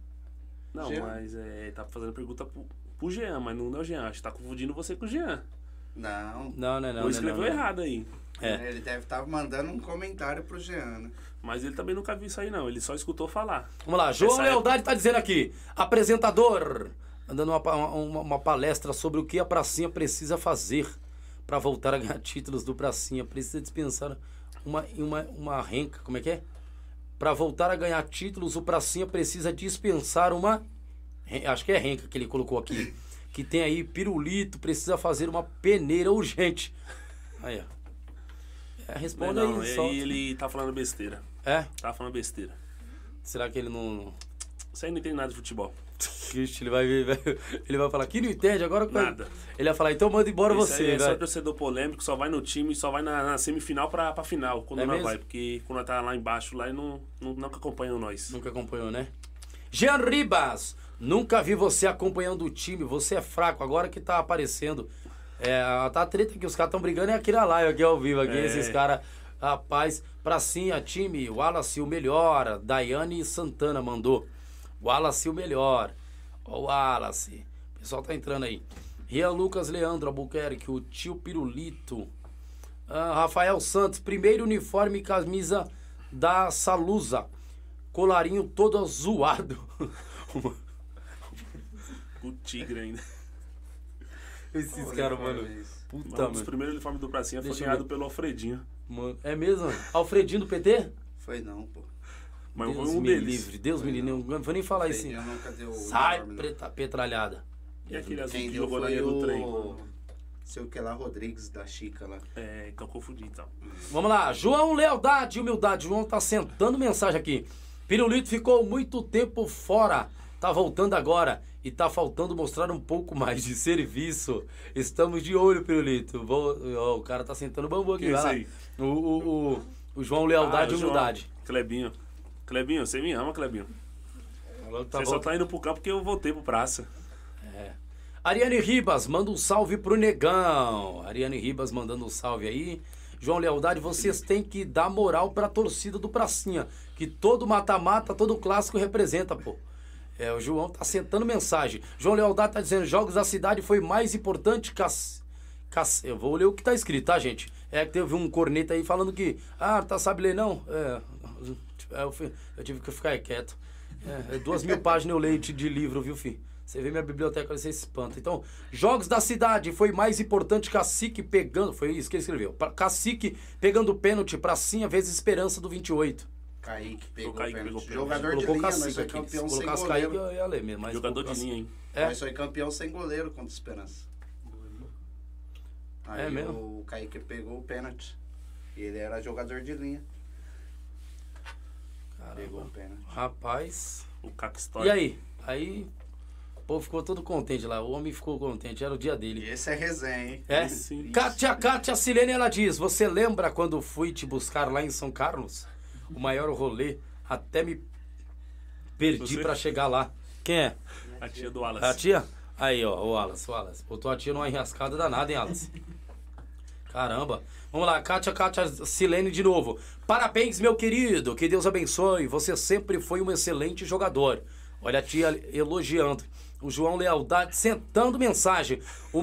Não, Jean? mas tá fazendo pergunta pro Jean, mas não é o Jean. Acho que tá confundindo você com o Jean. Não. Não. Ou escreveu errado aí. É. Ele deve estar mandando um comentário pro Jean, né? Mas ele também nunca viu isso aí, não. Ele só escutou falar. Vamos lá, João Essa Lealdade tá dizendo aqui, apresentador, dando uma palestra sobre o que a Pracinha precisa fazer para voltar a ganhar títulos do Pracinha. Precisa dispensar uma renca, como é que é? Para voltar a ganhar títulos, o Pracinha precisa dispensar acho que é renca que ele colocou aqui, que tem aí pirulito, precisa fazer uma peneira urgente. Aí, ó. Responde Não, aí, solta. ele tá falando besteira. É? Tá falando besteira. Será que ele não... Você aí não entende nada de futebol. Cristo, ele vai falar que não entende, agora... Nada. Ele vai falar, então manda embora Esse você, aí é só vai. torcedor polêmico, só vai no time, só vai na semifinal pra final, quando É nós mesmo? vai. Porque quando nós tá lá embaixo, lá, ele nunca acompanham nós. Nunca acompanhou, né? Jean Ribas, nunca vi você acompanhando o time, você é fraco, agora que tá aparecendo. Tá a treta que os caras estão brigando é aqui na live, aqui ao vivo, aqui, esses caras, rapaz, Pracinha, time, Wallace o melhor, Daiane Santana mandou, Wallace o melhor, ó o Wallace, o pessoal tá entrando aí, Rian Lucas Leandro Albuquerque, o tio Pirulito, Rafael Santos, primeiro uniforme e camisa da Salusa, colarinho todo zoado. O Tigre ainda. Esses caras, mano. Puta, Um dos mano. primeiros uniformes do Pracinha foi Deixa eu ganhado ver. pelo Alfredinho. Mano, é mesmo? Alfredinho do PT? Foi não, pô. Mas Deus foi um me deles. livre, Deus me livre. Não vou nem falar isso. Fredinho nunca deu Sai, uniforme, não. petralhada. E aquele azul Quem que deu jogou na foi linha do trem. o... Sei o que lá, Rodrigues, da Chica lá. Então confundi, então. Vamos lá, João Lealdade e Humildade. João tá sentando mensagem aqui. Pirulito ficou muito tempo fora. Tá voltando agora. E tá faltando mostrar um pouco mais de serviço. Estamos de olho, Pirulito. O cara tá sentando bambu aqui. Que Vai isso lá. aí? O João Lealdade e João. Humildade. Clebinho. Clebinho, você me ama, Clebinho. Tá Você só tá indo pro campo porque eu voltei pro praça. Ariane Ribas, manda um salve pro Negão. Ariane Ribas mandando um salve aí. João Lealdade, vocês têm que dar moral pra torcida do Pracinha. Que todo mata-mata, todo clássico representa, pô. O João tá sentando mensagem. João Lealdade tá dizendo, Jogos da Cidade foi mais importante que eu vou ler o que tá escrito, tá, gente? Que teve um corneta aí falando que... tá sabe ler não? Eu tive que ficar quieto. 2.000 páginas eu leio de livro, viu, filho? Você vê minha biblioteca, você se espanta. Então, Jogos da Cidade foi mais importante Cacique pegando... Foi isso que ele escreveu. Cacique pegando pênalti, Pracinha vezes Esperança do 28. Kaique pegou O Kaique pênalti. pegou pênalti. Jogador de Colocou linha, Cacique nós foi aqui. campeão Se sem colocasse Kaique, goleiro. eu ia ler mesmo. Mas Jogador de colocou linha, hein? Nós foi campeão sem goleiro contra o Esperança. Aí mesmo? o Kaique pegou o pênalti. E ele era jogador de linha. Pegou o pênalti. Rapaz... O Caco E História. aí? Aí, o povo ficou todo contente lá. O homem ficou contente, era o dia E dele. esse é resenha, hein? É? Sim. Kátia Silene, ela diz, você lembra quando fui te buscar lá em São Carlos? O maior rolê, até me perdi Você? pra chegar lá. Quem é? A tia do Wallace. A tia? Aí, ó, o Wallace. Botou a tia numa enrascada danada, hein, Wallace? Caramba. Vamos lá, Kátia Silene de novo. Parabéns, meu querido. Que Deus abençoe. Você sempre foi um excelente jogador. Olha a tia elogiando. O João Lealdade sentando mensagem.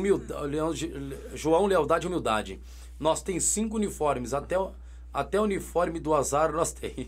João Lealdade e Humildade. Nós tem 5 uniformes. Até o uniforme do azar nós tem.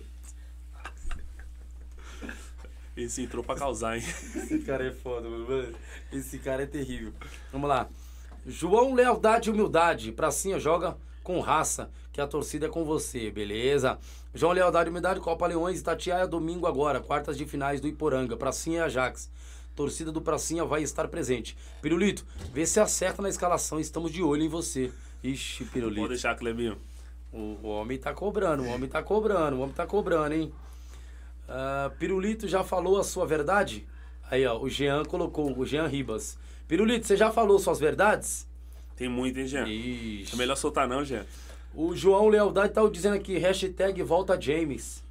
Esse entrou pra causar, hein? Esse cara é foda, mano. Esse cara é terrível. Vamos lá. João Lealdade e Humildade. Pracinha joga com raça, que a torcida é com você, beleza? João Lealdade e Humildade, Copa Leões, Itatiaia, domingo agora, quartas de finais do Iporanga. Pracinha e Ajax. Torcida do Pracinha vai estar presente. Pirulito, vê se acerta na escalação. Estamos de olho em você. Ixi, Pirulito. Pode deixar, Clebinho. O homem tá cobrando, hein? Pirulito já falou a sua verdade? Aí, ó, o Jean colocou, o Jean Ribas. Pirulito, você já falou suas verdades? Tem muito, hein, Jean? Ixi. É melhor soltar não, Jean. O João Lealdade tá dizendo aqui, hashtag volta James.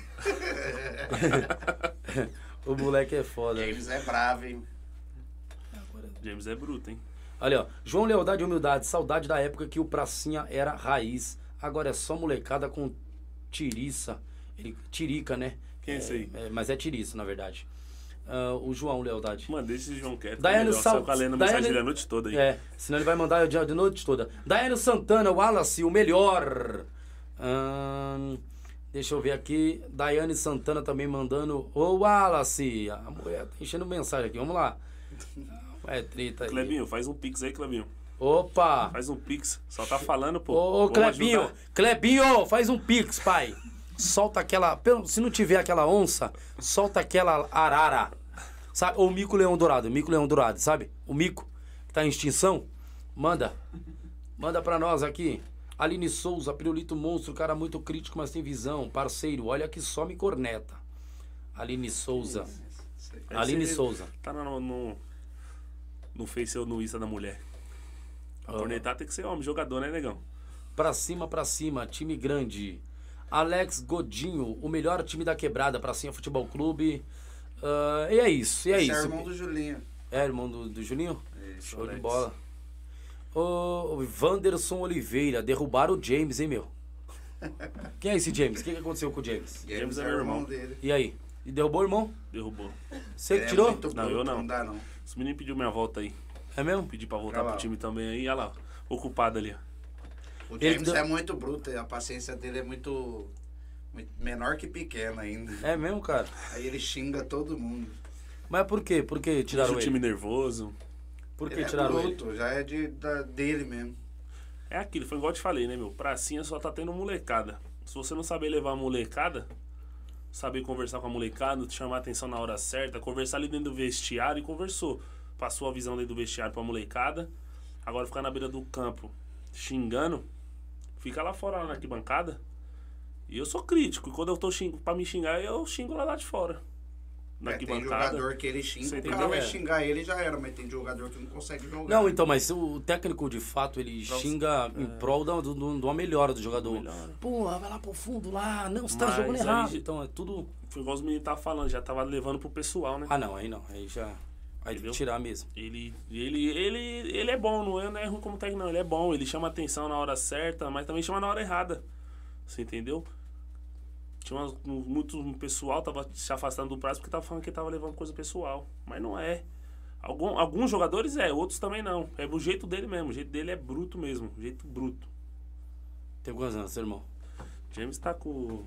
O moleque é foda. James é bravo, hein? James é bruto, hein? Olha, ó, João Lealdade e Humildade, saudade da época que o Pracinha era raiz. Agora é só molecada com tiriça. Tirica, né? Quem é esse aí? Mas é tiriça, na verdade. o João Lealdade. Mano, deixa esse João quieto. Daiane Você fica lendo mensagem dele a noite toda aí. Senão ele vai mandar o dia de noite toda. Daiane Santana, Wallace, o melhor. Deixa eu ver aqui. Daiane Santana também mandando. Ô, Wallace, a mulher tá enchendo mensagem aqui. Vamos lá. É treta aí. Clebinho, faz um pix aí, Clebinho. Opa! Faz um pix. Só tá falando, pô. Ô, Clebinho. Clebinho, faz um pix, pai. Solta aquela... Se não tiver aquela onça, solta aquela arara. Sabe? Ou o mico-leão dourado. Mico-leão dourado, sabe? O mico que tá em extinção. Manda. Manda pra nós aqui. Aline Souza, Pirulito Monstro, cara muito crítico, mas tem visão. Parceiro, olha que só me corneta. Aline Souza. Aline Souza. Tá no Face ou no Insta da mulher. A cornetar tem que ser homem, jogador, né, negão? Pra cima, time grande. Alex Godinho, o melhor time da quebrada, Pracinha Futebol Clube. E é isso, Esse é irmão do Julinho. É irmão do Julinho? Isso, Show Alex. de bola. Ô, Wanderson Oliveira, derrubaram o James, hein, meu? Quem é esse James? O que aconteceu com o James? James é meu irmão dele. E aí? E derrubou o irmão? Derrubou. Você que É tirou? muito Não, bruto, eu não. Não dá, não. Esse menino pediu minha volta aí. É mesmo? Pedi pra voltar Olha lá. pro time também aí. Olha lá, ocupado ali. O Ele James deu- é muito bruto, a paciência dele é muito menor que pequena ainda. É mesmo, cara? Aí ele xinga todo mundo. Mas por quê? Por que Deixa tiraram o ele? time nervoso. Por que Ele é tiraram ele? bruto, já é dele mesmo. É aquilo, foi igual eu te falei, né, meu? Pracinha só tá tendo molecada. Se você não saber levar a molecada, saber conversar com a molecada, chamar a atenção na hora certa, conversar ali dentro do vestiário e conversou. Passou a visão dentro do vestiário pra molecada. Agora ficar na beira do campo xingando, fica lá fora, lá na arquibancada. E eu sou crítico. E quando eu tô pra me xingar, eu xingo lá de fora. Na Tem arquibancada. jogador que ele xinga, Você o cara entendeu? vai É. xingar ele já era, mas tem jogador que não consegue jogar. Não, então, mas o técnico, de fato, ele xinga em prol de uma melhora do jogador. Melhora. Pô, vai lá pro fundo lá. Não, você tá Mas jogando aí errado. já- Então, é tudo... Foi igual os meninos estavam falando, já tava levando pro pessoal, né? Ah, não. Aí já... Aí tem que Entendeu? tirar mesmo. Ele é bom, não é ruim como técnico, não. Ele é bom, ele chama atenção na hora certa, mas também chama na hora errada. Você entendeu? Tinha muito pessoal tava se afastando do prazo porque tava falando que tava levando coisa pessoal. Mas não é. Alguns jogadores outros também não. É o jeito dele mesmo. O jeito dele é bruto mesmo. Jeito bruto. Tem quantos anos, seu irmão? James tá com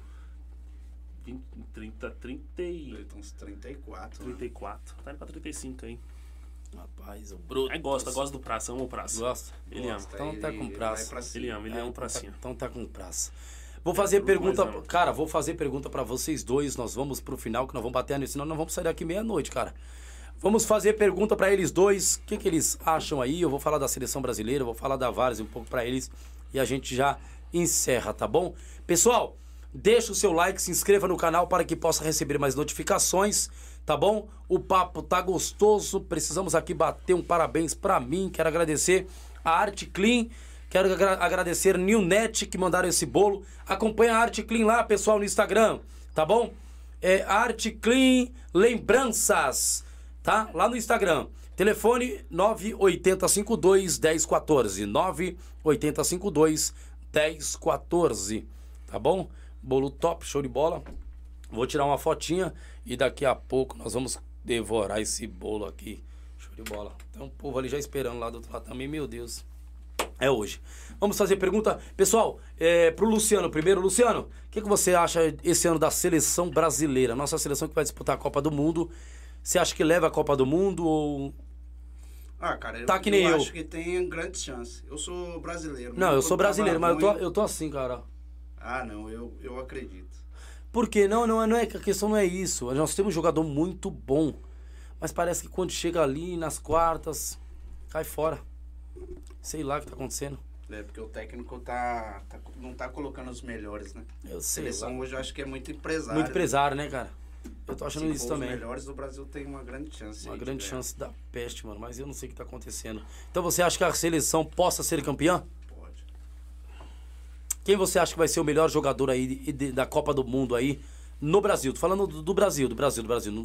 30, 30 e Ele tem uns 34. 34. Tá indo pra 35 aí. Rapaz, o bruto. Aí gosta do praça, ama o praça. Gosta? Ele ama. Gosta, Então tá com ele praça. vai pra cima. Ele ama, ele ama o pracinha. Então tá com praça. Vou fazer Bruto, pergunta... mas ama. Cara, vou fazer pergunta pra vocês dois. Nós vamos pro final, que nós vamos bater nisso. Senão nós vamos sair daqui meia-noite, cara. Vamos fazer pergunta pra eles dois. O que eles acham aí? Eu vou falar da seleção brasileira, vou falar da Várzea um pouco pra eles. E a gente já encerra, tá bom? Pessoal, deixa o seu like, se inscreva no canal para que possa receber mais notificações, tá bom? O papo tá gostoso, precisamos aqui bater um parabéns pra mim, quero agradecer a Arte Clean, quero agradecer New Net que mandaram esse bolo. Acompanha a Arte Clean lá, pessoal, no Instagram, tá bom? É Arte Clean Lembranças, tá? Lá no Instagram. Telefone 98052-1014, 98052-1014, tá bom? Bolo top, show de bola. Vou tirar uma fotinha e daqui a pouco nós vamos devorar esse bolo aqui. Show de bola. Tem um povo ali já esperando lá do outro lado também, meu Deus. É hoje. Vamos fazer pergunta. Pessoal, pro Luciano primeiro. Luciano, o que você acha esse ano da seleção brasileira? Nossa seleção que vai disputar a Copa do Mundo. Você acha que leva a Copa do Mundo ou... Ah, cara, Tá que nem eu. acho que tem grandes chances. Eu sou brasileiro. Não, eu sou quando tava brasileiro, mas ruim- eu tô assim, cara. Ah, não, eu acredito. Por quê? Não é, a questão não é isso. Nós temos um jogador muito bom, mas parece que quando chega ali nas quartas, cai fora. Sei lá o que tá acontecendo. É, porque o técnico não tá colocando os melhores, né? Eu A sei seleção lá. hoje eu acho que é muito empresário. Muito empresário, né, cara? Eu tô achando Se isso for também. Os melhores do Brasil tem uma grande chance. Uma aí de grande ganhar. chance da peste, mano. Mas eu não sei o que tá acontecendo. Então você acha que a seleção possa ser campeã? Pode. Quem você acha que vai ser o melhor jogador aí da Copa do Mundo aí no Brasil? Tô falando do Brasil. Do Brasil?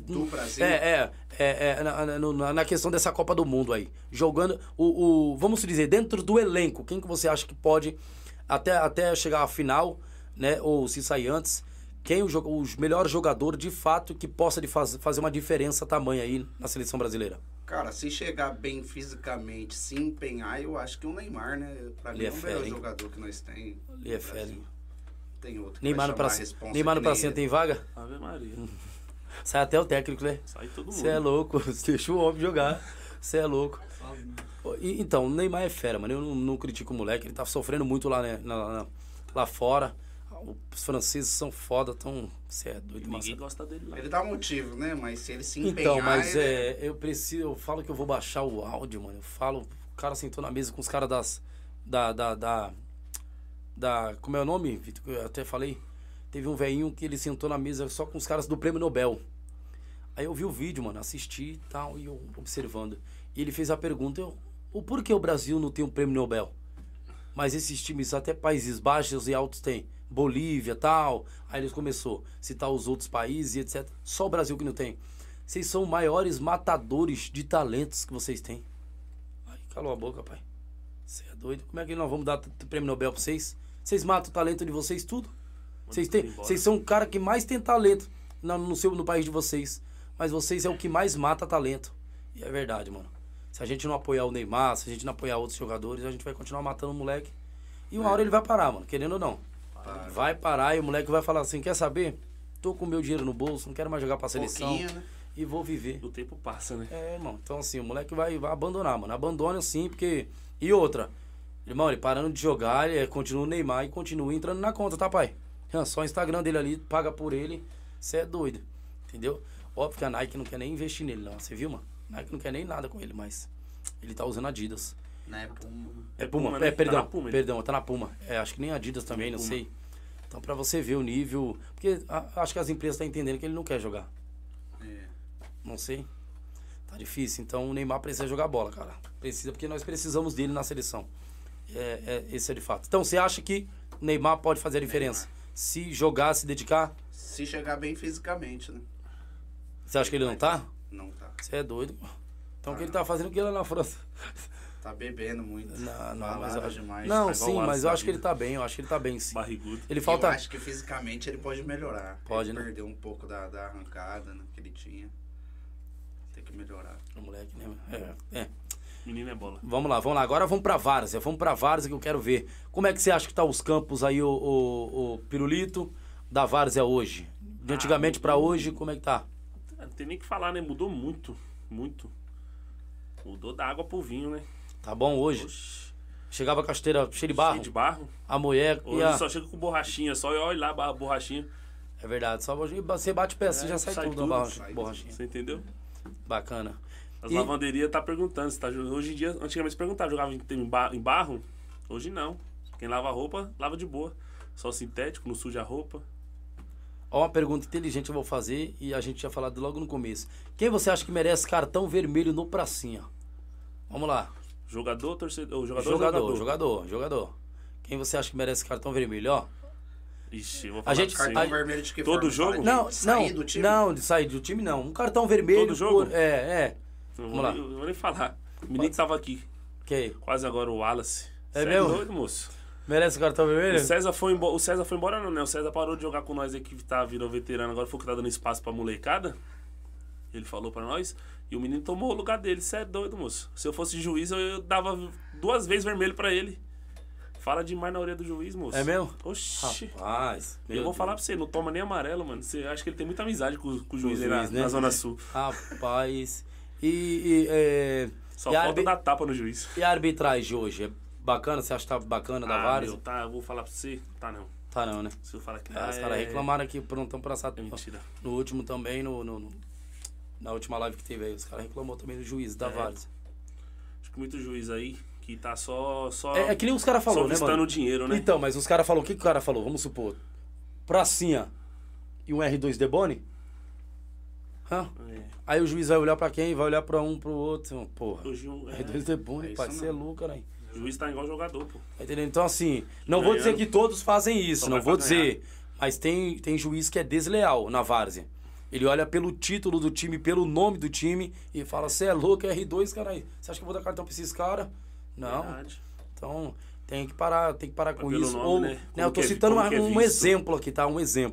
Na questão dessa Copa do Mundo aí. Jogando, vamos dizer, dentro do elenco, quem que você acha que pode, até chegar à final, né? Ou se sair antes, quem o melhor jogador, de fato, que possa fazer uma diferença tamanha aí na seleção brasileira? Cara, se chegar bem fisicamente, se empenhar, eu acho que o Neymar, né? Pra mim é o melhor jogador que nós tem. Ele é fera, hein? Tem outro. Neymar no pracinha tem vaga? Ave Maria. Sai até o técnico, né? Sai todo mundo. Você é louco, deixa o homem jogar. Você é louco. Então, o Neymar é fera, mano. Eu não critico o moleque, ele tá sofrendo muito lá, né, lá fora. Os franceses são foda, tão... Você é doido, mano. Ninguém gosta dele lá. Ele dá motivo, né? Mas se ele se empenhar... Então, mas eu falo que eu vou baixar o áudio, mano. Eu falo, o cara sentou na mesa com os caras como é o nome, Vitor? Eu até falei. Teve um velhinho que ele sentou na mesa só com os caras do Prêmio Nobel. Aí eu vi o vídeo, mano, assisti e tal, e eu observando. E ele fez a pergunta, o porquê o Brasil não tem um Prêmio Nobel? Mas esses times, até Países Baixos e altos tem. Bolívia, tal. Aí eles começou a citar os outros países e etc. Só o Brasil que não tem. Vocês são maiores matadores de talentos que vocês têm. Ai, calou a boca, pai. Você é doido? Como é que nós vamos dar Prêmio Nobel pra vocês? Vocês matam o talento de vocês tudo? Vocês são o cara que mais tem talento no país de vocês. Mas vocês é o que mais mata talento. E é verdade, mano. Se a gente não apoiar o Neymar, se a gente não apoiar outros jogadores, a gente vai continuar matando o moleque. E uma hora ele vai parar, mano, querendo ou não. Vai parar e o moleque vai falar assim, quer saber? Tô com o meu dinheiro no bolso, não quero mais jogar pra seleção. Né? E vou viver. O tempo passa, né? É, irmão. Então assim, o moleque vai abandonar, mano. Abandona sim, porque... E outra, irmão, ele parando de jogar, ele continua o Neymar e continua entrando na conta, tá, pai? Só o Instagram dele ali, paga por ele. Você é doido, entendeu? Óbvio que a Nike não quer nem investir nele, não. Você viu, mano? A Nike não quer nem nada com ele, mas ele tá usando Adidas. Na Puma. É Puma, né? perdão, Tá na Puma, tá na Puma. Acho que nem Adidas também, não Puma. sei. Então pra você ver o nível... Porque acho que as empresas estão entendendo que ele não quer jogar. Não sei. Tá difícil. Então o Neymar precisa jogar bola, cara. Precisa, porque nós precisamos dele na seleção. Esse é de fato. Então você acha que o Neymar pode fazer a diferença? Se jogar, se dedicar? Se chegar bem fisicamente, né? Você acha que ele não tá? Não tá. Você é doido. Então o que ele tá fazendo o que lá na França? Tá bebendo muito. Não, mas eu acho... demais. Não, Tá igual sim, o mas Alisson eu da acho que ele vida. tá bem. Eu acho que ele tá bem, sim. Barrigudo. Ele falta... Eu acho que fisicamente ele pode melhorar. Pode, ele né? perdeu um pouco da arrancada, né, que ele tinha. Tem que melhorar. O moleque, né? Menino é bola. Vamos lá. Agora vamos pra Várzea. Vamos pra Várzea que eu quero ver. Como é que você acha que tá os campos aí, o Pirulito, da Várzea hoje? De antigamente pra hoje, como é que tá? Não tem nem o que falar, né? Mudou muito. Muito. Mudou da água pro vinho, né? Tá bom hoje? Oxi. Chegava a casteira cheia de barro. Cheio de barro. A mulher Hoje ia... só chega com borrachinha, só olha lá a borrachinha. É verdade. Só você bate o pé, você já sai tudo da borrachinha. Você entendeu? Bacana. As E- lavanderias tá perguntando se tá jogando. Hoje em dia, antigamente se perguntava, jogava em barro? Hoje não. Quem lava a roupa, lava de boa. Só sintético, não suja a roupa. Ó, uma pergunta inteligente eu vou fazer e a gente tinha falado logo no começo. Quem você acha que merece cartão vermelho no pracinha? Vamos lá. Jogador, torcedor. Jogador. Jogador. Quem você acha que merece cartão vermelho, ó? Ixi, eu vou A falar gente- pra você. Cartão vermelho de que Todo forma? jogo? Fala de Não, sair do time? Não, de sair do time não. Um cartão vermelho. Todo jogo? Vamos Não lá. vou nem falar. O menino que tava aqui, Ok. quase agora, o Wallace. É Cê mesmo? doido, moço. Merece cartão vermelho? O César foi embora não, né? O César parou de jogar com nós aí que virou veterano. Agora foi que tá dando espaço pra molecada. Ele falou pra nós. E o menino tomou o lugar dele. Cê é doido, moço. Se eu fosse juiz, eu dava 2 vezes vermelho pra ele. Fala demais na orelha do juiz, moço. É mesmo? Oxi. Rapaz. Eu vou falar pra você, não toma nem amarelo, mano. Você acha que ele tem muita amizade com o juiz aí juiz, né? na Zona Sul. Rapaz. Só E a falta arbi- dar tapa no juiz. E a arbitragem de hoje? É bacana? Você acha que tá bacana da Várzea? Eu vou falar pra você. Tá não. Tá não, né? Se eu falar que Os caras reclamaram aqui, não passado. É mentira. No último também, na última live que teve aí, os caras reclamou também do juiz da Várzea. Acho que muito juiz aí que tá só É que nem os caras só falaram, né, vistando mano? o dinheiro, né? Então, mas os caras falaram, o que o cara falou? Vamos supor, pracinha e um R2 Debone? Hã? É. Aí o juiz vai olhar pra quem? Vai olhar pra um, pro outro. Porra, Hoje R2 Debone, é pai, isso você é louco, caralho. o juiz tá igual jogador, pô. Tá entendendo? Então, assim, não vou dizer que todos fazem isso, Só não vai vou pra dizer. Mas tem juiz que é desleal na Várzea. Ele olha pelo título do time, pelo nome do time e fala, você é louco, é R2, caralho. Você acha que eu vou dar cartão pra esses caras? Não. Verdade. Então, tem que parar com Pelo isso. nome, Ou, né? né, Como eu tô que é- citando como que é um visto. exemplo aqui, tá? Um exemplo.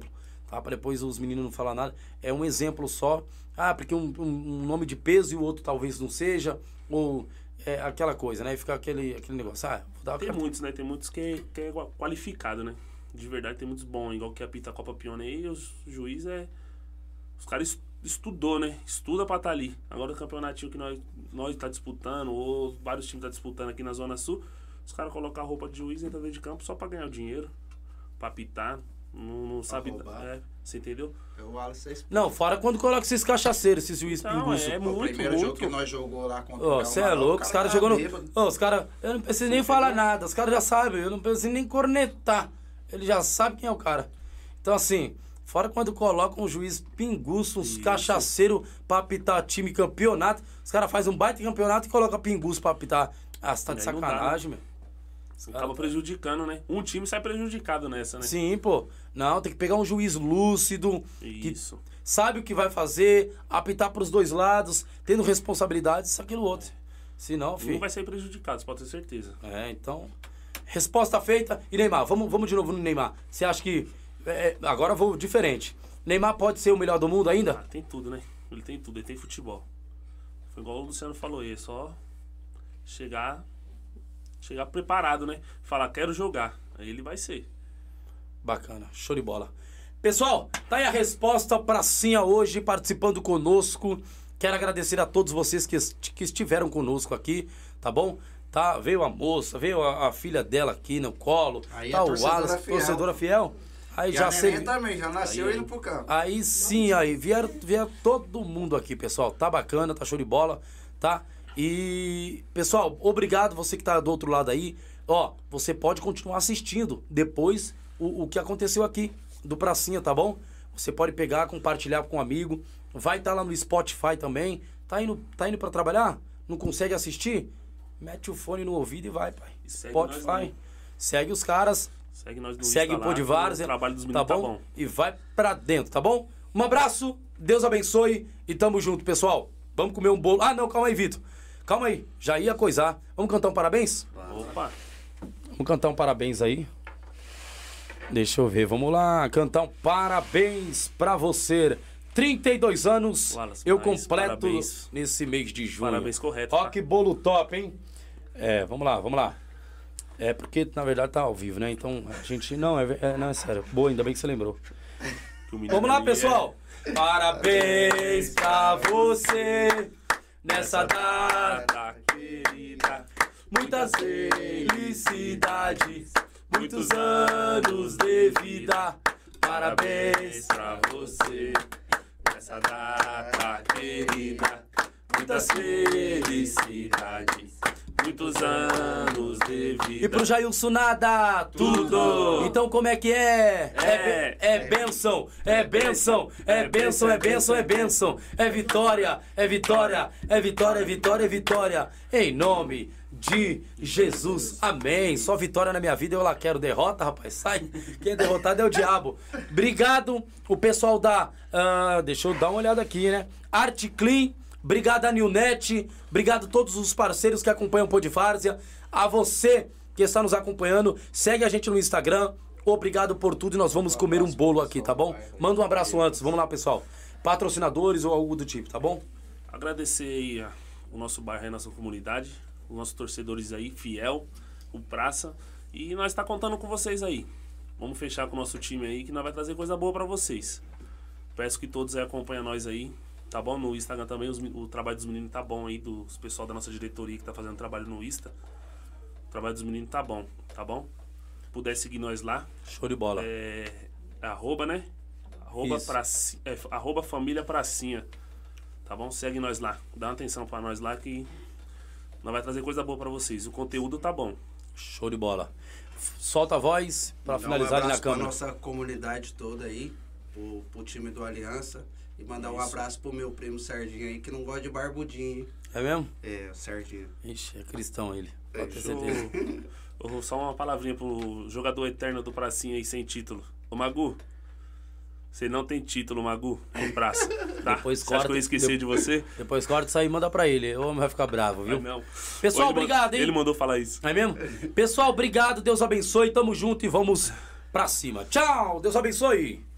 tá? Pra depois os meninos não falar nada. É um exemplo só. Ah, porque um nome de peso e o outro talvez não seja. Ou aquela coisa, né? E fica aquele negócio. Ah, vou dar Tem muitos, né? Tem muitos que é qualificado, né? De verdade, tem muitos bons. Igual que apita a Copa Pioneer, os juízes os caras estudou, né? Estuda pra estar ali. Agora o campeonatinho que nós tá disputando, ou vários times tá disputando aqui na Zona Sul, os caras colocam a roupa de juiz dentro de campo só pra ganhar o dinheiro, pra apitar. Não sabe. Você entendeu? O Wallace Não, fora quando coloca esses cachaceiros, esses juízes pinguços. É o muito, primeiro muito. jogo que nós jogou lá contra Você é louco, os caras jogando. Os caras. Eu não preciso nem falar nada, os caras já sabem, eu não preciso nem cornetar. Ele já sabe quem é o cara. Então, assim, fora quando colocam um juiz pinguço, uns cachaceiros pra apitar time campeonato, os caras fazem um baita campeonato e colocam pinguço pra apitar. Ah, você tá de sacanagem, meu. Acaba prejudicando, né? Um time sai prejudicado nessa, né? Sim, pô. Não, tem que pegar um juiz lúcido, Isso. que sabe o que vai fazer, apitar pros dois lados, tendo responsabilidade, isso, aquilo, outro. Senão, filho. Um vai sair prejudicado, você pode ter certeza. Então, resposta feita. E Neymar, vamos de novo no Neymar. Você acha que... agora eu vou diferente. Neymar pode ser o melhor do mundo ainda? Tem tudo, né? Ele tem tudo, ele tem futebol. Foi igual o Luciano falou aí, é só chegar preparado, né? Falar, quero jogar. Aí ele vai ser. Bacana, show de bola. Pessoal, tá aí a resposta pra Pracinha hoje, participando conosco. Quero agradecer a todos vocês que estiveram conosco aqui, tá bom? Tá, veio a moça, veio a filha dela aqui no colo. Aí tá a o Wallace, torcedora fiel. Aí já sei. Também, já nasceu indo pro campo. Aí sim, aí vieram todo mundo aqui, pessoal. Tá bacana, tá show de bola, tá? E, pessoal, obrigado você que tá do outro lado aí. Ó, você pode continuar assistindo depois o que aconteceu aqui do Pracinha, tá bom? Você pode pegar, compartilhar com um amigo. Vai estar lá no Spotify também. Tá indo pra trabalhar? Não consegue assistir? Mete o fone no ouvido e vai, pai. Spotify. Segue os caras. Segue nós no Segue o Pô de Várzea. O trabalho dos meninos tá bom? E vai pra dentro, tá bom? Um abraço, Deus abençoe e tamo junto, pessoal. Vamos comer um bolo. Ah, não, calma aí, Vitor. Calma aí, já ia coisar. Vamos cantar um parabéns? Opa! Vamos cantar um parabéns aí. Deixa eu ver, vamos lá. Cantar um parabéns pra você. 32 anos, Wallace, eu completo parabéns. nesse mês de junho. Parabéns, correto. Ó, tá? que bolo top, hein? Vamos lá. É porque, na verdade, tá ao vivo, né? Então, a gente... Não, é sério. Boa, ainda bem que você lembrou. Vamos lá, pessoal. Parabéns pra você nessa data querida. Muitas felicidades, muitos anos de vida. Parabéns pra você nessa data querida. Muitas felicidades, muitos anos de vida. E pro Jailson nada, tudo. Então como é que é? É bênção, é bênção, é bênção, é bênção, é bênção. É vitória, é vitória, é vitória, é vitória, é vitória. Em nome de Jesus, amém. Só vitória na minha vida, eu lá quero derrota, rapaz, sai. Quem é derrotado é o diabo. Obrigado, o pessoal da... deixa eu dar uma olhada aqui, né? Arte Clean. Obrigado a Newnet, obrigado a todos os parceiros que acompanham o Pô de Várzea, a você que está nos acompanhando, segue a gente no Instagram, obrigado por tudo e nós vamos comer um bolo aqui, tá bom? Manda um abraço antes, vamos lá, pessoal. Patrocinadores ou algo do tipo, tá bom? Agradecer aí o nosso bairro, a nossa comunidade, os nossos torcedores aí, fiel, o Praça, e nós tá contando com vocês aí. Vamos fechar com o nosso time aí, que nós vai trazer coisa boa pra vocês. Peço que todos aí acompanhem nós aí. Tá bom? No Instagram também, o trabalho dos meninos tá bom aí, dos pessoal da nossa diretoria que tá fazendo trabalho no Insta. O trabalho dos meninos tá bom, tá bom? Puder seguir nós lá. Show de bola. Arroba, né? Arroba família Pracinha. Tá bom? Segue nós lá. Dá uma atenção pra nós lá que nós vai trazer coisa boa pra vocês. O conteúdo tá bom. Show de bola. Solta a voz pra finalizar ali na câmera. Pra nossa comunidade toda aí, pro time do Aliança. E mandar um abraço pro meu primo Serginho aí, que não gosta de barbudinho, hein? É mesmo? É, o Serginho. Ixi, é cristão ele. Pode ter certeza. Só uma palavrinha pro jogador eterno do Pracinha aí, sem título. Ô, Magu, você não tem título, Magu, no Praça, tá? Depois você acha que eu esqueci de você? Depois corta isso aí e manda pra ele. O homem vai ficar bravo, viu? Não. Pessoal, obrigado, hein? Ele mandou falar isso. É mesmo? Pessoal, obrigado. Deus abençoe. Tamo junto e vamos pra cima. Tchau. Deus abençoe.